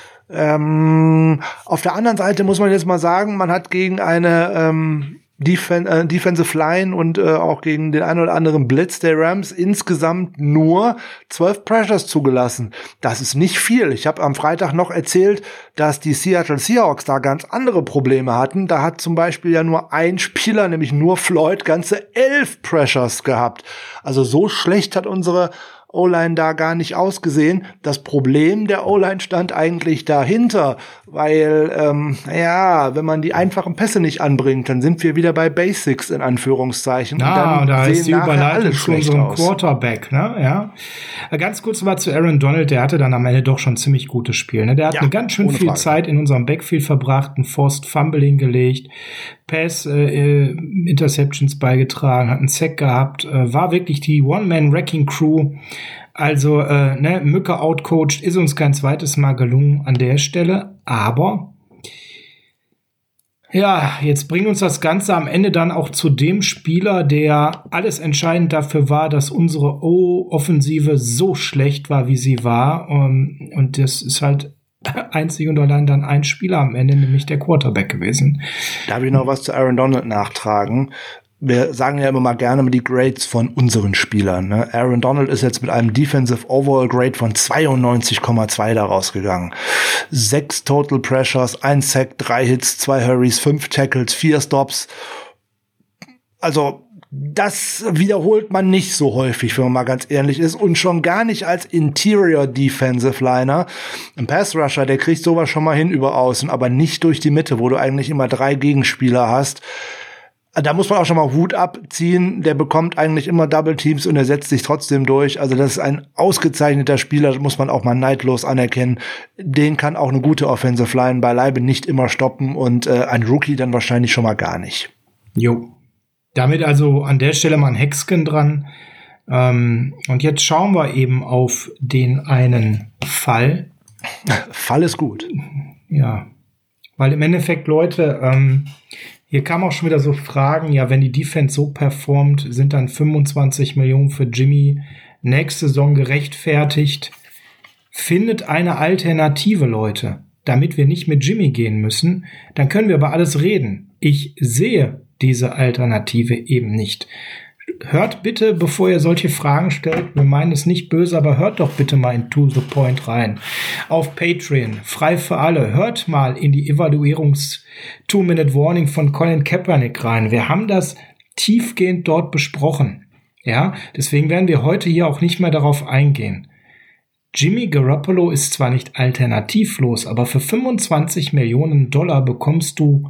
Auf der anderen Seite muss man jetzt mal sagen, man hat gegen eine Defensive Line und auch gegen den einen oder anderen Blitz der Rams insgesamt nur 12 Pressures zugelassen. Das ist nicht viel. Ich habe am Freitag noch erzählt, dass die Seattle Seahawks da ganz andere Probleme hatten. Da hat zum Beispiel ja nur ein Spieler, nämlich nur Floyd, ganze 11 Pressures gehabt. Also so schlecht hat unsere O-Line da gar nicht ausgesehen. Das Problem der O-Line stand eigentlich dahinter, weil, wenn man die einfachen Pässe nicht anbringt, dann sind wir wieder bei Basics, in Anführungszeichen. Ja, und da ist die Überleitung zu unserem Quarterback, ne? Ja. Ganz kurz mal zu Aaron Donald, der hatte dann am Ende doch schon ein ziemlich gutes Spiel, ne? Der hat eine ganz schön viel Zeit in unserem Backfield verbracht, ein Forced Fumble hingelegt, Pass-Interceptions beigetragen, hat einen Sack gehabt, war wirklich die One-Man-Wrecking-Crew. Also, Mücke outcoached, ist uns kein zweites Mal gelungen an der Stelle, aber ja, jetzt bringt uns das Ganze am Ende dann auch zu dem Spieler, der alles entscheidend dafür war, dass unsere Offensive so schlecht war, wie sie war, und das ist halt einzig und allein dann ein Spieler am Ende, nämlich der Quarterback gewesen. Darf ich noch was zu Aaron Donald nachtragen? Wir sagen ja immer mal gerne die Grades von unseren Spielern. Ne? Aaron Donald ist jetzt mit einem Defensive Overall Grade von 92,2 da rausgegangen. 6 Total Pressures, 1 Sack, 3 Hits, 2 Hurries, 5 Tackles, 4 Stops. Also das wiederholt man nicht so häufig, wenn man mal ganz ehrlich ist. Und schon gar nicht als Interior Defensive Liner. Ein Pass Rusher, der kriegt sowas schon mal hin über außen, aber nicht durch die Mitte, wo du eigentlich immer 3 Gegenspieler hast. Da muss man auch schon mal Hut abziehen. Der bekommt eigentlich immer Double Teams und er setzt sich trotzdem durch. Also das ist ein ausgezeichneter Spieler, das muss man auch mal neidlos anerkennen. Den kann auch eine gute Offensive Line beileibe nicht immer stoppen und ein Rookie dann wahrscheinlich schon mal gar nicht. Jo. Damit also an der Stelle mal ein Häckschen dran. Und jetzt schauen wir eben auf den einen Fall. Fall ist gut. Ja. Weil im Endeffekt, Leute, hier kam auch schon wieder so Fragen, ja, wenn die Defense so performt, sind dann 25 Millionen für Jimmy nächste Saison gerechtfertigt? Findet eine Alternative, Leute, damit wir nicht mit Jimmy gehen müssen. Dann können wir über alles reden. Ich sehe diese Alternative eben nicht. Hört bitte, bevor ihr solche Fragen stellt, wir meinen es nicht böse, aber hört doch bitte mal in To The Point rein. Auf Patreon, frei für alle. Hört mal in die Evaluierungs-2-Minute-Warning von Colin Kaepernick rein. Wir haben das tiefgehend dort besprochen. Ja, deswegen werden wir heute hier auch nicht mehr darauf eingehen. Jimmy Garoppolo ist zwar nicht alternativlos, aber für 25 Millionen $ bekommst du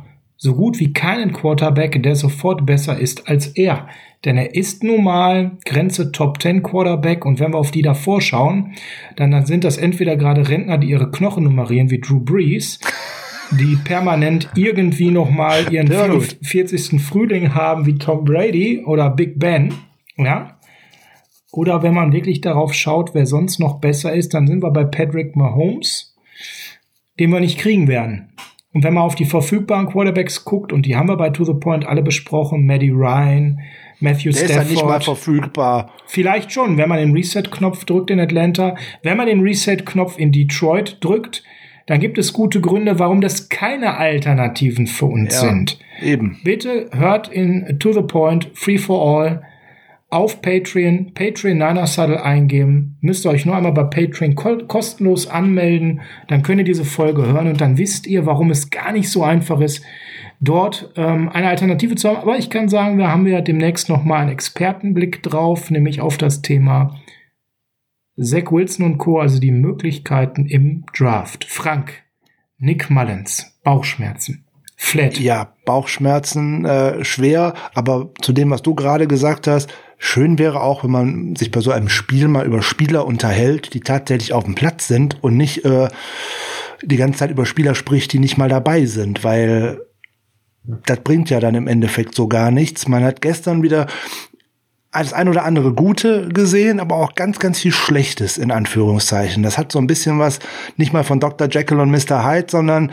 so gut wie keinen Quarterback, der sofort besser ist als er. Denn er ist nun mal Grenze Top 10 Quarterback, und wenn wir auf die davor schauen, dann sind das entweder gerade Rentner, die ihre Knochen nummerieren wie Drew Brees, die permanent irgendwie nochmal ihren 44. Frühling haben wie Tom Brady oder Big Ben, ja. Oder wenn man wirklich darauf schaut, wer sonst noch besser ist, dann sind wir bei Patrick Mahomes, den wir nicht kriegen werden. Und wenn man auf die verfügbaren Quarterbacks guckt, und die haben wir bei To The Point alle besprochen, Matty Ryan, Matthew Stafford. Der ist ja nicht mal verfügbar. Vielleicht schon, wenn man den Reset-Knopf drückt in Atlanta. Wenn man den Reset-Knopf in Detroit drückt, dann gibt es gute Gründe, warum das keine Alternativen für uns sind. Eben. Bitte hört in To The Point, Free for All, auf Patreon Niners Huddle eingeben. Müsst ihr euch nur einmal bei Patreon kostenlos anmelden. Dann könnt ihr diese Folge hören und dann wisst ihr, warum es gar nicht so einfach ist, dort eine Alternative zu haben. Aber ich kann sagen, wir haben ja demnächst noch mal einen Expertenblick drauf, nämlich auf das Thema Zach Wilson und Co., also die Möglichkeiten im Draft. Frank, Nick Mullens, Bauchschmerzen. Flat. Ja, Bauchschmerzen, schwer, aber zu dem, was du gerade gesagt hast, schön wäre auch, wenn man sich bei so einem Spiel mal über Spieler unterhält, die tatsächlich auf dem Platz sind und nicht die ganze Zeit über Spieler spricht, die nicht mal dabei sind, weil das bringt ja dann im Endeffekt so gar nichts. Man hat gestern wieder das ein oder andere Gute gesehen, aber auch ganz, ganz viel Schlechtes in Anführungszeichen. Das hat so ein bisschen was, nicht mal von Dr. Jekyll und Mr. Hyde, sondern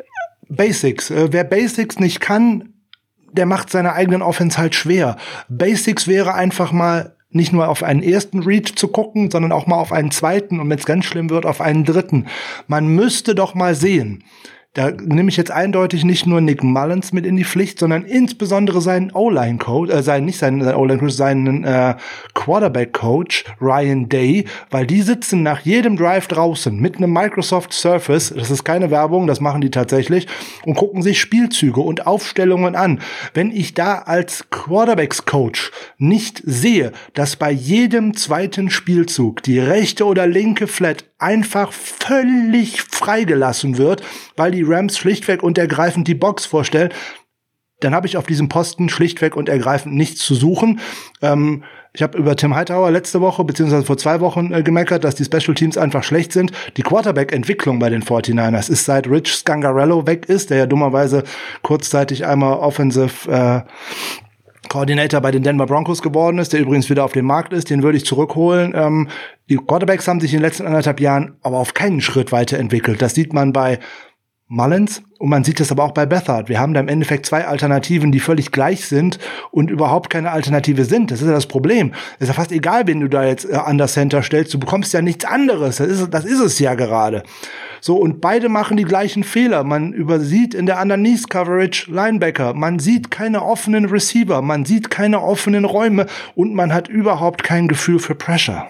Basics. Wer Basics nicht kann, der macht seine eigenen Offense halt schwer. Basics wäre einfach mal nicht nur auf einen ersten Read zu gucken, sondern auch mal auf einen zweiten und wenn es ganz schlimm wird, auf einen dritten. Man müsste doch mal sehen. Da nehme ich jetzt eindeutig nicht nur Nick Mullens mit in die Pflicht, sondern insbesondere seinen O-Line-Coach, seinen O-Line-Coach, seinen Quarterback-Coach Ryan Day, weil die sitzen nach jedem Drive draußen mit einem Microsoft Surface, das ist keine Werbung, das machen die tatsächlich, und gucken sich Spielzüge und Aufstellungen an. Wenn ich da als Quarterbacks-Coach nicht sehe, dass bei jedem zweiten Spielzug die rechte oder linke Flat einfach völlig freigelassen wird, weil die Rams schlichtweg und ergreifend die Box vorstellen, dann habe ich auf diesem Posten schlichtweg und ergreifend nichts zu suchen. Ich habe über Tim Hightower letzte Woche, beziehungsweise vor 2 Wochen gemeckert, dass die Special Teams einfach schlecht sind. Die Quarterback-Entwicklung bei den 49ers ist, seit Rich Scangarello weg ist, der ja dummerweise kurzzeitig einmal Offensive Coordinator bei den Denver Broncos geworden ist, der übrigens wieder auf dem Markt ist, den würde ich zurückholen. Die Quarterbacks haben sich in den letzten 1,5 Jahren aber auf keinen Schritt weiterentwickelt. Das sieht man bei Mullens und man sieht das aber auch bei Beathard. Wir haben da im Endeffekt 2 Alternativen, die völlig gleich sind und überhaupt keine Alternative sind. Das ist ja das Problem. Es ist ja fast egal, wen du da jetzt an das Center stellst. Du bekommst ja nichts anderes. Das ist es ja gerade. So, und beide machen die gleichen Fehler. Man übersieht in der Underneath-Coverage Linebacker. Man sieht keine offenen Receiver. Man sieht keine offenen Räume und man hat überhaupt kein Gefühl für Pressure.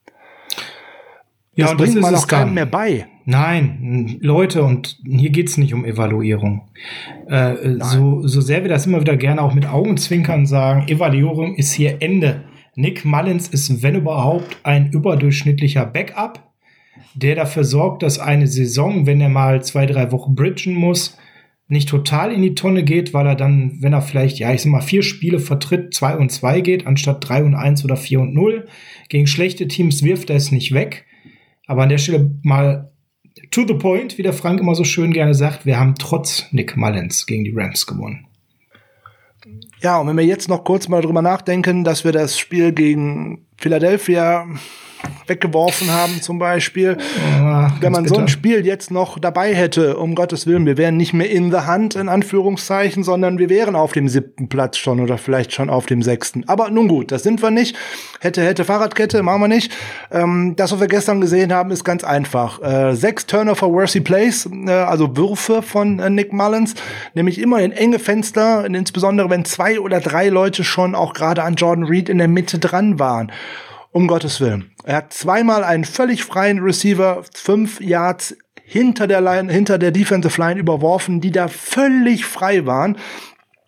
Ja, das bringt man auch keinem mehr bei. Nein, Leute, und hier geht's nicht um Evaluierung. So sehr wir das immer wieder gerne auch mit Augenzwinkern sagen, Evaluierung ist hier Ende. Nick Mullens ist, wenn überhaupt, ein überdurchschnittlicher Backup, der dafür sorgt, dass eine Saison, wenn er mal 2-3 Wochen bridgen muss, nicht total in die Tonne geht, weil er dann, wenn er vielleicht, 4 Spiele vertritt, 2-2 geht, anstatt 3-1 oder 4-0. Gegen schlechte Teams wirft er es nicht weg. Aber an der Stelle mal to the point, wie der Frank immer so schön gerne sagt, wir haben trotz Nick Mullens gegen die Rams gewonnen. Ja, und wenn wir jetzt noch kurz mal drüber nachdenken, dass wir das Spiel gegen Philadelphia weggeworfen haben zum Beispiel. Wenn man so ein Spiel jetzt noch dabei hätte, um Gottes Willen, wir wären nicht mehr in the hunt, in Anführungszeichen, sondern wir wären auf dem 7. Platz schon oder vielleicht schon auf dem 6. Aber nun gut, das sind wir nicht. Hätte Fahrradkette, machen wir nicht. Das, was wir gestern gesehen haben, ist ganz einfach. 6 Turnover Worthy Plays, also Würfe von Nick Mullens, nämlich immer in enge Fenster, insbesondere wenn 2 oder 3 Leute schon auch gerade an Jordan Reed in der Mitte dran waren. Um Gottes Willen. Er hat 2-mal einen völlig freien Receiver 5 Yards hinter der Defensive Line überworfen, die da völlig frei waren.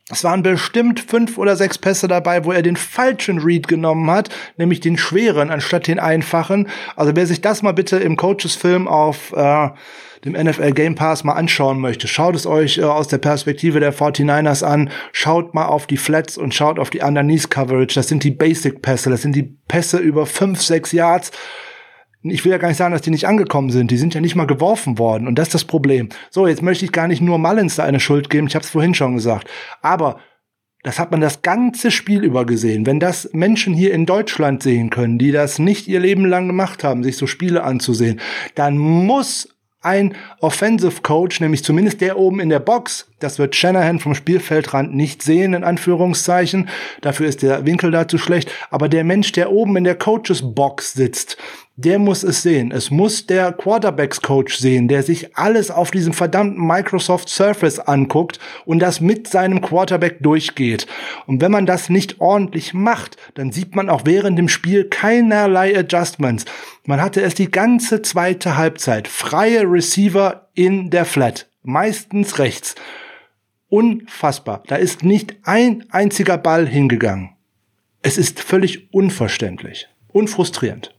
Es waren bestimmt 5 oder 6 Pässe dabei, wo er den falschen Read genommen hat, nämlich den schweren anstatt den einfachen. Also wer sich das mal bitte im Coaches-Film auf dem NFL Game Pass mal anschauen möchte, schaut es euch aus der Perspektive der 49ers an, schaut mal auf die Flats und schaut auf die Underneath-Coverage. Das sind die Basic-Pässe, das sind die Pässe über 5, 6 Yards. Ich will ja gar nicht sagen, dass die nicht angekommen sind. Die sind ja nicht mal geworfen worden. Und das ist das Problem. So, jetzt möchte ich gar nicht nur Mullins da eine Schuld geben. Ich habe es vorhin schon gesagt. Aber das hat man das ganze Spiel über gesehen. Wenn das Menschen hier in Deutschland sehen können, die das nicht ihr Leben lang gemacht haben, sich so Spiele anzusehen, dann muss ein Offensive Coach, nämlich zumindest der oben in der Box, das wird Shanahan vom Spielfeldrand nicht sehen, in Anführungszeichen, dafür ist der Winkel da zu schlecht, aber der Mensch, der oben in der Coaches Box sitzt, der muss es sehen. Es muss der Quarterbacks-Coach sehen, der sich alles auf diesem verdammten Microsoft Surface anguckt und das mit seinem Quarterback durchgeht. Und wenn man das nicht ordentlich macht, dann sieht man auch während dem Spiel keinerlei Adjustments. Man hatte es die ganze zweite Halbzeit. Freie Receiver in der Flat. Meistens rechts. Unfassbar. Da ist nicht ein einziger Ball hingegangen. Es ist völlig unverständlich und frustrierend.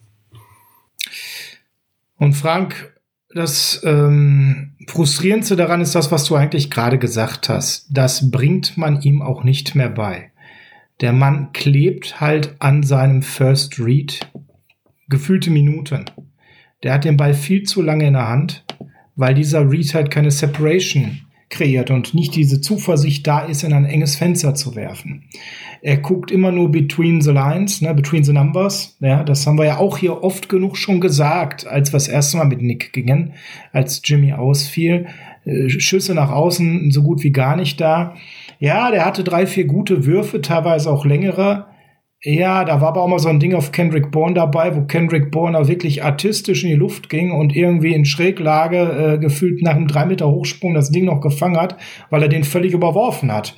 Und Frank, das Frustrierendste daran ist das, was du eigentlich gerade gesagt hast. Das bringt man ihm auch nicht mehr bei. Der Mann klebt halt an seinem First Read gefühlte Minuten. Der hat den Ball viel zu lange in der Hand, weil dieser Read halt keine Separation kreiert und nicht diese Zuversicht da ist, in ein enges Fenster zu werfen. Er guckt immer nur between the lines, ne, between the numbers. Ja, das haben wir ja auch hier oft genug schon gesagt, als wir das erste Mal mit Nick gingen, als Jimmy ausfiel. Schüsse nach außen so gut wie gar nicht da. Ja, der hatte 3, 4 gute Würfe, teilweise auch längere. Ja, da war aber auch mal so ein Ding auf Kendrick Bourne dabei, wo Kendrick Bourne auch wirklich artistisch in die Luft ging und irgendwie in Schräglage gefühlt nach einem 3 Meter Hochsprung das Ding noch gefangen hat, weil er den völlig überworfen hat.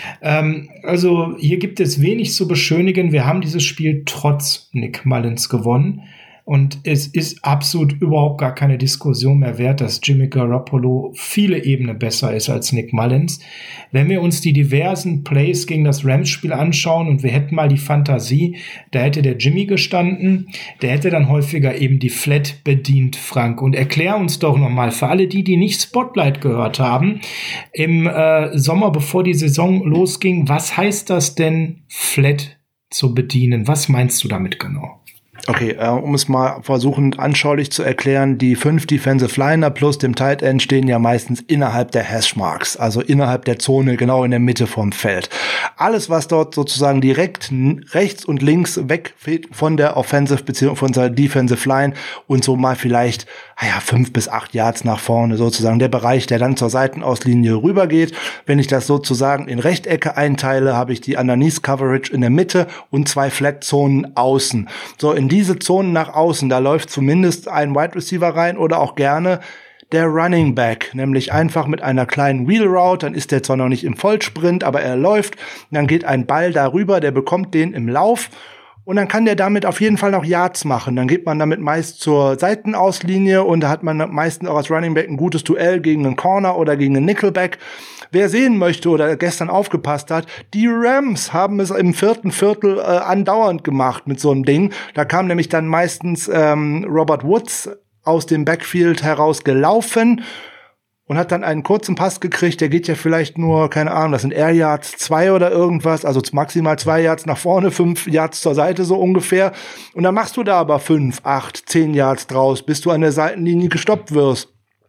Also hier gibt es wenig zu beschönigen. Wir haben dieses Spiel trotz Nick Mullins gewonnen. Und es ist absolut überhaupt gar keine Diskussion mehr wert, dass Jimmy Garoppolo viele Ebenen besser ist als Nick Mullins. Wenn wir uns die diversen Plays gegen das Rams-Spiel anschauen und wir hätten mal die Fantasie, da hätte der Jimmy gestanden, der hätte dann häufiger eben die Flat bedient, Frank. Und erklär uns doch nochmal, für alle die nicht Spotlight gehört haben, im Sommer, bevor die Saison losging, was heißt das denn, Flat zu bedienen? Was meinst du damit genau? Okay, um es mal versuchen anschaulich zu erklären, die 5 Defensive Liner plus dem Tight End stehen ja meistens innerhalb der Hashmarks, also innerhalb der Zone, genau in der Mitte vom Feld. Alles, was dort sozusagen direkt rechts und links weg von der Offensive bzw. von der Defensive Line und so mal vielleicht 5 bis 8 Yards nach vorne sozusagen, der Bereich, der dann zur Seitenauslinie rübergeht. Wenn ich das sozusagen in Rechtecke einteile, habe ich die Underneath Coverage in der Mitte und 2 Flat-Zonen außen. So, in diese Zonen nach außen, da läuft zumindest ein Wide Receiver rein oder auch gerne der Running Back, nämlich einfach mit einer kleinen Wheel Route, dann ist der zwar noch nicht im Vollsprint, aber er läuft, dann geht ein Ball darüber, der bekommt den im Lauf und dann kann der damit auf jeden Fall noch Yards machen. Dann geht man damit meist zur Seitenauslinie und da hat man meistens auch als Running Back ein gutes Duell gegen einen Corner oder gegen einen Nickelback. Wer sehen möchte oder gestern aufgepasst hat, die Rams haben es im 4. Viertel andauernd gemacht mit so einem Ding. Da kam nämlich dann meistens Robert Woods aus dem Backfield heraus gelaufen und hat dann einen kurzen Pass gekriegt, der geht ja vielleicht nur, keine Ahnung, das sind Air Yards 2 oder irgendwas, also maximal 2 Yards nach vorne, 5 Yards zur Seite so ungefähr. Und dann machst du da aber 5, 8, 10 Yards draus, bis du an der Seitenlinie gestoppt wirst.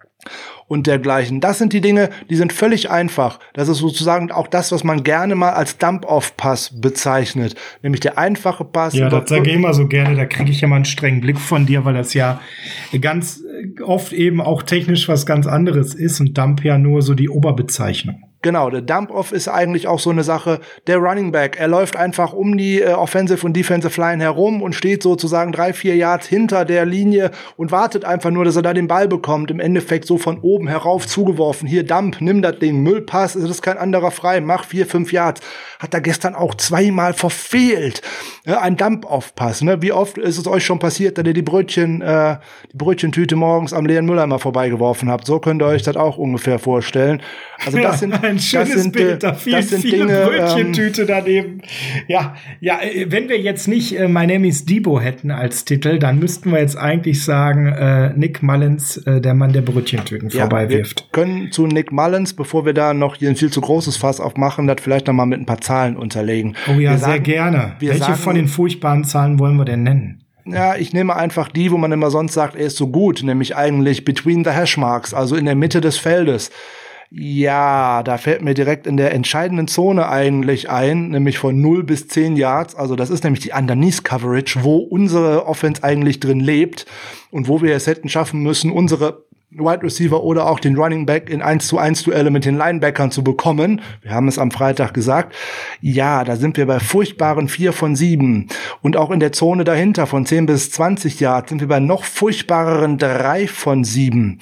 Und dergleichen. Das sind die Dinge, die sind völlig einfach. Das ist sozusagen auch das, was man gerne mal als Dump-Off-Pass bezeichnet. Nämlich der einfache Pass. Ja, das sage ich immer so gerne. Da kriege ich ja mal einen strengen Blick von dir, weil das ja ganz oft eben auch technisch was ganz anderes ist und Dump ja nur so die Oberbezeichnung. Genau, der Dump-Off ist eigentlich auch so eine Sache. Der Running Back, er läuft einfach um die Offensive und Defensive Line herum und steht sozusagen 3, 4 Yards hinter der Linie und wartet einfach nur, dass er da den Ball bekommt. Im Endeffekt so von oben herauf zugeworfen. Hier, Dump, nimm das Ding. Müllpass, ist das kein anderer frei. Mach 4, 5 Yards. Hat er gestern auch 2-mal verfehlt. Ja, ein Dump-Off-Pass. Ne? Wie oft ist es euch schon passiert, dass ihr die Brötchentüte morgens am leeren Mülleimer vorbeigeworfen habt? So könnt ihr euch das auch ungefähr vorstellen. Also das sind ein schönes Bild. Da fiel viele Brötchentüte daneben. Ja, wenn wir jetzt nicht My Name is Debo hätten als Titel, dann müssten wir jetzt eigentlich sagen, Nick Mullins, der Mann, der Brötchentüten vorbeiwirft. Wir können zu Nick Mullins, bevor wir da noch hier ein viel zu großes Fass aufmachen, das vielleicht noch mal mit ein paar Zahlen unterlegen. Oh ja, sehr gerne. Welche von den furchtbaren Zahlen wollen wir denn nennen? Ja, ich nehme einfach die, wo man immer sonst sagt, er ist so gut, nämlich eigentlich between the hashmarks, also in der Mitte des Feldes. Ja, da fällt mir direkt in der entscheidenden Zone eigentlich ein, nämlich von 0 bis 10 Yards. Also das ist nämlich die Underneath Coverage, wo unsere Offense eigentlich drin lebt und wo wir es hätten schaffen müssen, unsere Wide Receiver oder auch den Running Back in 1-zu-1 Duelle mit den Linebackern zu bekommen. Wir haben es am Freitag gesagt. Ja, da sind wir bei furchtbaren 4 von 7. Und auch in der Zone dahinter von 10 bis 20 Yards sind wir bei noch furchtbareren 3 von 7.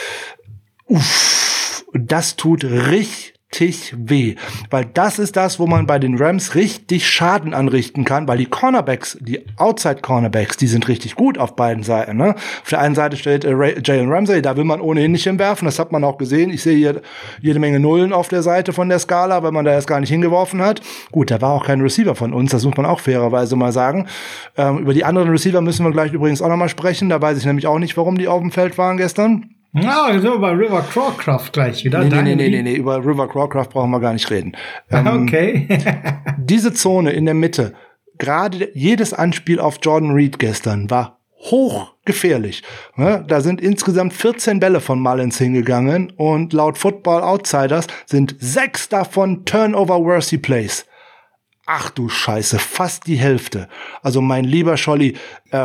Uff, das tut richtig weh, weil das ist das, wo man bei den Rams richtig Schaden anrichten kann, weil die Cornerbacks, die Outside-Cornerbacks, die sind richtig gut auf beiden Seiten. Ne? Auf der einen Seite steht Jalen Ramsey, da will man ohnehin nicht hinwerfen, das hat man auch gesehen. Ich sehe hier jede Menge Nullen auf der Seite von der Skala, weil man da erst gar nicht hingeworfen hat. Gut, da war auch kein Receiver von uns, das muss man auch fairerweise mal sagen. Über die anderen Receiver müssen wir gleich übrigens auch nochmal sprechen, da weiß ich nämlich auch nicht, warum die auf dem Feld waren gestern. Ja, wir sind über River Crawcraft gleich wieder. Nee, über River Crawcraft brauchen wir gar nicht reden. Okay. Diese Zone in der Mitte, gerade jedes Anspiel auf Jordan Reed gestern war hochgefährlich. Da sind insgesamt 14 Bälle von Mullins hingegangen und laut Football Outsiders sind 6 davon Turnover-worthy Plays. Ach du Scheiße, fast die Hälfte. Also mein lieber Scholli,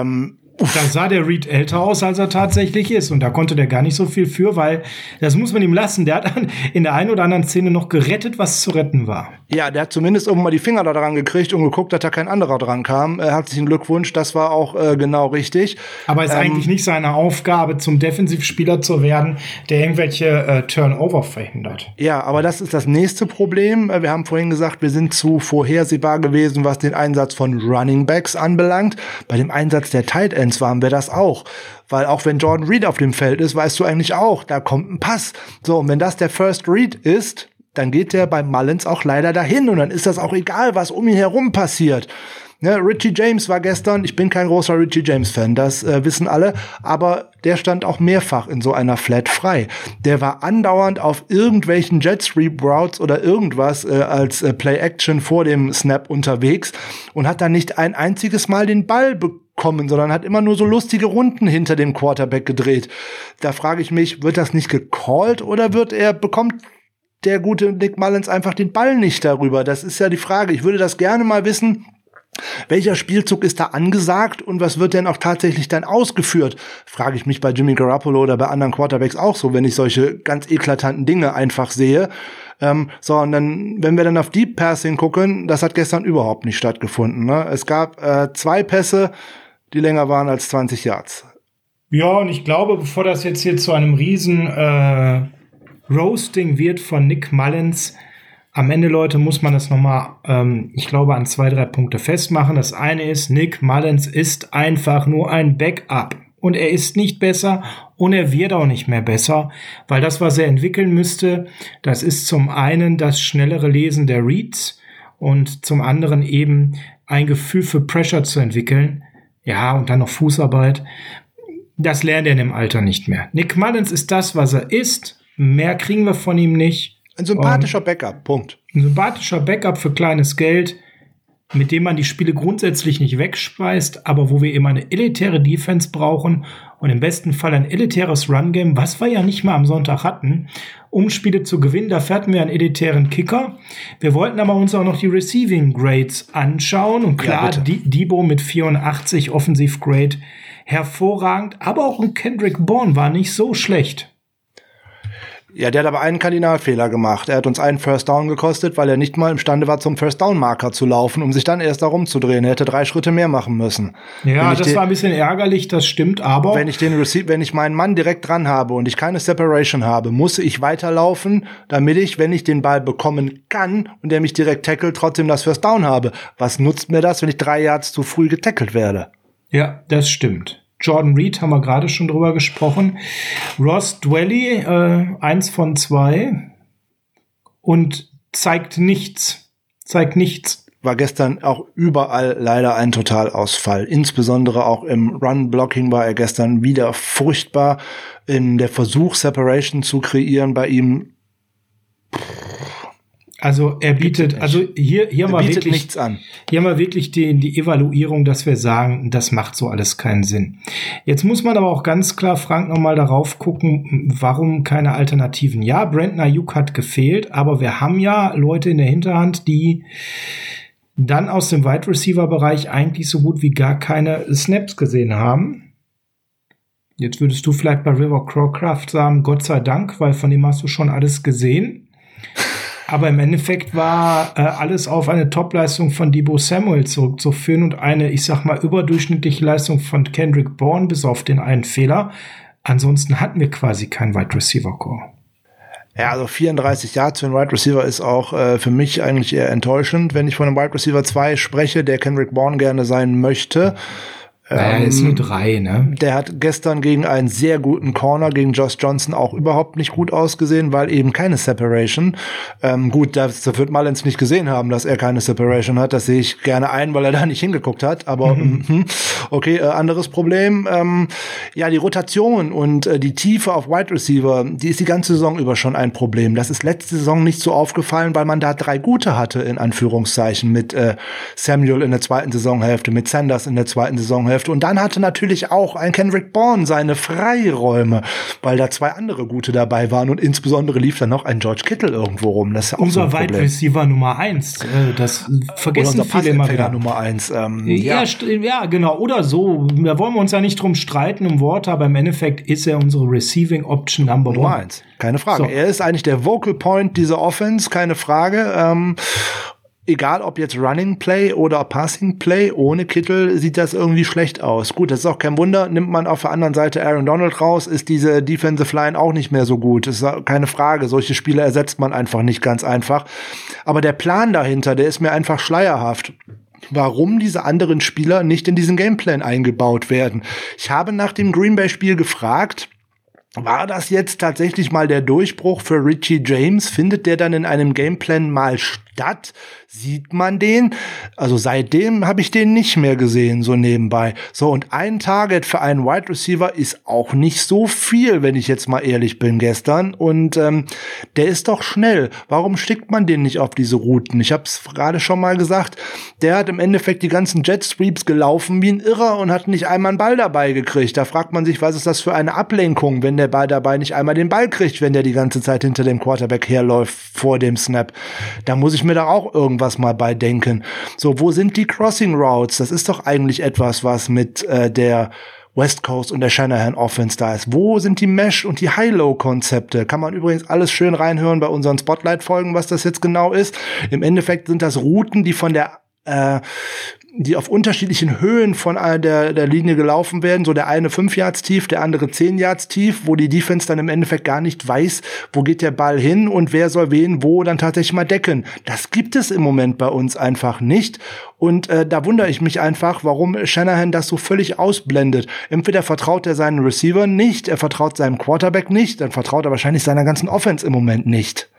da sah der Reed älter aus, als er tatsächlich ist. Und da konnte der gar nicht so viel für, weil, das muss man ihm lassen, der hat in der einen oder anderen Szene noch gerettet, was zu retten war. Ja, der hat zumindest irgendwann mal die Finger da dran gekriegt und geguckt, dass da kein anderer dran kam. Herzlichen Glückwunsch, das war auch genau richtig. Aber ist eigentlich nicht seine Aufgabe, zum Defensivspieler zu werden, der irgendwelche Turnover verhindert. Ja, aber das ist das nächste Problem. Wir haben vorhin gesagt, wir sind zu vorhersehbar gewesen, was den Einsatz von Running Backs anbelangt. Bei dem Einsatz der Tight Ends waren wir das auch. Weil auch wenn Jordan Reed auf dem Feld ist, weißt du eigentlich auch, da kommt ein Pass. So, und wenn das der First Read ist, dann geht der bei Mullins auch leider dahin. Und dann ist das auch egal, was um ihn herum passiert. Ne, Richie James war gestern, ich bin kein großer Richie James-Fan, das wissen alle, aber der stand auch mehrfach in so einer Flat frei. Der war andauernd auf irgendwelchen Jet-Sweep-Routes oder irgendwas als Play-Action vor dem Snap unterwegs und hat dann nicht ein einziges Mal den Ball bekommen, sondern hat immer nur so lustige Runden hinter dem Quarterback gedreht. Da frage ich mich, wird das nicht gecallt oder bekommt der gute Nick Mullins einfach den Ball nicht darüber? Das ist ja die Frage. Ich würde das gerne mal wissen. Welcher Spielzug ist da angesagt und was wird denn auch tatsächlich dann ausgeführt? Frage ich mich bei Jimmy Garoppolo oder bei anderen Quarterbacks auch so, wenn ich solche ganz eklatanten Dinge einfach sehe. Und dann, wenn wir dann auf Deep Passing gucken, das hat gestern überhaupt nicht stattgefunden. Ne? Es gab 2 Pässe, die länger waren als 20 Yards. Ja, und ich glaube, bevor das jetzt hier zu einem riesen Roasting wird von Nick Mullins, am Ende, Leute, muss man das nochmal, ich glaube, an 2, 3 Punkte festmachen. Das eine ist, Nick Mullins ist einfach nur ein Backup. Und er ist nicht besser und er wird auch nicht mehr besser, weil das, was er entwickeln müsste, das ist zum einen das schnellere Lesen der Reads und zum anderen eben ein Gefühl für Pressure zu entwickeln. Ja, und dann noch Fußarbeit. Das lernt er in dem Alter nicht mehr. Nick Mullins ist das, was er ist. Mehr kriegen wir von ihm nicht. Ein sympathischer Backup, Punkt. Ein sympathischer Backup für kleines Geld, mit dem man die Spiele grundsätzlich nicht wegspeist, aber wo wir eben eine elitäre Defense brauchen und im besten Fall ein elitäres Run-Game, was wir ja nicht mal am Sonntag hatten, um Spiele zu gewinnen. Dafür hatten wir einen elitären Kicker. Wir wollten aber uns auch noch die Receiving Grades anschauen und klar, ja, Debo mit 84 Offensive Grade hervorragend, aber auch ein Kendrick Bourne war nicht so schlecht. Ja, der hat aber einen Kardinalfehler gemacht. Er hat uns einen First Down gekostet, weil er nicht mal imstande war, zum First Down Marker zu laufen, um sich dann erst da rumzudrehen. Er hätte 3 Schritte mehr machen müssen. Ja, das war ein bisschen ärgerlich, das stimmt, aber wenn ich meinen Mann direkt dran habe und ich keine Separation habe, muss ich weiterlaufen, damit ich, wenn ich den Ball bekommen kann und der mich direkt tackelt, trotzdem das First Down habe. Was nutzt mir das, wenn ich 3 Yards zu früh getackelt werde? Ja, das stimmt. Jordan Reed haben wir gerade schon drüber gesprochen. Ross Dwelly, 1 von 2. und zeigt nichts. War gestern auch überall leider ein Totalausfall. Insbesondere auch im Run-Blocking war er gestern wieder furchtbar. In der Versuch, Separation zu kreieren bei ihm. Also er bietet, also hier haben wir wirklich nichts an. Hier haben wir wirklich die Evaluierung, dass wir sagen, das macht so alles keinen Sinn. Jetzt muss man aber auch ganz klar, Frank, nochmal darauf gucken, warum keine Alternativen. Ja, Brandon Ayuk hat gefehlt, aber wir haben ja Leute in der Hinterhand, die dann aus dem Wide Receiver Bereich eigentlich so gut wie gar keine Snaps gesehen haben. Jetzt würdest du vielleicht bei River Crowcraft sagen, Gott sei Dank, weil von dem hast du schon alles gesehen. Aber im Endeffekt war alles auf eine Topleistung von Deebo Samuel zurückzuführen und eine, ich sag mal, überdurchschnittliche Leistung von Kendrick Bourne bis auf den einen Fehler. Ansonsten hatten wir quasi keinen Wide Receiver Core. Ja, also 34 Yards für einen Wide Receiver ist auch für mich eigentlich eher enttäuschend, wenn ich von einem Wide Receiver 2 spreche, der Kendrick Bourne gerne sein möchte. Naja, ist nur 3, ne? Der hat gestern gegen einen sehr guten Corner, gegen Josh Johnson, auch überhaupt nicht gut ausgesehen, weil eben keine Separation. Gut, das wird Mullins nicht gesehen haben, dass er keine Separation hat. Das sehe ich gerne ein, weil er da nicht hingeguckt hat. Aber okay, anderes Problem. Ja, die Rotation und die Tiefe auf Wide Receiver, die ist die ganze Saison über schon ein Problem. Das ist letzte Saison nicht so aufgefallen, weil man da 3 gute hatte, in Anführungszeichen, mit Samuel in der zweiten Saisonhälfte, mit Sanders in der zweiten Saisonhälfte. Und dann hatte natürlich auch ein Kendrick Bourne seine Freiräume, weil da 2 andere gute dabei waren und insbesondere lief da noch ein George Kittle irgendwo rum. Das ist ja auch unser so ein Wide Receiver Nummer 1. Das vergessen viele immer wieder. Nummer 1. Ja, genau. Oder so. Da wollen wir uns ja nicht drum streiten um Worte, aber im Endeffekt ist er unsere Receiving Option Number 1. Keine Frage. So. Er ist eigentlich der Vocal Point dieser Offense, keine Frage. Egal ob jetzt Running Play oder Passing Play, ohne Kittle sieht das irgendwie schlecht aus. Gut, das ist auch kein Wunder. Nimmt man auf der anderen Seite Aaron Donald raus, ist diese Defensive Line auch nicht mehr so gut. Das ist keine Frage. Solche Spieler ersetzt man einfach nicht ganz einfach. Aber der Plan dahinter, der ist mir einfach schleierhaft. Warum diese anderen Spieler nicht in diesen Gameplan eingebaut werden. Ich habe nach dem Green Bay-Spiel gefragt, war das jetzt tatsächlich mal der Durchbruch für Richie James? Findet der dann in einem Gameplan mal statt? Sieht man den? Also seitdem habe ich den nicht mehr gesehen, so nebenbei. So, und ein Target für einen Wide Receiver ist auch nicht so viel, wenn ich jetzt mal ehrlich bin gestern. Und der ist doch schnell. Warum schickt man den nicht auf diese Routen? Ich habe es gerade schon mal gesagt, der hat im Endeffekt die ganzen Jet Sweeps gelaufen wie ein Irrer und hat nicht einmal einen Ball dabei gekriegt. Da fragt man sich, was ist das für eine Ablenkung, wenn der Ball dabei nicht einmal den Ball kriegt, wenn der die ganze Zeit hinter dem Quarterback herläuft vor dem Snap. Da muss ich mir da auch irgendwas mal bei denken. So, wo sind die Crossing Routes? Das ist doch eigentlich etwas, was mit der West Coast und der Shanahan Offense da ist. Wo sind die Mesh- und die High-Low-Konzepte? Kann man übrigens alles schön reinhören bei unseren Spotlight-Folgen, was das jetzt genau ist. Im Endeffekt sind das Routen, die von die auf unterschiedlichen Höhen von der Linie gelaufen werden. So der eine 5 Yards tief, der andere 10 Yards tief, wo die Defense dann im Endeffekt gar nicht weiß, wo geht der Ball hin und wer soll wen wo dann tatsächlich mal decken. Das gibt es im Moment bei uns einfach nicht. Und da wundere ich mich einfach, warum Shanahan das so völlig ausblendet. Entweder vertraut er seinen Receiver nicht, er vertraut seinem Quarterback nicht, dann vertraut er wahrscheinlich seiner ganzen Offense im Moment nicht.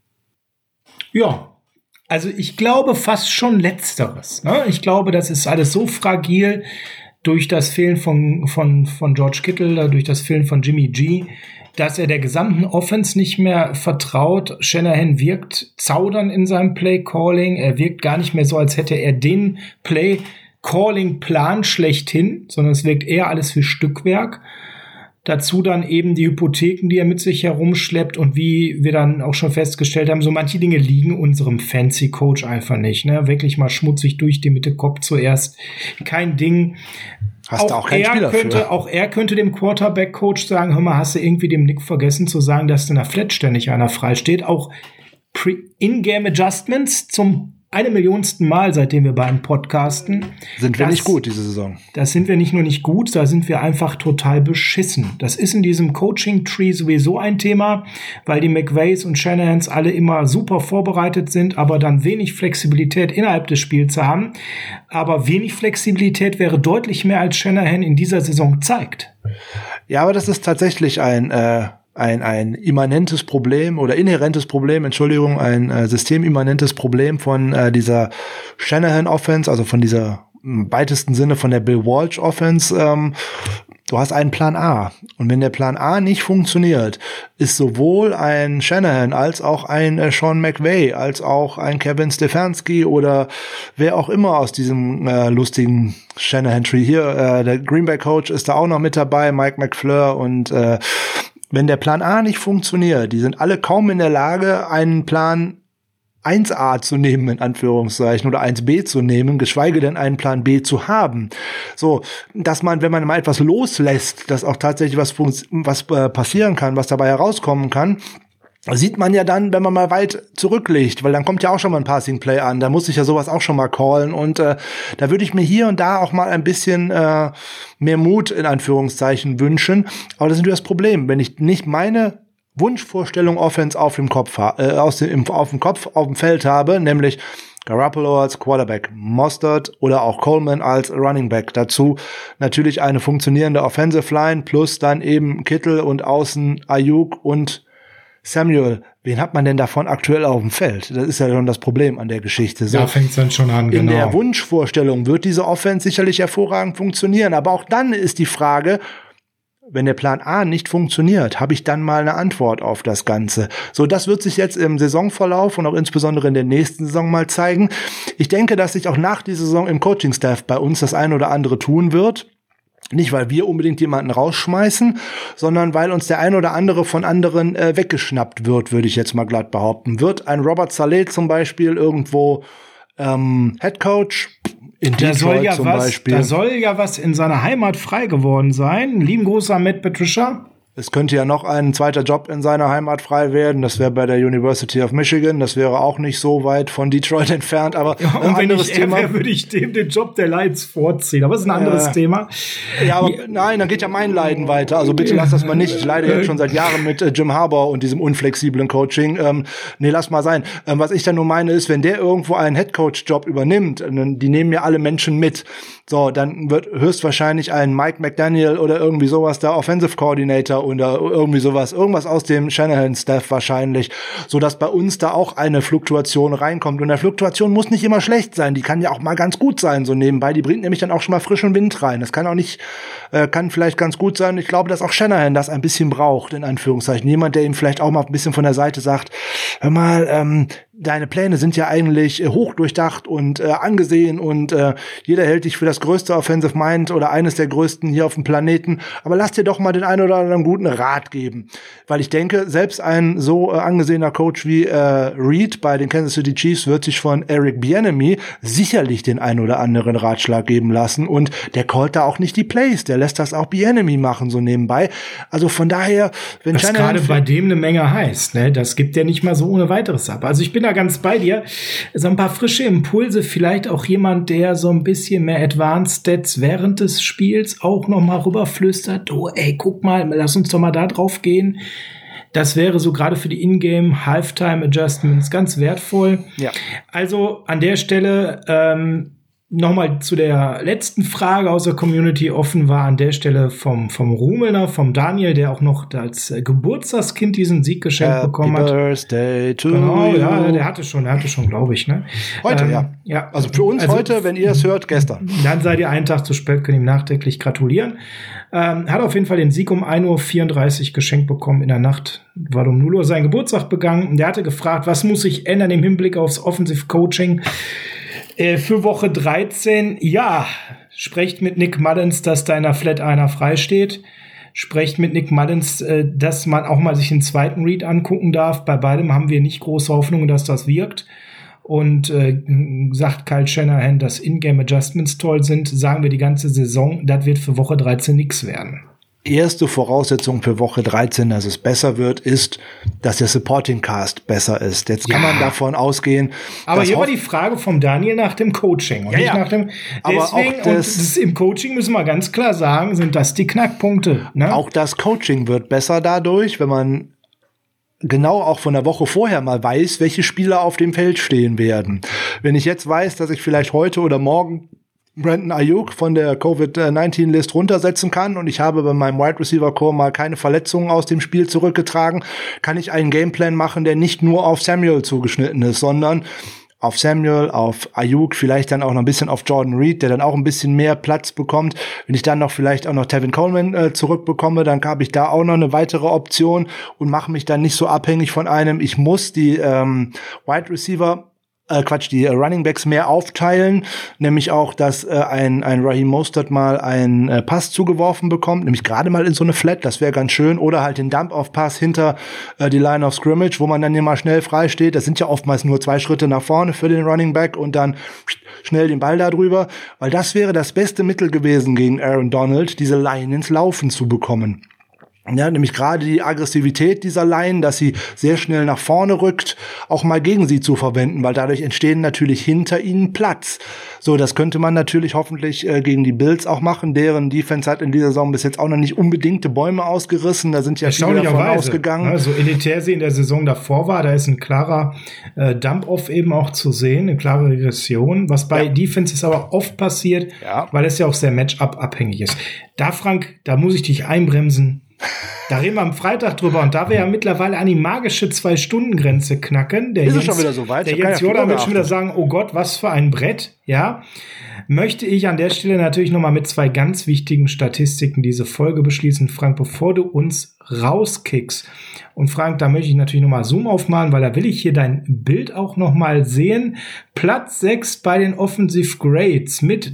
Ja. Also ich glaube fast schon Letzteres. Ne? Ich glaube, das ist alles so fragil durch das Fehlen von George Kittle, durch das Fehlen von Jimmy G, dass er der gesamten Offense nicht mehr vertraut. Shanahan wirkt zaudern in seinem Play-Calling. Er wirkt gar nicht mehr so, als hätte er den Play-Calling-Plan schlechthin, sondern es wirkt eher alles wie Stückwerk. Dazu dann eben die Hypotheken, die er mit sich herumschleppt und wie wir dann auch schon festgestellt haben, so manche Dinge liegen unserem Fancy Coach einfach nicht. Ne? Wirklich mal schmutzig durch die Mitte, Kopf zuerst. Kein Ding. Hast du auch keinen Spieler für. Auch er könnte dem Quarterback-Coach sagen, hör mal, hast du irgendwie dem Nick vergessen zu sagen, dass in der Flat ständig einer frei steht. Auch In-Game-Adjustments zum 1.000.000. Mal, seitdem wir beiden podcasten. Sind wir nicht gut diese Saison. Das sind wir nicht nur nicht gut, da sind wir einfach total beschissen. Das ist in diesem Coaching-Tree sowieso ein Thema, weil die McVays und Shanahans alle immer super vorbereitet sind, aber dann wenig Flexibilität innerhalb des Spiels haben. Aber wenig Flexibilität wäre deutlich mehr, als Shanahan in dieser Saison zeigt. Ja, aber das ist tatsächlich ein ein immanentes Problem oder inhärentes Problem, Entschuldigung, ein systemimmanentes Problem von dieser Shanahan-Offense, also von dieser im weitesten Sinne von der Bill Walsh-Offense. Du hast einen Plan A. Und wenn der Plan A nicht funktioniert, ist sowohl ein Shanahan als auch ein Sean McVay, als auch ein Kevin Stefanski oder wer auch immer aus diesem lustigen Shanahan-Tree hier, der Green Bay Coach ist da auch noch mit dabei, Mike McFleur, und wenn der Plan A nicht funktioniert, die sind alle kaum in der Lage, einen Plan 1a zu nehmen, in Anführungszeichen, oder 1b zu nehmen, geschweige denn einen Plan B zu haben. So, dass man, wenn man mal etwas loslässt, dass auch tatsächlich was passieren kann, was dabei herauskommen kann, sieht man ja dann, wenn man mal weit zurücklegt, weil dann kommt ja auch schon mal ein Passing Play an, da muss ich ja sowas auch schon mal callen, und da würde ich mir hier und da auch mal ein bisschen mehr Mut, in Anführungszeichen, wünschen. Aber das ist natürlich das Problem, wenn ich nicht meine Wunschvorstellung Offense auf dem Feld habe, nämlich Garoppolo als Quarterback, Mostert oder auch Coleman als Running Back. Dazu natürlich eine funktionierende Offensive Line plus dann eben Kittel und außen Ayuk und Samuel. Wen hat man denn davon aktuell auf dem Feld? Das ist ja schon das Problem an der Geschichte. So, da fängt es dann schon an, in der Wunschvorstellung wird diese Offense sicherlich hervorragend funktionieren, aber auch dann ist die Frage, wenn der Plan A nicht funktioniert, habe ich dann mal eine Antwort auf das Ganze. So, das wird sich jetzt im Saisonverlauf und auch insbesondere in der nächsten Saison mal zeigen. Ich denke, dass sich auch nach dieser Saison im Coaching-Staff bei uns das ein oder andere tun wird. Nicht, weil wir unbedingt jemanden rausschmeißen, sondern weil uns der ein oder andere von anderen weggeschnappt wird, würde ich jetzt mal glatt behaupten. Wird ein Robert Saleh zum Beispiel irgendwo Head Coach in Detroit zum Beispiel. Da soll ja was in seiner Heimat frei geworden sein. Lieben Gruß an Matt Patricia. Es könnte ja noch ein zweiter Job in seiner Heimat frei werden. Das wäre bei der University of Michigan. Das wäre auch nicht so weit von Detroit entfernt. Aber ja, und wenn ich wäre, würde ich dem den Job der Lions vorziehen. Aber das ist ein anderes Thema. Ja, aber nein, dann geht ja mein Leiden weiter. Also bitte lass das mal nicht. Ich leide jetzt schon seit Jahren mit Jim Harbaugh und diesem unflexiblen Coaching. Nee, lass mal sein. Was ich dann nur meine ist, wenn der irgendwo einen Headcoach-Job übernimmt, die nehmen ja alle Menschen mit. So, dann wird höchstwahrscheinlich ein Mike McDaniel oder irgendwie sowas der Offensive Coordinator oder irgendwie sowas, irgendwas aus dem Shanahan-Staff wahrscheinlich, so dass bei uns da auch eine Fluktuation reinkommt. Und der Fluktuation muss nicht immer schlecht sein, die kann ja auch mal ganz gut sein, so nebenbei. Die bringt nämlich dann auch schon mal frischen Wind rein. Das kann auch nicht, kann vielleicht ganz gut sein. Ich glaube, dass auch Shanahan das ein bisschen braucht, in Anführungszeichen. Jemand, der ihm vielleicht auch mal ein bisschen von der Seite sagt, hör mal, deine Pläne sind ja eigentlich hochdurchdacht und angesehen und jeder hält dich für das größte Offensive Mind oder eines der größten hier auf dem Planeten. Aber lass dir doch mal den einen oder anderen guten Rat geben. Weil ich denke, selbst ein so angesehener Coach wie Reed bei den Kansas City Chiefs wird sich von Eric Bieniemy sicherlich den einen oder anderen Ratschlag geben lassen. Und der callt da auch nicht die Plays. Der lässt das auch Bieniemy machen, so nebenbei. Also von daher, wenn was gerade bei dem eine Menge heißt, ne? Das gibt ja nicht mal so ohne weiteres ab. Also ich bin da ganz bei dir. So ein paar frische Impulse, vielleicht auch jemand, der so ein bisschen mehr Advanced Stats während des Spiels auch noch mal rüberflüstert. Oh, ey, guck mal, lass uns doch mal da drauf gehen. Das wäre so gerade für die Ingame Halftime Adjustments ganz wertvoll. Ja. Also an der Stelle nochmal zu der letzten Frage aus der Community offen war, an der Stelle vom Rumelner, vom Daniel, der auch noch als Geburtstagskind diesen Sieg geschenkt bekommen hat. Happy Birthday to genau, you. Ja, der hatte schon, glaube ich, ne? Heute, ja. Also für uns heute, wenn ihr es hört, gestern. Dann seid ihr einen Tag zu spät, könnt ihm nachträglich gratulieren. Hat auf jeden Fall den Sieg um 1:34 Uhr geschenkt bekommen in der Nacht. War um 0 Uhr sein Geburtstag begangen. Der hatte gefragt, was muss sich ändern im Hinblick aufs Offensive Coaching für Woche 13. Ja, sprecht mit Nick Mullins, dass da in der Flat einer frei steht. Sprecht mit Nick Mullins, dass man auch mal sich den zweiten Read angucken darf. Bei beidem haben wir nicht große Hoffnung, dass das wirkt. Und sagt Kyle Shanahan, dass Ingame Adjustments toll sind, sagen wir die ganze Saison, das wird für Woche 13 nichts werden. Erste Voraussetzung für Woche 13, dass es besser wird, ist, dass der Supporting Cast besser ist. Jetzt kann man davon ausgehen. Aber hier war die Frage vom Daniel nach dem Coaching und nicht nach dem. Deswegen, und das im Coaching müssen wir ganz klar sagen, sind das die Knackpunkte. Ne? Auch das Coaching wird besser dadurch, wenn man genau auch von der Woche vorher mal weiß, welche Spieler auf dem Feld stehen werden. Wenn ich jetzt weiß, dass ich vielleicht heute oder morgen Brandon Ayuk von der Covid-19-List runtersetzen kann und ich habe bei meinem Wide Receiver Core mal keine Verletzungen aus dem Spiel zurückgetragen, kann ich einen Gameplan machen, der nicht nur auf Samuel zugeschnitten ist, sondern auf Samuel, auf Ayuk, vielleicht dann auch noch ein bisschen auf Jordan Reed, der dann auch ein bisschen mehr Platz bekommt. Wenn ich dann noch vielleicht auch noch Tevin Coleman zurückbekomme, dann habe ich da auch noch eine weitere Option und mache mich dann nicht so abhängig von einem. Ich muss die Wide Receiver die Running Backs mehr aufteilen, nämlich auch, dass ein Raheem Mostert mal einen Pass zugeworfen bekommt, nämlich gerade mal in so eine Flat, das wäre ganz schön, oder halt den Dump-Off-Pass hinter die Line of Scrimmage, wo man dann hier mal schnell frei steht. Das sind ja oftmals nur 2 Schritte nach vorne für den Running Back und dann schnell den Ball da drüber, weil das wäre das beste Mittel gewesen gegen Aaron Donald, diese Line ins Laufen zu bekommen. Ja, nämlich gerade die Aggressivität dieser Line, dass sie sehr schnell nach vorne rückt, auch mal gegen sie zu verwenden, weil dadurch entstehen natürlich hinter ihnen Platz. So, das könnte man natürlich hoffentlich gegen die Bills auch machen. Deren Defense hat in dieser Saison bis jetzt auch noch nicht unbedingte Bäume ausgerissen. Da sind ja viele davon ausgegangen. Also elitär sie in der Saison davor war, da ist ein klarer Dump-Off eben auch zu sehen, eine klare Regression, was bei Defenses aber oft passiert, weil es ja auch sehr Matchup-abhängig ist. Da, Frank, da muss ich dich einbremsen. Da reden wir am Freitag drüber und da wir ja mittlerweile an die magische 2-Stunden-Grenze knacken, ist es schon wieder so weit? Der Jens Jordan wird schon wieder sagen, oh Gott, was für ein Brett, ja, möchte ich an der Stelle natürlich nochmal mit 2 ganz wichtigen Statistiken diese Folge beschließen, Frank, bevor du uns rauskickst. Und Frank, da möchte ich natürlich nochmal Zoom aufmalen, weil da will ich hier dein Bild auch nochmal sehen. Platz 6 bei den Offensive Grades mit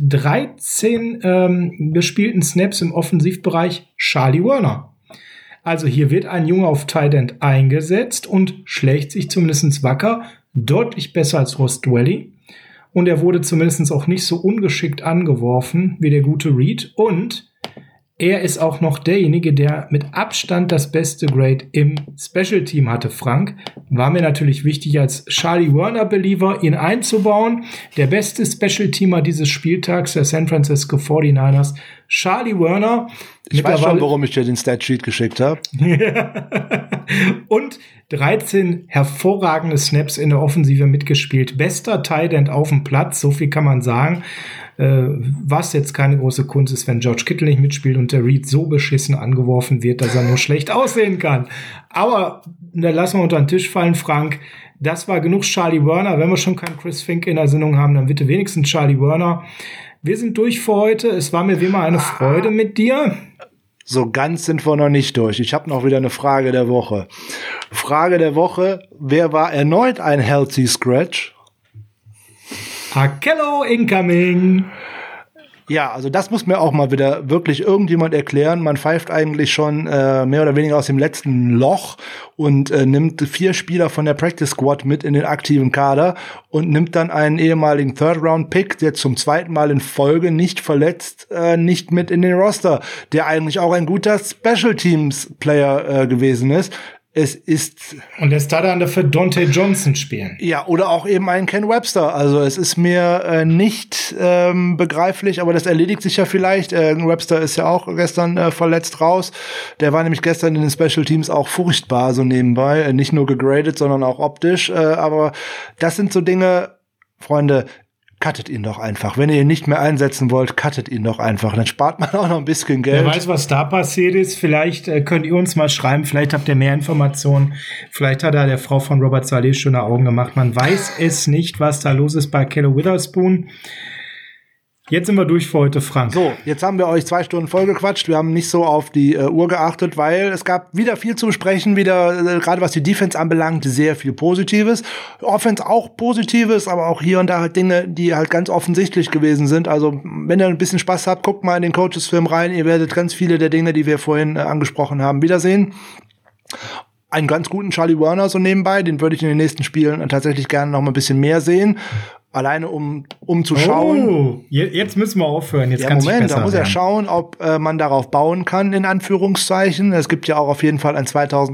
13 gespielten Snaps im Offensivbereich Charlie Woerner. Also hier wird ein Junge auf Tight End eingesetzt und schlägt sich zumindest wacker, deutlich besser als Ross Dwelly. Und er wurde zumindest auch nicht so ungeschickt angeworfen wie der gute Reed. Und er ist auch noch derjenige, der mit Abstand das beste Grade im Special Team hatte, Frank. War mir natürlich wichtig, als Charlie Woerner-Believer ihn einzubauen. Der beste Special Teamer dieses Spieltags der San Francisco 49ers, Charlie Woerner. Ich weiß schon, warum ich dir den Statsheet geschickt habe. Und 13 hervorragende Snaps in der Offensive mitgespielt. Bester Tight End auf dem Platz, so viel kann man sagen. Was jetzt keine große Kunst ist, wenn George Kittle nicht mitspielt und der Reed so beschissen angeworfen wird, dass er nur schlecht aussehen kann. Aber da lassen wir unter den Tisch fallen, Frank. Das war genug Charlie Woerner. Wenn wir schon keinen Chris Finke in der Sendung haben, dann bitte wenigstens Charlie Woerner. Wir sind durch für heute. Es war mir wie immer eine Freude mit dir. So ganz sind wir noch nicht durch. Ich habe noch wieder eine Frage der Woche. Frage der Woche: Wer war erneut ein Healthy Scratch? Akello incoming. Ja, also das muss mir auch mal wieder wirklich irgendjemand erklären. Man pfeift eigentlich schon mehr oder weniger aus dem letzten Loch und nimmt 4 Spieler von der Practice Squad mit in den aktiven Kader und nimmt dann einen ehemaligen Third-Round-Pick, der zum 2. Mal in Folge nicht verletzt, nicht mit in den Roster, der eigentlich auch ein guter Special-Teams-Player gewesen ist. Es ist. Und der Starter dafür Dante Johnson spielen. Ja, oder auch eben einen Ken Webster. Also es ist mir nicht begreiflich, aber das erledigt sich ja vielleicht. Webster ist ja auch gestern verletzt raus. Der war nämlich gestern in den Special Teams auch furchtbar, so nebenbei. Nicht nur gegradet, sondern auch optisch. Aber das sind so Dinge, Freunde, cuttet ihn doch einfach. Wenn ihr ihn nicht mehr einsetzen wollt, cuttet ihn doch einfach. Dann spart man auch noch ein bisschen Geld. Wer weiß, was da passiert ist. Vielleicht könnt ihr uns mal schreiben. Vielleicht habt ihr mehr Informationen. Vielleicht hat er der Frau von Robert Saleh schöne Augen gemacht. Man weiß es nicht, was da los ist bei Kello Witherspoon. Jetzt sind wir durch für heute, Frank. So, jetzt haben wir euch 2 Stunden vollgequatscht. Wir haben nicht so auf die Uhr geachtet, weil es gab wieder viel zu besprechen, wieder gerade was die Defense anbelangt, sehr viel Positives. Offense auch Positives, aber auch hier und da halt Dinge, die halt ganz offensichtlich gewesen sind. Also, wenn ihr ein bisschen Spaß habt, guckt mal in den Coaches-Film rein. Ihr werdet ganz viele der Dinge, die wir vorhin angesprochen haben, wiedersehen. Einen ganz guten Charlie Woerner so nebenbei, den würde ich in den nächsten Spielen tatsächlich gerne noch mal ein bisschen mehr sehen. Alleine um zu schauen. Oh, jetzt müssen wir aufhören. Jetzt ja, Moment, da muss er schauen, ob man darauf bauen kann, in Anführungszeichen. Es gibt ja auch auf jeden Fall ein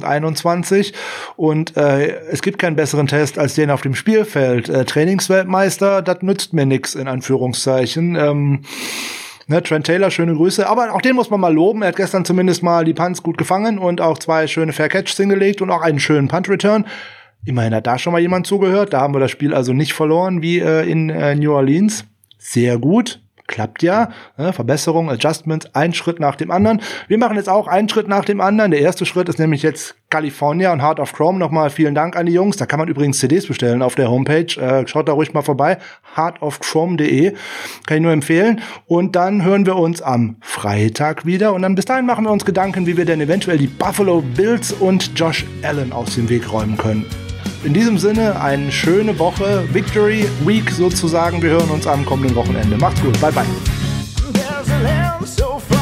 2021 und es gibt keinen besseren Test als den auf dem Spielfeld. Trainingsweltmeister, das nützt mir nix, in Anführungszeichen. Trent Taylor, schöne Grüße. Aber auch den muss man mal loben. Er hat gestern zumindest mal die Punts gut gefangen und auch 2 schöne Fair Catches hingelegt und auch einen schönen Punt-Return. Immerhin hat da schon mal jemand zugehört. Da haben wir das Spiel also nicht verloren wie in New Orleans. Sehr gut. klappt ja. Verbesserung, Adjustments, ein Schritt nach dem anderen. Wir machen jetzt auch einen Schritt nach dem anderen. Der erste Schritt ist nämlich jetzt California und Heart of Chrome. Nochmal vielen Dank an die Jungs. Da kann man übrigens CDs bestellen auf der Homepage. Schaut da ruhig mal vorbei. heartofchrome.de. Kann ich nur empfehlen. Und dann hören wir uns am Freitag wieder. Und dann bis dahin machen wir uns Gedanken, wie wir denn eventuell die Buffalo Bills und Josh Allen aus dem Weg räumen können. In diesem Sinne, eine schöne Woche, Victory Week sozusagen. Wir hören uns am kommenden Wochenende. Macht's gut, bye bye.